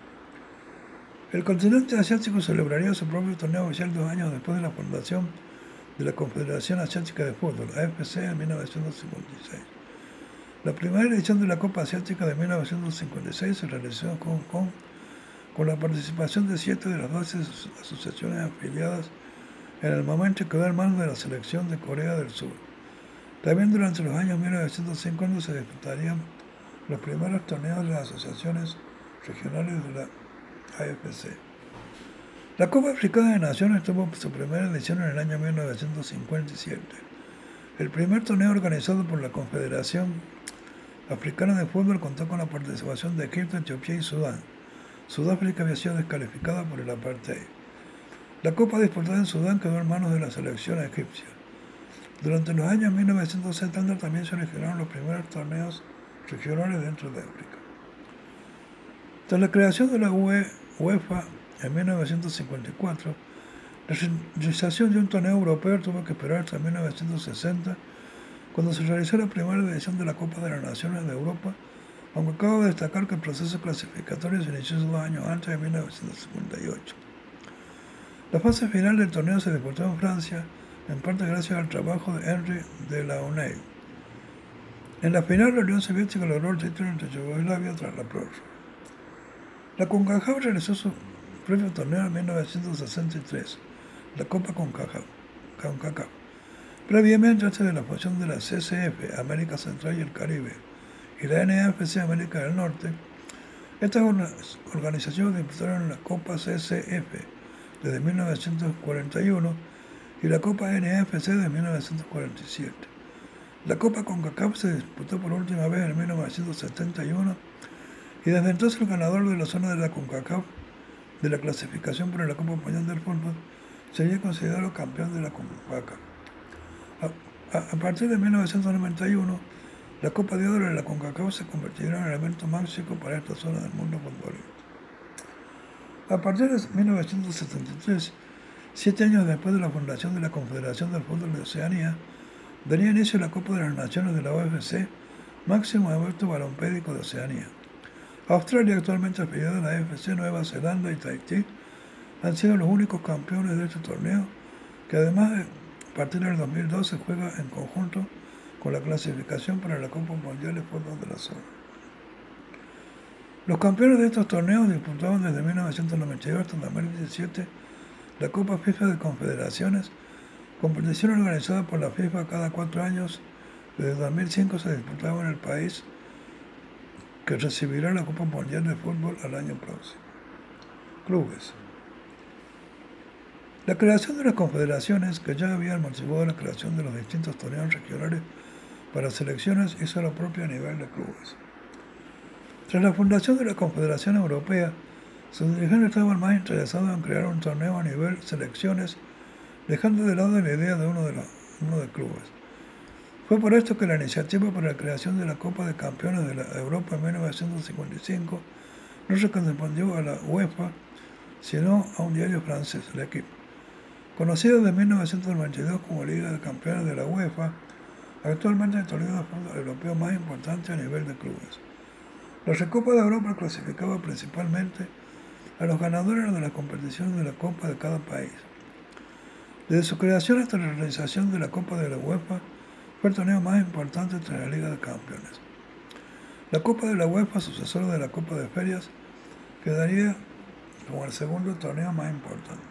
El continente asiático celebraría su propio torneo oficial dos años después de la fundación de la Confederación Asiática de Fútbol, A F C, en mil novecientos cincuenta y seis. La primera edición de la Copa Asiática de mil novecientos cincuenta y seis se realizó en Hong Kong con la participación de siete de las doce asociaciones afiliadas. En el momento quedó en manos de la selección de Corea del Sur. También durante los años mil novecientos cincuenta se disputarían los primeros torneos de las asociaciones regionales de la A F C. La Copa Africana de Naciones tuvo su primera edición en el año mil novecientos cincuenta y siete. El primer torneo organizado por la Confederación africana de fútbol contó con la participación de Egipto, Etiopía y Sudán. Sudáfrica había sido descalificada por el apartheid. La copa disputada en Sudán quedó en manos de la selección egipcia. Durante los años mil novecientos setenta también se originaron los primeros torneos regionales dentro de África. Tras la creación de la UEFA en mil novecientos cincuenta y cuatro, la realización de un torneo europeo tuvo que esperar hasta mil novecientos sesenta, cuando se realizó la primera edición de la Copa de las Naciones de Europa, aunque acabo de destacar que el proceso clasificatorio se inició dos años antes, de mil novecientos cincuenta y ocho. La fase final del torneo se disputó en Francia, en parte gracias al trabajo de Henri Delaunay. En la final, la Unión Soviética logró el título ante Yugoslavia tras la prórroga. La CONCACAF realizó su propio torneo en mil novecientos sesenta y tres, la Copa CONCACAF. CONCACAF. Previamente, antes de la fusión de la C C F, América Central y el Caribe, y la N A F C, América del Norte, estas organizaciones disputaron la Copa C C F desde mil novecientos cuarenta y uno y la Copa N A F C de mil novecientos cuarenta y siete. La Copa CONCACAF se disputó por última vez en mil novecientos setenta y uno y desde entonces el ganador de la zona de la CONCACAF de la clasificación para la Copa Mundial del Fútbol sería considerado campeón de la CONCACAF. A, a, a partir de mil novecientos noventa y uno, la Copa de Oro de la CONCACAF se convertirá en el evento máximo para esta zona del mundo futbolístico. A partir de mil novecientos setenta y tres, siete años después de la fundación de la Confederación del Fútbol de Oceanía, daría inicio la Copa de las Naciones de la O F C, máximo evento balompédico de Oceanía. Australia, actualmente afiliada a la A F C, Nueva Zelanda y Tahití han sido los únicos campeones de este torneo, que además de partir del dos mil doce juega en conjunto con la clasificación para la Copa Mundial de Fútbol de la zona. Los campeones de estos torneos disputaban desde mil novecientos noventa y dos hasta dos mil diecisiete la Copa FIFA de Confederaciones, competición organizada por la FIFA cada cuatro años. Desde dos mil cinco se disputaba en el país que recibirá la Copa Mundial de Fútbol al año próximo. Clubes. La creación de las confederaciones, que ya había motivado la creación de los distintos torneos regionales para selecciones, hizo lo propio a nivel de clubes. Tras la fundación de la Confederación Europea, sus dirigentes estaban más interesados en crear un torneo a nivel selecciones, dejando de lado la idea de uno de, los, uno de clubes. Fue por esto que la iniciativa para la creación de la Copa de Campeones de la Europa en mil novecientos cincuenta y cinco no se correspondió a la UEFA, sino a un diario francés, L'Équipe. Conocido desde mil novecientos noventa y dos como Liga de Campeones de la UEFA, actualmente es el torneo de fútbol europeo más importante a nivel de clubes. La Recopa de Europa clasificaba principalmente a los ganadores de las competiciones de la Copa de cada país. Desde su creación hasta la realización de la Copa de la UEFA, fue el torneo más importante entre la Liga de Campeones. La Copa de la UEFA, sucesora de la Copa de Ferias, quedaría como el segundo torneo más importante.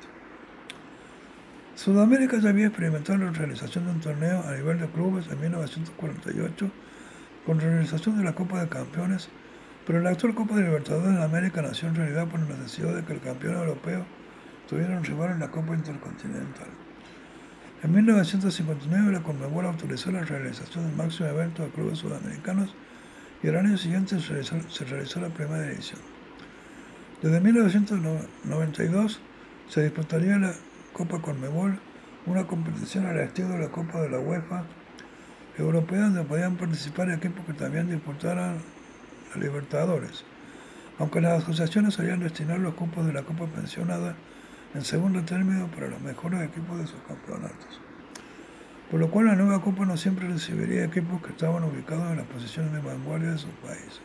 Sudamérica ya había experimentado la realización de un torneo a nivel de clubes en mil novecientos cuarenta y ocho con la realización de la Copa de Campeones, pero la actual Copa de Libertadores de América nació en realidad por la necesidad de que el campeón europeo tuviera un rival en la Copa Intercontinental. En mil novecientos cincuenta y nueve la Conmebol autorizó la realización del máximo evento de clubes sudamericanos y al año siguiente se realizó, se realizó la primera edición. Desde mil novecientos noventa y dos se disputaría la Copa Conmebol, una competición al estilo de la Copa de la UEFA europea donde podían participar equipos que también disputaran a Libertadores, aunque las asociaciones solían destinar los cupos de la Copa pensionada en segundo término para los mejores equipos de sus campeonatos, por lo cual la nueva Copa no siempre recibiría equipos que estaban ubicados en las posiciones de vanguardia de sus países.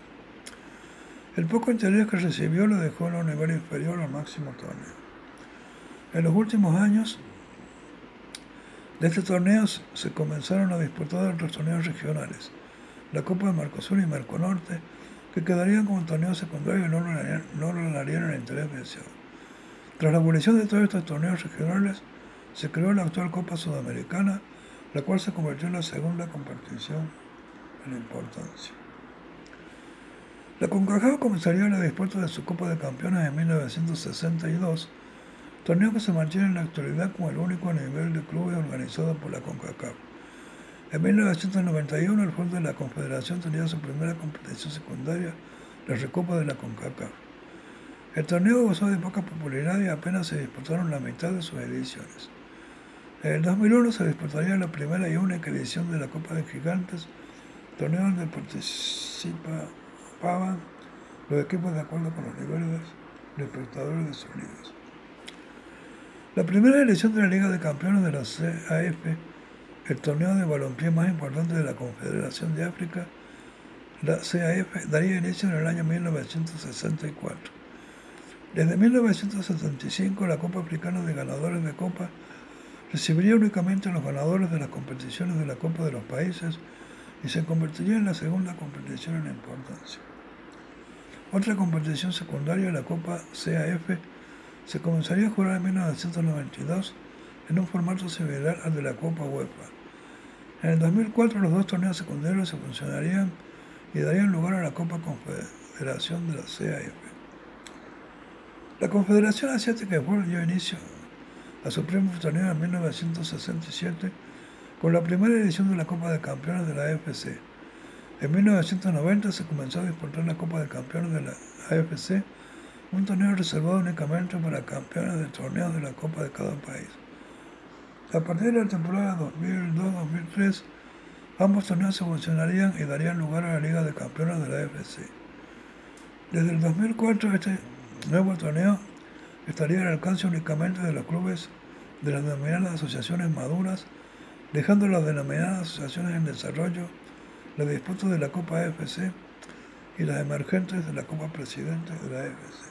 El poco interés que recibió lo dejó en un nivel inferior al máximo torneo. En los últimos años de este torneo se comenzaron a disputar otros torneos regionales, la Copa de Mercosur y Merconorte, que quedarían como torneos secundarios y no lograrían el interés deseado. Tras la abolición de todos estos torneos regionales, se creó la actual Copa Sudamericana, la cual se convirtió en la segunda competición en importancia. La CONCACAF comenzaría la disputa de su Copa de Campeones en mil novecientos sesenta y dos, torneo que se mantiene en la actualidad como el único a nivel de clubes organizado por la CONCACAF. En mil novecientos noventa y uno, el fútbol de la Confederación tenía su primera competición secundaria, la Recopa de la CONCACAF. El torneo gozó de poca popularidad y apenas se disputaron la mitad de sus ediciones. En el dos mil uno se disputaría la primera y única edición de la Copa de Gigantes, torneo donde participaban los equipos de acuerdo con los niveles de espectadores de sus ligas. La primera edición de la Liga de Campeones de la C A F, el torneo de balompié más importante de la Confederación de África, la C A F, daría inicio en el año mil novecientos sesenta y cuatro. Desde mil novecientos setenta y cinco, la Copa Africana de Ganadores de Copa recibiría únicamente a los ganadores de las competiciones de la Copa de los Países y se convertiría en la segunda competición en importancia. Otra competición secundaria, la Copa C A F, se comenzaría a jugar en mil novecientos noventa y dos en un formato similar al de la Copa UEFA. En el dos mil cuatro los dos torneos secundarios se funcionarían y darían lugar a la Copa Confederación de la C A F. La Confederación Asiática de Fútbol dio inicio a su primer torneo en mil novecientos sesenta y siete con la primera edición de la Copa de Campeones de la A F C. En mil novecientos noventa se comenzó a disputar la Copa de Campeones de la A F C, un torneo reservado únicamente para campeones de torneos de la Copa de cada país. A partir de la temporada dos mil dos dos mil tres, ambos torneos se fusionarían y darían lugar a la Liga de Campeones de la A F C. Desde el dos mil cuatro, este nuevo torneo estaría al alcance únicamente de los clubes de las denominadas asociaciones maduras, dejando las denominadas asociaciones en desarrollo, la disputa de la Copa A F C y las emergentes de la Copa Presidente de la A F C.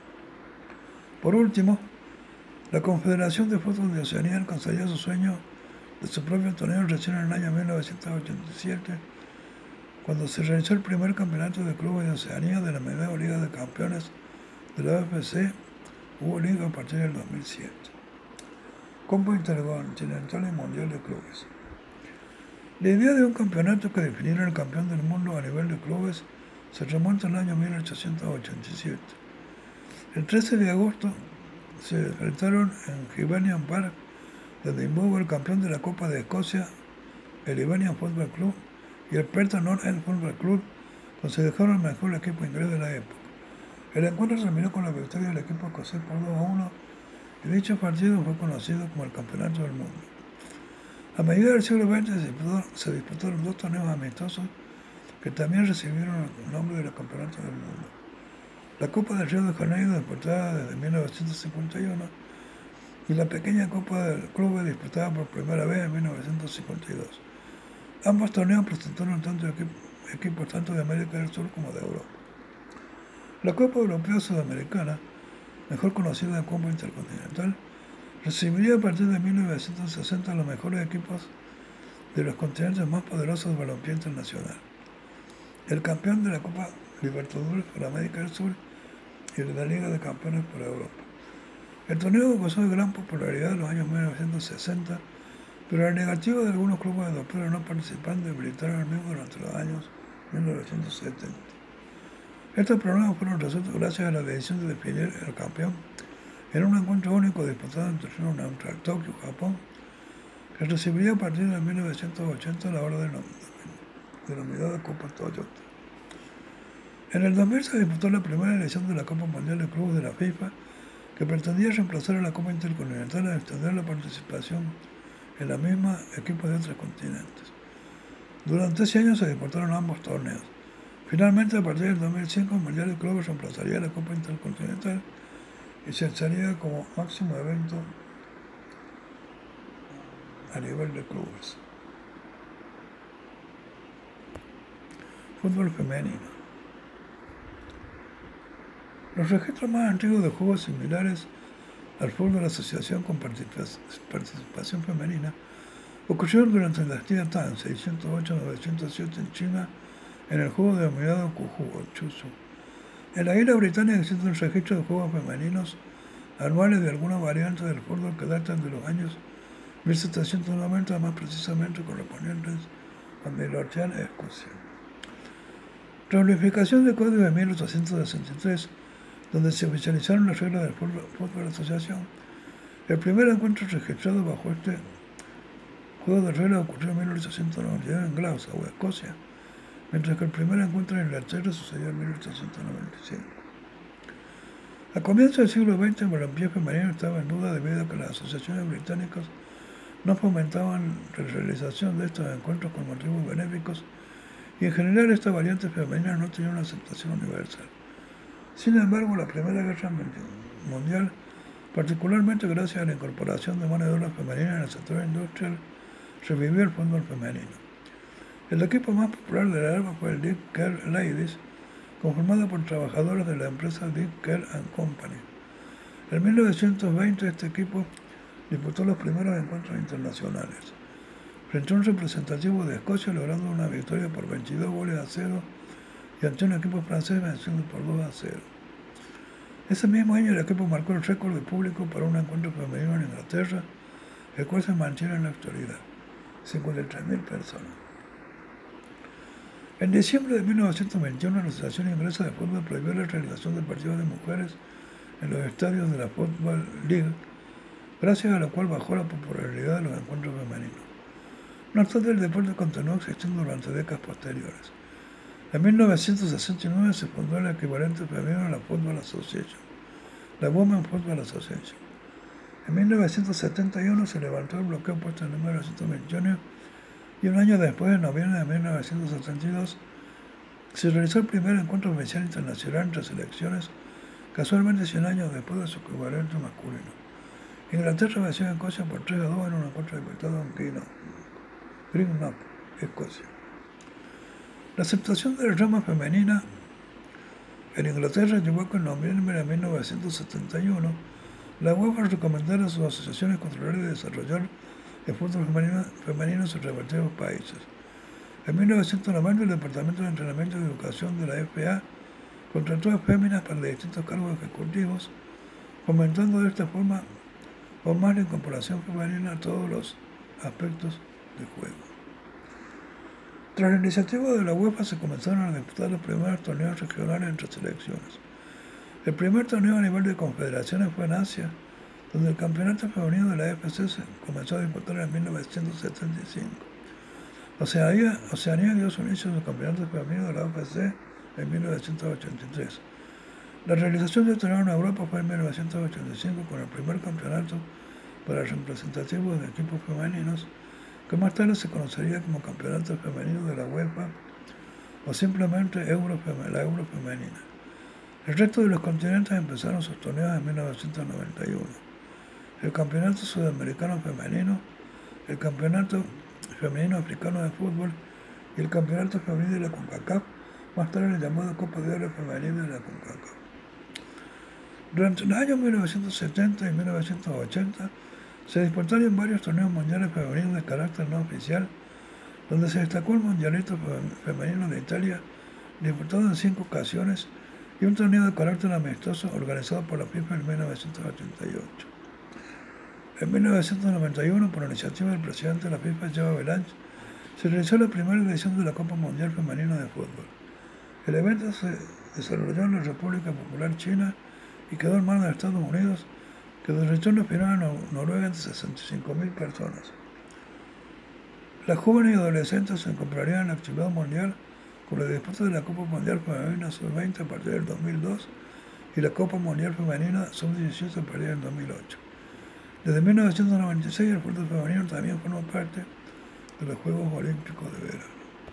Por último, la Confederación de Fútbol de Oceanía alcanzaría su sueño de su propio torneo recién en el año mil novecientos ochenta y siete, cuando se realizó el primer campeonato de clubes de Oceanía de la media Liga de Campeones de la A F C. Hubo liga a partir del dos mil siete. Copa Intercontinental y Mundial de Clubes. La idea de un campeonato que definiera el campeón del mundo a nivel de clubes se remonta al año mil ochocientos ochenta y siete. El trece de agosto se enfrentaron en Hibernian Park de Edimburgo el campeón de la Copa de Escocia, el Hibernian Football Club, y el Preston North End Football Club, consideraron el mejor equipo inglés de la época. El encuentro terminó con la victoria del equipo escocés por dos a uno y dicho partido fue conocido como el Campeonato del Mundo. A medida del siglo veinte se disputaron, se disputaron dos torneos amistosos que también recibieron el nombre de los Campeonatos del Mundo. La Copa del Río de Janeiro, disputada desde mil novecientos cincuenta y uno, y la pequeña Copa del Club, disputada por primera vez en mil novecientos cincuenta y dos. Ambos torneos presentaron tanto equip- equipos tanto de América del Sur como de Europa. La Copa Europea Sudamericana, mejor conocida como Copa Intercontinental, recibiría a partir de mil novecientos sesenta los mejores equipos de los continentes más poderosos del balompié internacional. El campeón de la Copa Libertadores para América del Sur y de la Liga de Campeones para Europa. El torneo gozó de gran popularidad en los años mil novecientos sesenta, pero la negativa de algunos clubes europeos a no participar debilitaron el mismo durante los años mil novecientos setenta. Estos problemas fueron resueltos gracias a la decisión de definir el campeón en un encuentro único disputado en terreno neutral, Tokio, Japón, que recibiría a partir de mil novecientos ochenta la hora denominada Copa Toyota. En el dos mil se disputó la primera edición de la Copa Mundial de Clubes de la FIFA, que pretendía reemplazar a la Copa Intercontinental y extender la participación en la misma equipos de otros continentes. Durante ese año se disputaron ambos torneos. Finalmente, a partir del dos mil cinco, el Mundial de Clubes reemplazaría a la Copa Intercontinental y se alzaría como máximo evento a nivel de clubes. Fútbol femenino. Los registros más antiguos de juegos similares al fútbol de asociación con participación femenina ocurrieron durante la dinastía Tang, seiscientos ocho a novecientos siete en China, en el juego denominado Cuju o Chusu. En la isla británica existe un registro de juegos femeninos anuales de algunas variantes del fútbol que datan de los años mil setecientos noventa, más precisamente correspondientes a Midlothian, Escocia. Reunificación del Código de mil ochocientos sesenta y tres, donde se oficializaron las reglas del fútbol, fútbol de asociación. El primer encuentro registrado bajo este Juego de reglas ocurrió en mil ochocientos noventa y dos en Glasgow, Escocia, mientras que el primer encuentro en Inglaterra sucedió en mil ochocientos noventa y cinco. A comienzos del siglo veinte, el balompié femenino estaba en duda debido a que las asociaciones británicas no fomentaban la realización de estos encuentros con motivos benéficos y en general esta variante femenina no tenía una aceptación universal. Sin embargo, la Primera Guerra Mundial, particularmente gracias a la incorporación de mano de obra femenina en el sector industrial, revivió el fútbol femenino. El equipo más popular de la época fue el Dick Kerr Ladies, conformado por trabajadores de la empresa Dick Kerr and Company. En mil novecientos veinte este equipo disputó los primeros encuentros internacionales, frente a un representativo de Escocia, logrando una victoria por veintidós goles a cero y ante un equipo francés venciendo por dos a cero. Ese mismo año el equipo marcó el récord de público para un encuentro femenino en Inglaterra, el cual se mantiene en la actualidad, cincuenta y tres mil personas. En diciembre de mil novecientos veintiuno, la Asociación Inglesa de Fútbol prohibió la realización de partidos de mujeres en los estadios de la Football League, gracias a lo cual bajó la popularidad de los encuentros femeninos. No obstante, el deporte continuó existiendo durante décadas posteriores. En mil novecientos sesenta y nueve se fundó el equivalente femenino a la Football Association, la Women's Football Association. En mil novecientos setenta y uno se levantó el bloqueo puesto en mil novecientos veintiuno y un año después, en noviembre de mil novecientos setenta y dos, se realizó el primer encuentro oficial internacional entre selecciones, casualmente cien años después de su equivalente masculino. Inglaterra venció a Escocia por tres a dos en un encuentro disputado en Greenock, Escocia. La aceptación de la rama femenina en Inglaterra llevó a que en noviembre de mil novecientos setenta y uno la UEFA recomendara a sus asociaciones controlar y desarrollar el fútbol femenino, femenino en sus respectivos países. En mil novecientos noventa el Departamento de Entrenamiento y Educación de la F A contrató a féminas para distintos cargos ejecutivos, fomentando de esta forma aún más la incorporación femenina a todos los aspectos del juego. Tras la iniciativa de la UEFA se comenzaron a disputar los primeros torneos regionales entre selecciones. El primer torneo a nivel de confederaciones fue en Asia, donde el campeonato femenino de la A F C se comenzó a disputar en mil novecientos setenta y cinco. Oceanía, Oceanía dio su inicio al campeonato femenino de la A F C en mil novecientos ochenta y tres. La realización del torneo en Europa fue en mil novecientos ochenta y cinco con el primer campeonato para representativos de equipos femeninos, que más tarde se conocería como Campeonato Femenino de la UEFA o simplemente Euro, la Euro Femenina. El resto de los continentes empezaron sus torneos en mil novecientos noventa y uno. El Campeonato Sudamericano Femenino, el Campeonato Femenino Africano de Fútbol y el Campeonato Femenino de la CONCACAF, más tarde el llamado Copa de Oro Femenina de la CONCACAF. Durante los años mil novecientos setenta y mil novecientos ochenta se disputaron varios torneos mundiales femeninos de carácter no oficial, donde se destacó el Mundialito Femenino de Italia, disputado en cinco ocasiones, y un torneo de carácter amistoso organizado por la FIFA en mil novecientos ochenta y ocho. En mil novecientos noventa y uno, por iniciativa del presidente de la FIFA, Joao Belange, se realizó la primera edición de la Copa Mundial Femenina de Fútbol. El evento se desarrolló en la República Popular China y quedó en manos de Estados Unidos, que desarrolló una final en Noruega entre sesenta y cinco mil personas. Las jóvenes y adolescentes se incorporarían en la actividad mundial con la disputa de la Copa Mundial Femenina sub veinte a partir del dos mil dos y la Copa Mundial Femenina sub diecisiete a partir del dos mil ocho. Desde mil novecientos noventa y seis el fútbol femenino también formó parte de los Juegos Olímpicos de Verano.